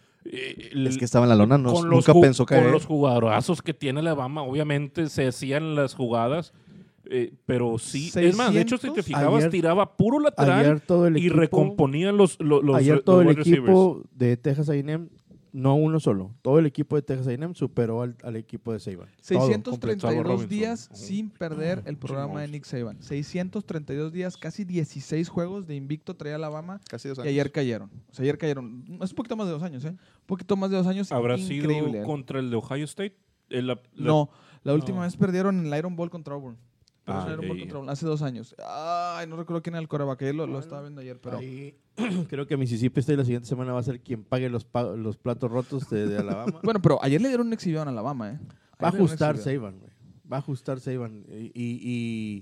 Speaker 4: Eh, el-
Speaker 2: Es que estaba en la lona, no,
Speaker 4: con los
Speaker 2: nunca
Speaker 4: ju-
Speaker 2: pensó caer.
Speaker 4: Con los jugadorazos que tiene Alabama, obviamente se hacían las jugadas, eh, pero sí. Es más, de hecho, si te
Speaker 1: seiscientos,
Speaker 4: fijabas,
Speaker 3: ayer-
Speaker 4: tiraba puro lateral
Speaker 3: Ayer todo el
Speaker 4: y
Speaker 3: equipo,
Speaker 4: recomponían los, los, los
Speaker 3: ayer
Speaker 4: los
Speaker 3: todo el
Speaker 4: wide receivers.
Speaker 3: equipo de Texas A and M, no uno solo, todo el equipo de Texas A and M superó al, al equipo de Saban. Todo,
Speaker 1: seiscientos treinta y dos
Speaker 4: Robinson.
Speaker 1: días
Speaker 4: Ujú.
Speaker 1: sin perder el programa de
Speaker 4: monstruo.
Speaker 1: Nick Saban. seiscientos treinta y dos días, casi dieciséis juegos de invicto traía Alabama
Speaker 2: Casi dos
Speaker 1: y
Speaker 2: años.
Speaker 1: ayer cayeron. O sea, ayer cayeron. Es un poquito más de dos años, ¿eh? Un poquito más de dos años.
Speaker 4: ¿Habrá
Speaker 1: Increíble.
Speaker 4: sido contra el de Ohio State? El- la- la-
Speaker 1: No, la última
Speaker 3: No.
Speaker 1: vez perdieron en el Iron Bowl contra Auburn.
Speaker 4: Ah,
Speaker 1: Perdieron en el Iron Bowl
Speaker 4: ok.
Speaker 1: contra Auburn hace dos años. Ay, no recuerdo quién era el coreback. Ayer lo, lo estaba viendo ayer, pero...
Speaker 3: Ahí, creo que Mississippi State la siguiente semana va a ser quien pague los, pa- los platos rotos de, de Alabama.
Speaker 1: Bueno, pero ayer le dieron un exhibición a Alabama, ¿eh? Ayer
Speaker 3: Va a
Speaker 1: le dieron un
Speaker 3: ajustar
Speaker 1: exhibición.
Speaker 3: Saban, güey. Va a ajustar Saban. Y, y- y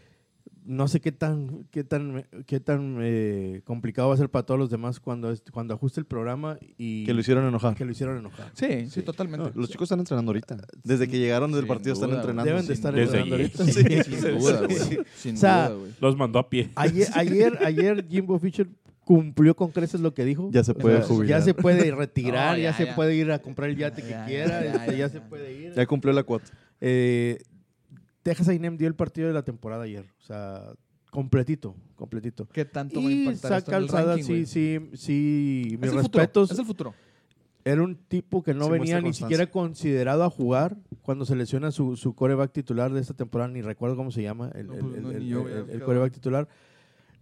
Speaker 3: no sé qué tan, qué tan, qué tan eh, complicado va a ser para todos los demás cuando, es- cuando ajuste el programa y
Speaker 2: Que lo hicieron enojar.
Speaker 3: que lo hicieron enojar.
Speaker 1: Sí, sí,
Speaker 3: Sí.
Speaker 1: totalmente.
Speaker 2: No, los chicos están entrenando ahorita. Desde que llegaron del
Speaker 1: Sin
Speaker 2: partido están
Speaker 1: duda,
Speaker 2: entrenando.
Speaker 3: Deben de
Speaker 2: sí.
Speaker 3: estar
Speaker 4: Desde
Speaker 3: entrenando
Speaker 4: ayer.
Speaker 3: ahorita.
Speaker 2: Sí.
Speaker 1: Sin duda, güey.
Speaker 3: Sí.
Speaker 1: Sin
Speaker 3: O sea,
Speaker 1: duda, güey.
Speaker 4: Los mandó a pie.
Speaker 3: Ayer, ayer, ayer Jimbo Fisher cumplió con creces lo que dijo.
Speaker 2: Ya se puede
Speaker 3: O sea,
Speaker 2: jubilar.
Speaker 3: Ya se puede retirar,
Speaker 1: No,
Speaker 3: ya,
Speaker 1: ya,
Speaker 3: se
Speaker 1: ya.
Speaker 3: puede ir a comprar el yate que
Speaker 1: Ya,
Speaker 3: quiera,
Speaker 1: ya,
Speaker 3: este,
Speaker 1: ya,
Speaker 3: ya,
Speaker 1: ya.
Speaker 3: se puede ir.
Speaker 2: Ya cumplió la cuota.
Speaker 3: Eh, Texas A and M dio el partido de la temporada ayer. O sea, completito, completito.
Speaker 1: ¿Qué tanto va a
Speaker 3: Y
Speaker 1: impactar
Speaker 3: Zach
Speaker 1: esto en el
Speaker 3: Calzada,
Speaker 1: ranking,
Speaker 3: sí,
Speaker 1: güey?
Speaker 3: sí, sí,
Speaker 1: Es
Speaker 3: mis
Speaker 1: el futuro,
Speaker 3: respetos.
Speaker 1: Es el futuro.
Speaker 3: Era un tipo que no
Speaker 2: Sí,
Speaker 3: venía
Speaker 2: muestra
Speaker 3: ni
Speaker 2: constancia.
Speaker 3: siquiera considerado a jugar cuando se lesiona su, su coreback titular de esta temporada, ni recuerdo cómo se llama, el,
Speaker 1: No,
Speaker 3: el,
Speaker 1: pues,
Speaker 3: el-
Speaker 1: no, ni
Speaker 3: el-
Speaker 1: yo,
Speaker 3: el-
Speaker 1: ya,
Speaker 3: el
Speaker 1: quedó.
Speaker 3: coreback titular.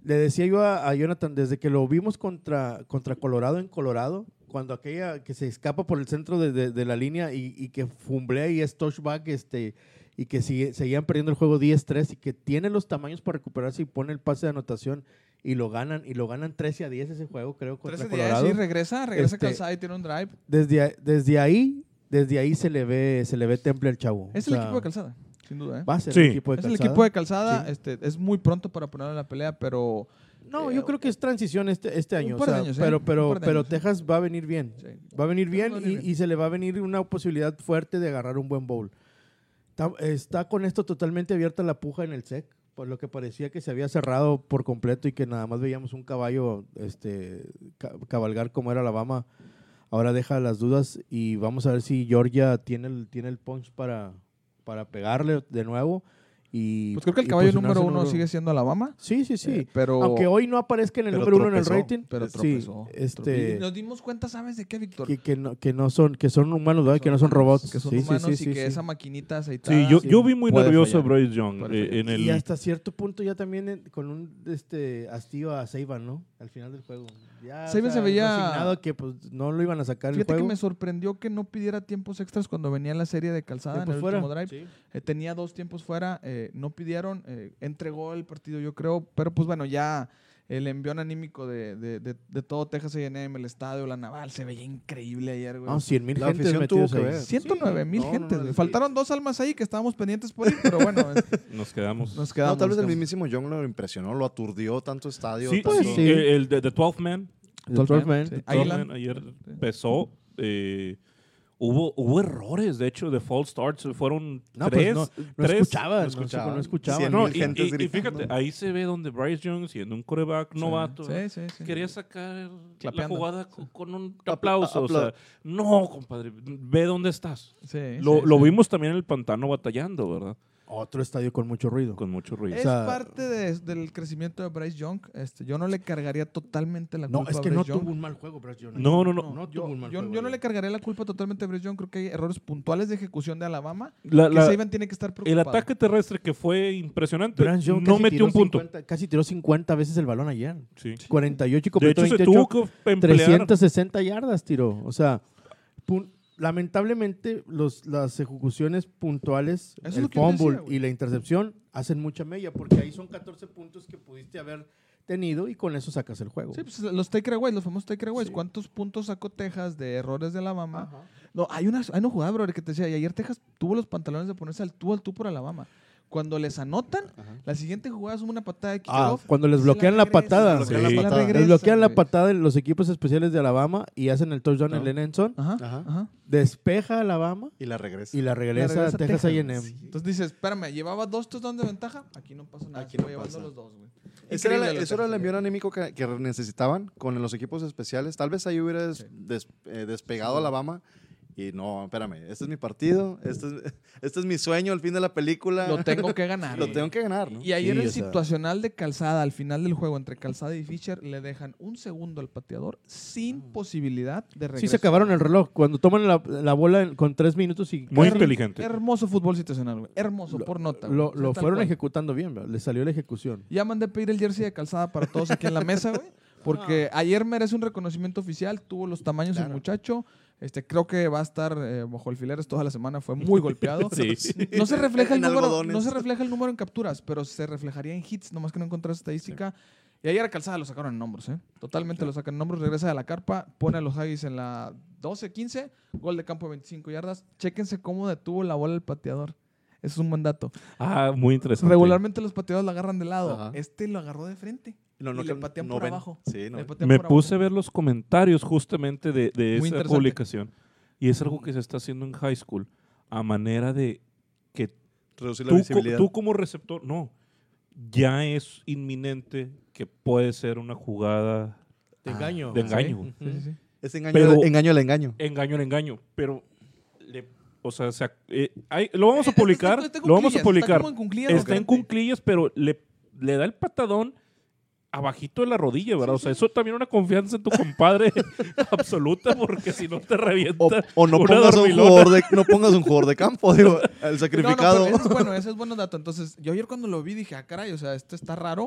Speaker 3: Le decía yo a, a Jonathan, desde que lo vimos contra, contra Colorado en Colorado, cuando aquella que se escapa por el centro de, de, de la línea y, y que fumblea y es touchback, este, y que sigue, seguían perdiendo el juego diez tres y que tiene los tamaños para recuperarse y pone el pase de anotación y lo ganan, y lo ganan trece a diez ese juego, creo, contra
Speaker 1: trece diez,
Speaker 3: Colorado.
Speaker 1: sí, regresa, regresa
Speaker 3: Este,
Speaker 1: Calzada y tiene un drive.
Speaker 3: Desde, desde ahí, desde ahí se le ve, se le ve temple al chavo.
Speaker 1: Es
Speaker 3: O
Speaker 1: el
Speaker 3: sea,
Speaker 1: equipo de Calzada, sin duda, ¿eh?
Speaker 3: Va a ser
Speaker 4: Sí.
Speaker 3: el equipo de
Speaker 1: Es
Speaker 3: Calzada.
Speaker 1: el equipo de Calzada,
Speaker 3: Sí.
Speaker 1: este, es muy pronto para ponerlo en la pelea, pero...
Speaker 3: No,
Speaker 1: Eh,
Speaker 3: yo creo que es transición este, este
Speaker 1: un
Speaker 3: año.
Speaker 1: par
Speaker 3: o
Speaker 1: de
Speaker 3: sea,
Speaker 1: años, ¿eh?
Speaker 3: pero
Speaker 1: Un
Speaker 3: pero,
Speaker 1: par de
Speaker 3: pero
Speaker 1: años, ¿eh?
Speaker 3: Texas va a venir bien.
Speaker 1: Sí.
Speaker 3: Va a venir bien,
Speaker 1: Va a venir
Speaker 3: y,
Speaker 1: bien.
Speaker 3: y se le va a venir una posibilidad fuerte de agarrar un buen bowl. Está, está con esto totalmente abierta la puja en el S E C, por lo que parecía que se había cerrado por completo y que nada más veíamos un caballo este, ca- cabalgar como era Alabama. Ahora deja las dudas y vamos a ver si Georgia tiene el, tiene el punch para, para pegarle de nuevo. Y,
Speaker 1: Pues creo que el
Speaker 3: y
Speaker 1: caballo
Speaker 3: posicionarse
Speaker 1: número uno
Speaker 3: número-
Speaker 1: sigue siendo Alabama.
Speaker 3: Sí, sí, sí.
Speaker 1: eh, pero...
Speaker 3: Aunque hoy no aparezca en el
Speaker 2: Pero
Speaker 3: número uno en el
Speaker 2: tropezó,
Speaker 3: rating.
Speaker 1: pero
Speaker 3: sí,
Speaker 1: tropezó.
Speaker 3: este,
Speaker 1: Y nos dimos cuenta, ¿sabes de qué, Víctor?
Speaker 3: que, que, no, que no son que son humanos, ¿verdad? Que no son
Speaker 1: humanos,
Speaker 3: robots.
Speaker 1: Que son
Speaker 3: Sí, sí,
Speaker 1: humanos
Speaker 3: sí,
Speaker 1: y
Speaker 3: sí,
Speaker 1: que
Speaker 3: sí.
Speaker 1: esa maquinita aceitada...
Speaker 4: Sí, yo,
Speaker 3: sí.
Speaker 4: yo vi muy
Speaker 1: Puede
Speaker 4: nervioso a
Speaker 1: fallar.
Speaker 4: Bryce Young
Speaker 1: Puede
Speaker 4: eh,
Speaker 1: fallar.
Speaker 4: en el...
Speaker 3: Y hasta cierto punto ya también en- con un este hastío a Saban, ¿no? Al final del juego. Ya,
Speaker 1: Saban se veía-
Speaker 3: resignado que pues no lo iban a sacar
Speaker 1: Fíjate
Speaker 3: el
Speaker 1: que
Speaker 3: juego.
Speaker 1: me sorprendió que no pidiera tiempos extras cuando venía la serie de Calzada en
Speaker 3: Tiempos
Speaker 1: el
Speaker 3: fuera.
Speaker 1: último drive.
Speaker 3: Sí.
Speaker 1: Eh, tenía dos tiempos fuera, eh, no pidieron, eh, entregó el partido yo creo, pero pues bueno, ya el envión anímico de, de, de, de todo Texas A and M, el estadio, la naval, se veía increíble ayer, güey.
Speaker 3: No, cien mil
Speaker 2: La
Speaker 3: gentes
Speaker 2: afición
Speaker 3: metidos
Speaker 2: tuvo que
Speaker 3: ahí.
Speaker 2: ver.
Speaker 1: ciento nueve mil
Speaker 2: Sí, no,
Speaker 1: gentes,
Speaker 2: no, no,
Speaker 1: güey.
Speaker 2: es-
Speaker 1: Faltaron dos almas ahí que estábamos pendientes por ir, pero bueno, es-
Speaker 4: Nos quedamos.
Speaker 1: nos quedamos.
Speaker 2: No, tal vez el
Speaker 1: nos quedamos.
Speaker 2: mismísimo Young lo impresionó, lo aturdió tanto estadio.
Speaker 4: Sí,
Speaker 2: tanto-
Speaker 4: sí,
Speaker 3: sí.
Speaker 4: El, el de The twelfth Man.
Speaker 3: El twelfth Man.
Speaker 1: Sí.
Speaker 4: The
Speaker 1: Ahí
Speaker 4: twelfth
Speaker 1: la-
Speaker 4: Man ayer pesó. eh, hubo, hubo errores, de hecho, de false starts. Fueron
Speaker 3: No, pues
Speaker 4: tres.
Speaker 3: no, no
Speaker 4: tres-
Speaker 3: escuchaba,
Speaker 2: no
Speaker 3: no
Speaker 2: escuchaba.
Speaker 3: escuchaba. No escuchaba.
Speaker 2: Cien
Speaker 4: No,
Speaker 2: mil
Speaker 4: y,
Speaker 2: gentes
Speaker 4: y- y
Speaker 2: gritando.
Speaker 4: fíjate, ahí se ve donde Bryce Young, siendo un quarterback novato,
Speaker 1: Sí, sí, sí.
Speaker 4: quería sacar la
Speaker 1: Clapeando.
Speaker 4: jugada con, con un
Speaker 2: Apla-
Speaker 4: aplauso. O sea,
Speaker 2: apla-
Speaker 4: no, compadre, ve dónde estás.
Speaker 1: Sí,
Speaker 4: Lo,
Speaker 1: sí,
Speaker 4: lo
Speaker 1: sí.
Speaker 4: vimos también en el pantano batallando, ¿verdad?
Speaker 3: Otro estadio con mucho ruido.
Speaker 4: Con mucho ruido.
Speaker 1: Es
Speaker 3: O sea-
Speaker 1: parte de- del crecimiento de Bryce Young. Este, yo no le cargaría totalmente la
Speaker 3: No,
Speaker 1: culpa
Speaker 3: es
Speaker 1: a
Speaker 3: que
Speaker 1: Bryce
Speaker 3: no
Speaker 1: Young.
Speaker 3: tuvo un mal juego, Bryce Young.
Speaker 4: No, no, no.
Speaker 3: No
Speaker 1: Yo,
Speaker 3: tuvo un mal
Speaker 1: yo-
Speaker 3: juego.
Speaker 1: yo no le
Speaker 3: ayer.
Speaker 1: cargaré la culpa totalmente a Bryce Young. Creo que hay errores puntuales de ejecución de Alabama.
Speaker 4: La-
Speaker 1: que
Speaker 4: la-
Speaker 1: Saban tiene que estar
Speaker 4: el
Speaker 1: preocupado.
Speaker 4: ataque terrestre que fue impresionante,
Speaker 3: Bryce Young
Speaker 4: no
Speaker 3: casi
Speaker 4: metió
Speaker 3: tiró
Speaker 4: un punto.
Speaker 3: cincuenta casi tiró cincuenta veces el balón ayer.
Speaker 4: Sí.
Speaker 3: cuarenta y ocho y
Speaker 4: De
Speaker 3: completó
Speaker 4: hecho, se
Speaker 3: veintiocho.
Speaker 4: tuvo que emplear.
Speaker 3: trescientas sesenta yardas tiró. O sea, pun- lamentablemente los, las ejecuciones puntuales,
Speaker 1: Eso es
Speaker 3: el
Speaker 1: lo que yo
Speaker 3: fumble
Speaker 1: decía, güey.
Speaker 3: y la intercepción hacen mucha mella porque ahí son catorce puntos que pudiste haber tenido y con eso sacas el juego.
Speaker 1: Sí, pues los takeaways, los famosos takeaways.
Speaker 3: Sí.
Speaker 1: ¿Cuántos puntos sacó Texas de errores de Alabama?
Speaker 3: Ajá.
Speaker 1: No, hay una, hay una jugada, bro, que te decía, y ayer Texas tuvo los pantalones de ponerse al tú al tú por Alabama. Cuando les anotan,
Speaker 2: Ajá.
Speaker 1: la siguiente jugada es una patada de
Speaker 3: Ah,
Speaker 1: kickoff.
Speaker 3: cuando les
Speaker 1: se
Speaker 3: bloquean la
Speaker 1: regresan,
Speaker 3: patada.
Speaker 1: güey,
Speaker 4: Bloquean
Speaker 1: se
Speaker 4: la
Speaker 1: la
Speaker 2: patada.
Speaker 3: Les
Speaker 1: regresan,
Speaker 3: bloquean la
Speaker 1: güey.
Speaker 3: patada en los equipos especiales de Alabama y hacen el touchdown en
Speaker 2: No.
Speaker 3: el Enson.
Speaker 1: Ajá,
Speaker 2: Ajá.
Speaker 1: ajá.
Speaker 3: Despeja a Alabama
Speaker 2: Y la regresa.
Speaker 3: y la regresa,
Speaker 1: regresa
Speaker 3: a Texas A
Speaker 1: Texas.
Speaker 3: and M.
Speaker 2: Sí.
Speaker 1: Entonces dices, espérame, llevaba dos touchdowns de ventaja. Aquí no pasa nada.
Speaker 2: Aquí
Speaker 1: Aquí
Speaker 2: no
Speaker 1: voy llevando
Speaker 2: pasa.
Speaker 1: los dos, güey.
Speaker 2: Ese era,
Speaker 1: Increíble
Speaker 2: la-
Speaker 1: lo
Speaker 2: eso
Speaker 1: que
Speaker 2: era el
Speaker 1: hacía.
Speaker 2: envío anímico que, que necesitaban con los equipos especiales. Tal vez ahí hubiera des-
Speaker 1: Sí.
Speaker 2: des- eh, despegado Alabama. Y no, espérame, este es mi partido, este es, este es mi sueño, el fin de la película.
Speaker 1: Lo tengo que ganar.
Speaker 2: Lo
Speaker 1: güey.
Speaker 2: tengo que ganar, ¿no?
Speaker 1: Y ayer
Speaker 3: Sí,
Speaker 1: el
Speaker 3: o sea.
Speaker 1: situacional de Calzada al final del juego entre Calzada y Fisher le dejan un segundo al pateador sin posibilidad de regreso.
Speaker 3: Sí, se acabaron el reloj. Cuando toman la, la bola en- con tres minutos y
Speaker 4: Muy
Speaker 1: Her-
Speaker 4: inteligente.
Speaker 1: Hermoso fútbol situacional, güey. Hermoso, por nota. güey.
Speaker 3: lo,
Speaker 1: O sea,
Speaker 3: lo
Speaker 1: tal
Speaker 3: fueron
Speaker 1: cual.
Speaker 3: ejecutando bien, ¿verdad? Le salió la ejecución.
Speaker 1: Ya mandé pedir el jersey de Calzada para todos aquí en la mesa, güey. Porque ayer merece un reconocimiento oficial, tuvo los tamaños el
Speaker 2: Claro.
Speaker 1: muchacho. Este, creo que va a estar eh, bajo alfileres toda la semana, fue muy golpeado.
Speaker 4: Sí.
Speaker 1: No se refleja el
Speaker 2: En
Speaker 1: número,
Speaker 2: algodones.
Speaker 1: no se refleja el número en capturas, pero se reflejaría en hits, nomás que no encontré estadística. Y ayer a Calzada lo sacaron en hombros, ¿eh? Totalmente lo sacan en hombros, regresa de la carpa, pone a los Aggies en la doce quince, gol de campo de veinticinco yardas. Chéquense cómo detuvo la bola el pateador. Eso es un buen dato.
Speaker 4: Ah, muy interesante.
Speaker 1: Regularmente los pateadores la agarran de lado.
Speaker 2: Ajá.
Speaker 1: Este lo agarró de frente.
Speaker 2: No, no,
Speaker 1: y le
Speaker 2: que-
Speaker 1: patean
Speaker 2: no
Speaker 1: por
Speaker 2: ven.
Speaker 1: abajo.
Speaker 2: Sí, no
Speaker 1: Le
Speaker 2: ven.
Speaker 1: patean
Speaker 4: Me
Speaker 1: por
Speaker 4: puse a
Speaker 1: abajo.
Speaker 4: ver los comentarios justamente de, de
Speaker 1: Muy
Speaker 4: esa
Speaker 1: interesante.
Speaker 4: publicación. Y es algo que se está haciendo en high school a manera de que
Speaker 2: Reducir la
Speaker 4: tú, co-
Speaker 2: visibilidad.
Speaker 4: tú como receptor, no, ya es inminente que puede ser una jugada
Speaker 3: De
Speaker 2: Ah,
Speaker 3: engaño.
Speaker 4: de
Speaker 3: Sí.
Speaker 4: engaño.
Speaker 3: Ujú.
Speaker 1: Sí, sí, sí.
Speaker 2: Es engaño,
Speaker 4: Pero-
Speaker 2: engaño al engaño.
Speaker 4: engaño al engaño, pero le- o sea, se ac- eh, hay- lo vamos a
Speaker 1: Está-
Speaker 4: publicar,
Speaker 1: está en
Speaker 4: lo vamos a
Speaker 1: cuclillas,
Speaker 4: publicar.
Speaker 1: Está como en cuclillas
Speaker 4: Está en
Speaker 1: enfrente.
Speaker 4: cunclillas, pero le, le da el patadón abajito de la rodilla, ¿verdad? O sea, eso también una confianza en tu compadre absoluta, porque si no te revienta.
Speaker 2: O, o no,
Speaker 4: una
Speaker 2: pongas un
Speaker 4: dormilona.
Speaker 2: jugador de, no pongas un jugador de campo, digo, el
Speaker 1: No, no,
Speaker 2: sacrificado.
Speaker 1: pero ese es bueno, ese es bueno dato. Entonces, yo ayer cuando lo vi dije, ah, caray, o sea, esto está raro.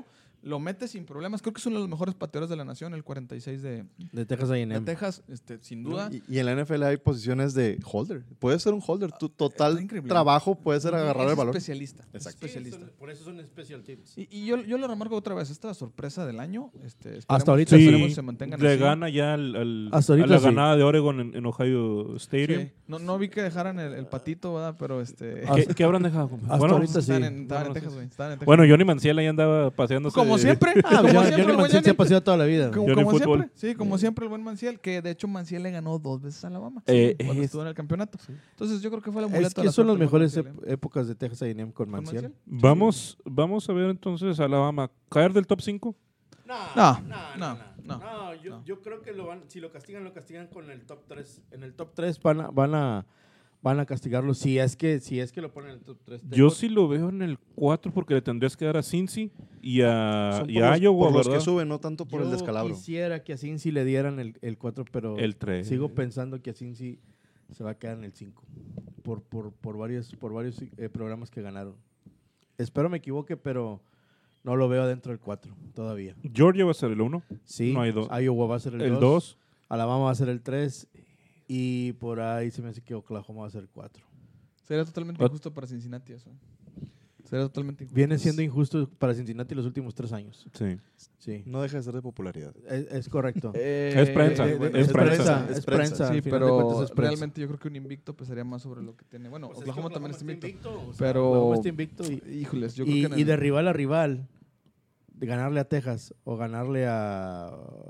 Speaker 1: lo mete sin problemas. Creo que es uno de los mejores pateadores de la nación, el cuarenta y seis de,
Speaker 3: De Texas A and
Speaker 1: de
Speaker 3: M.
Speaker 1: Texas, este, sin duda.
Speaker 2: Y, y en la N F L hay posiciones de holder. Puede ser un holder. Tu total
Speaker 1: Está increíble.
Speaker 2: trabajo puede ser agarrar
Speaker 1: es
Speaker 2: el balón.
Speaker 1: especialista. es
Speaker 2: Exacto.
Speaker 1: especialista.
Speaker 3: por eso son special teams.
Speaker 1: Y, y yo, yo lo remarco otra vez, esta es la sorpresa del año. Este, esperemos-
Speaker 3: Hasta ahorita
Speaker 1: esperemos
Speaker 4: Sí,
Speaker 1: se mantengan
Speaker 4: le
Speaker 1: así.
Speaker 4: gana ya al, al-
Speaker 3: Hasta
Speaker 4: a
Speaker 3: ahorita
Speaker 4: la
Speaker 3: sí.
Speaker 4: ganada de Oregon en, en Ohio Stadium.
Speaker 1: Sí. No, no vi que dejaran el, el patito, ¿verdad? Pero este...
Speaker 4: ¿Qué, qué habrán dejado? compa?
Speaker 3: Hasta
Speaker 4: Bueno,
Speaker 3: ahorita sí.
Speaker 1: estaban en, estaban en
Speaker 4: Bueno,
Speaker 1: Texas,
Speaker 4: sí.
Speaker 1: güey. estaban en Texas.
Speaker 4: bueno, Johnny Manziel ahí andaba paseándose.
Speaker 1: Como siempre.
Speaker 3: Ah,
Speaker 1: como
Speaker 3: Johnny
Speaker 1: siempre, el buen
Speaker 3: Manziel se ha
Speaker 1: Johnny.
Speaker 3: paseado toda la vida.
Speaker 1: Como,
Speaker 4: Johnny
Speaker 1: como
Speaker 4: Fútbol.
Speaker 1: siempre, sí, como siempre el buen Manciel, que de hecho Manciel le ganó dos veces a Alabama
Speaker 4: Eh,
Speaker 1: sí, cuando
Speaker 3: es-
Speaker 1: estuvo en el campeonato. Entonces yo creo que fue la muleta
Speaker 3: Es
Speaker 1: de
Speaker 3: que
Speaker 1: la
Speaker 3: son las
Speaker 1: suerte con
Speaker 3: mejores
Speaker 1: Manciel,
Speaker 3: ep- épocas de Texas A and M con
Speaker 1: ¿eh? ¿Con
Speaker 3: Manciel.
Speaker 1: Manciel?
Speaker 4: Vamos, vamos a ver entonces a Alabama. ¿Caer del top cinco?
Speaker 1: No,
Speaker 3: no,
Speaker 1: no, no,
Speaker 3: No, yo,
Speaker 1: no.
Speaker 3: yo creo que lo van, si lo castigan, lo castigan con el top tres. En el top tres van a, van a, van a castigarlo si es que, si es que lo ponen en el top tres.
Speaker 4: Yo sí lo veo en el cuatro porque le tendrías que dar a Cincy y a,
Speaker 2: Son
Speaker 4: y
Speaker 2: por
Speaker 4: a
Speaker 2: los,
Speaker 4: Iowa,
Speaker 2: por los
Speaker 4: ¿verdad?
Speaker 2: que suben, no tanto por el descalabro.
Speaker 3: quisiera que a Cincy le dieran el, el cuatro, pero
Speaker 4: El tres.
Speaker 3: sigo pensando que a Cincy se va a quedar en el cinco por, por, por varios, por varios eh, programas que ganaron. Espero me equivoque, pero no lo veo dentro del cuatro todavía.
Speaker 4: Georgia va a ser el uno.
Speaker 3: Sí,
Speaker 4: No hay dos.
Speaker 3: Iowa va a ser el,
Speaker 4: El
Speaker 3: dos.
Speaker 4: dos.
Speaker 3: Alabama va a ser el tres y por ahí se me hace que Oklahoma va a ser el cuatro.
Speaker 1: Sería totalmente
Speaker 4: Ot-
Speaker 1: injusto para Cincinnati eso. Sería totalmente injusto.
Speaker 3: Viene siendo injusto para Cincinnati los últimos tres años.
Speaker 4: Sí.
Speaker 3: Sí,
Speaker 2: No deja de ser de popularidad.
Speaker 3: es, es correcto.
Speaker 1: Eh,
Speaker 4: Es prensa,
Speaker 1: eh,
Speaker 4: es
Speaker 1: bueno,
Speaker 4: prensa.
Speaker 3: es prensa,
Speaker 2: es
Speaker 3: es
Speaker 2: prensa.
Speaker 3: prensa.
Speaker 1: Sí,
Speaker 3: al final de cuentas
Speaker 1: pero
Speaker 3: es prensa.
Speaker 1: realmente yo creo que un invicto pesaría más sobre lo que tiene. Bueno,
Speaker 3: Pues es que
Speaker 1: Oklahoma también está invicto.
Speaker 3: o sea,
Speaker 1: pero-
Speaker 3: Oklahoma está invicto y,
Speaker 1: Híjoles, yo creo
Speaker 3: y,
Speaker 1: que en
Speaker 3: y
Speaker 1: el-
Speaker 3: de rival a rival, de ganarle a Texas o ganarle a...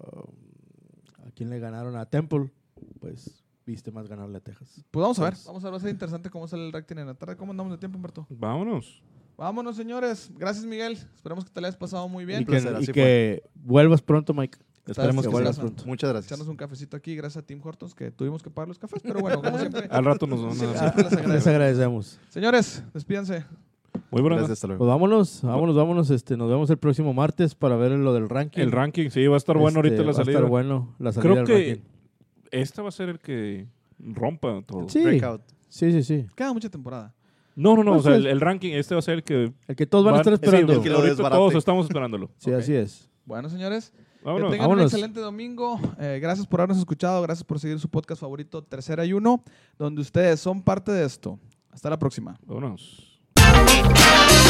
Speaker 3: ¿A quién le ganaron? A Temple, pues viste más ganarle a Texas.
Speaker 1: Pues vamos a ver,
Speaker 3: Pues-
Speaker 1: vamos a ver, va a ser interesante cómo sale el ranking en la tarde. ¿Cómo andamos de tiempo, Humberto?
Speaker 4: Vámonos.
Speaker 1: Vámonos, señores. Gracias, Miguel. Esperemos que te la hayas pasado muy bien.
Speaker 3: Y que,
Speaker 2: placer,
Speaker 3: y
Speaker 2: así
Speaker 3: que vuelvas pronto, Mike.
Speaker 1: Estás-
Speaker 3: Esperemos que
Speaker 1: estás-
Speaker 3: vuelvas
Speaker 1: estás-
Speaker 3: pronto.
Speaker 2: Muchas gracias.
Speaker 1: Echarnos un cafecito aquí, gracias a Tim Hortons, que tuvimos que pagar los cafés, pero bueno, como siempre.
Speaker 4: Al rato nos vamos
Speaker 1: Siempre
Speaker 4: a...
Speaker 1: les agradezco.
Speaker 3: Les agradecemos.
Speaker 1: Señores, despídanse.
Speaker 4: Muy buenas
Speaker 2: Gracias,
Speaker 4: noches.
Speaker 2: hasta luego.
Speaker 3: Pues vámonos, vámonos, vámonos. Este, nos vemos el próximo martes para ver lo del ranking.
Speaker 4: El ranking, sí, va a estar bueno
Speaker 3: Este,
Speaker 4: ahorita la
Speaker 3: va a
Speaker 4: salida.
Speaker 3: estar bueno la salida
Speaker 4: Creo
Speaker 3: del
Speaker 4: que
Speaker 3: ranking.
Speaker 4: este va a ser el que rompa todo.
Speaker 3: Sí,
Speaker 2: Breakout.
Speaker 3: sí, sí, sí.
Speaker 1: Queda mucha temporada.
Speaker 4: No, no, no,
Speaker 3: Pues
Speaker 4: o sea,
Speaker 3: es-
Speaker 4: el, el ranking, este va a ser el que...
Speaker 3: El que todos van a estar
Speaker 4: van-
Speaker 3: esperando.
Speaker 4: Sí,
Speaker 2: el que
Speaker 4: el
Speaker 2: lo
Speaker 4: ahorita
Speaker 2: desbarate.
Speaker 4: todos estamos esperándolo.
Speaker 3: Sí,
Speaker 1: Ok.
Speaker 3: así es.
Speaker 1: Bueno, señores,
Speaker 4: Vámonos.
Speaker 1: que tengan
Speaker 3: Vámonos.
Speaker 1: un excelente domingo. Eh, gracias por habernos escuchado. Gracias por seguir su podcast favorito, Tercera y Uno, donde ustedes son parte de esto. Hasta la próxima.
Speaker 4: Vámonos.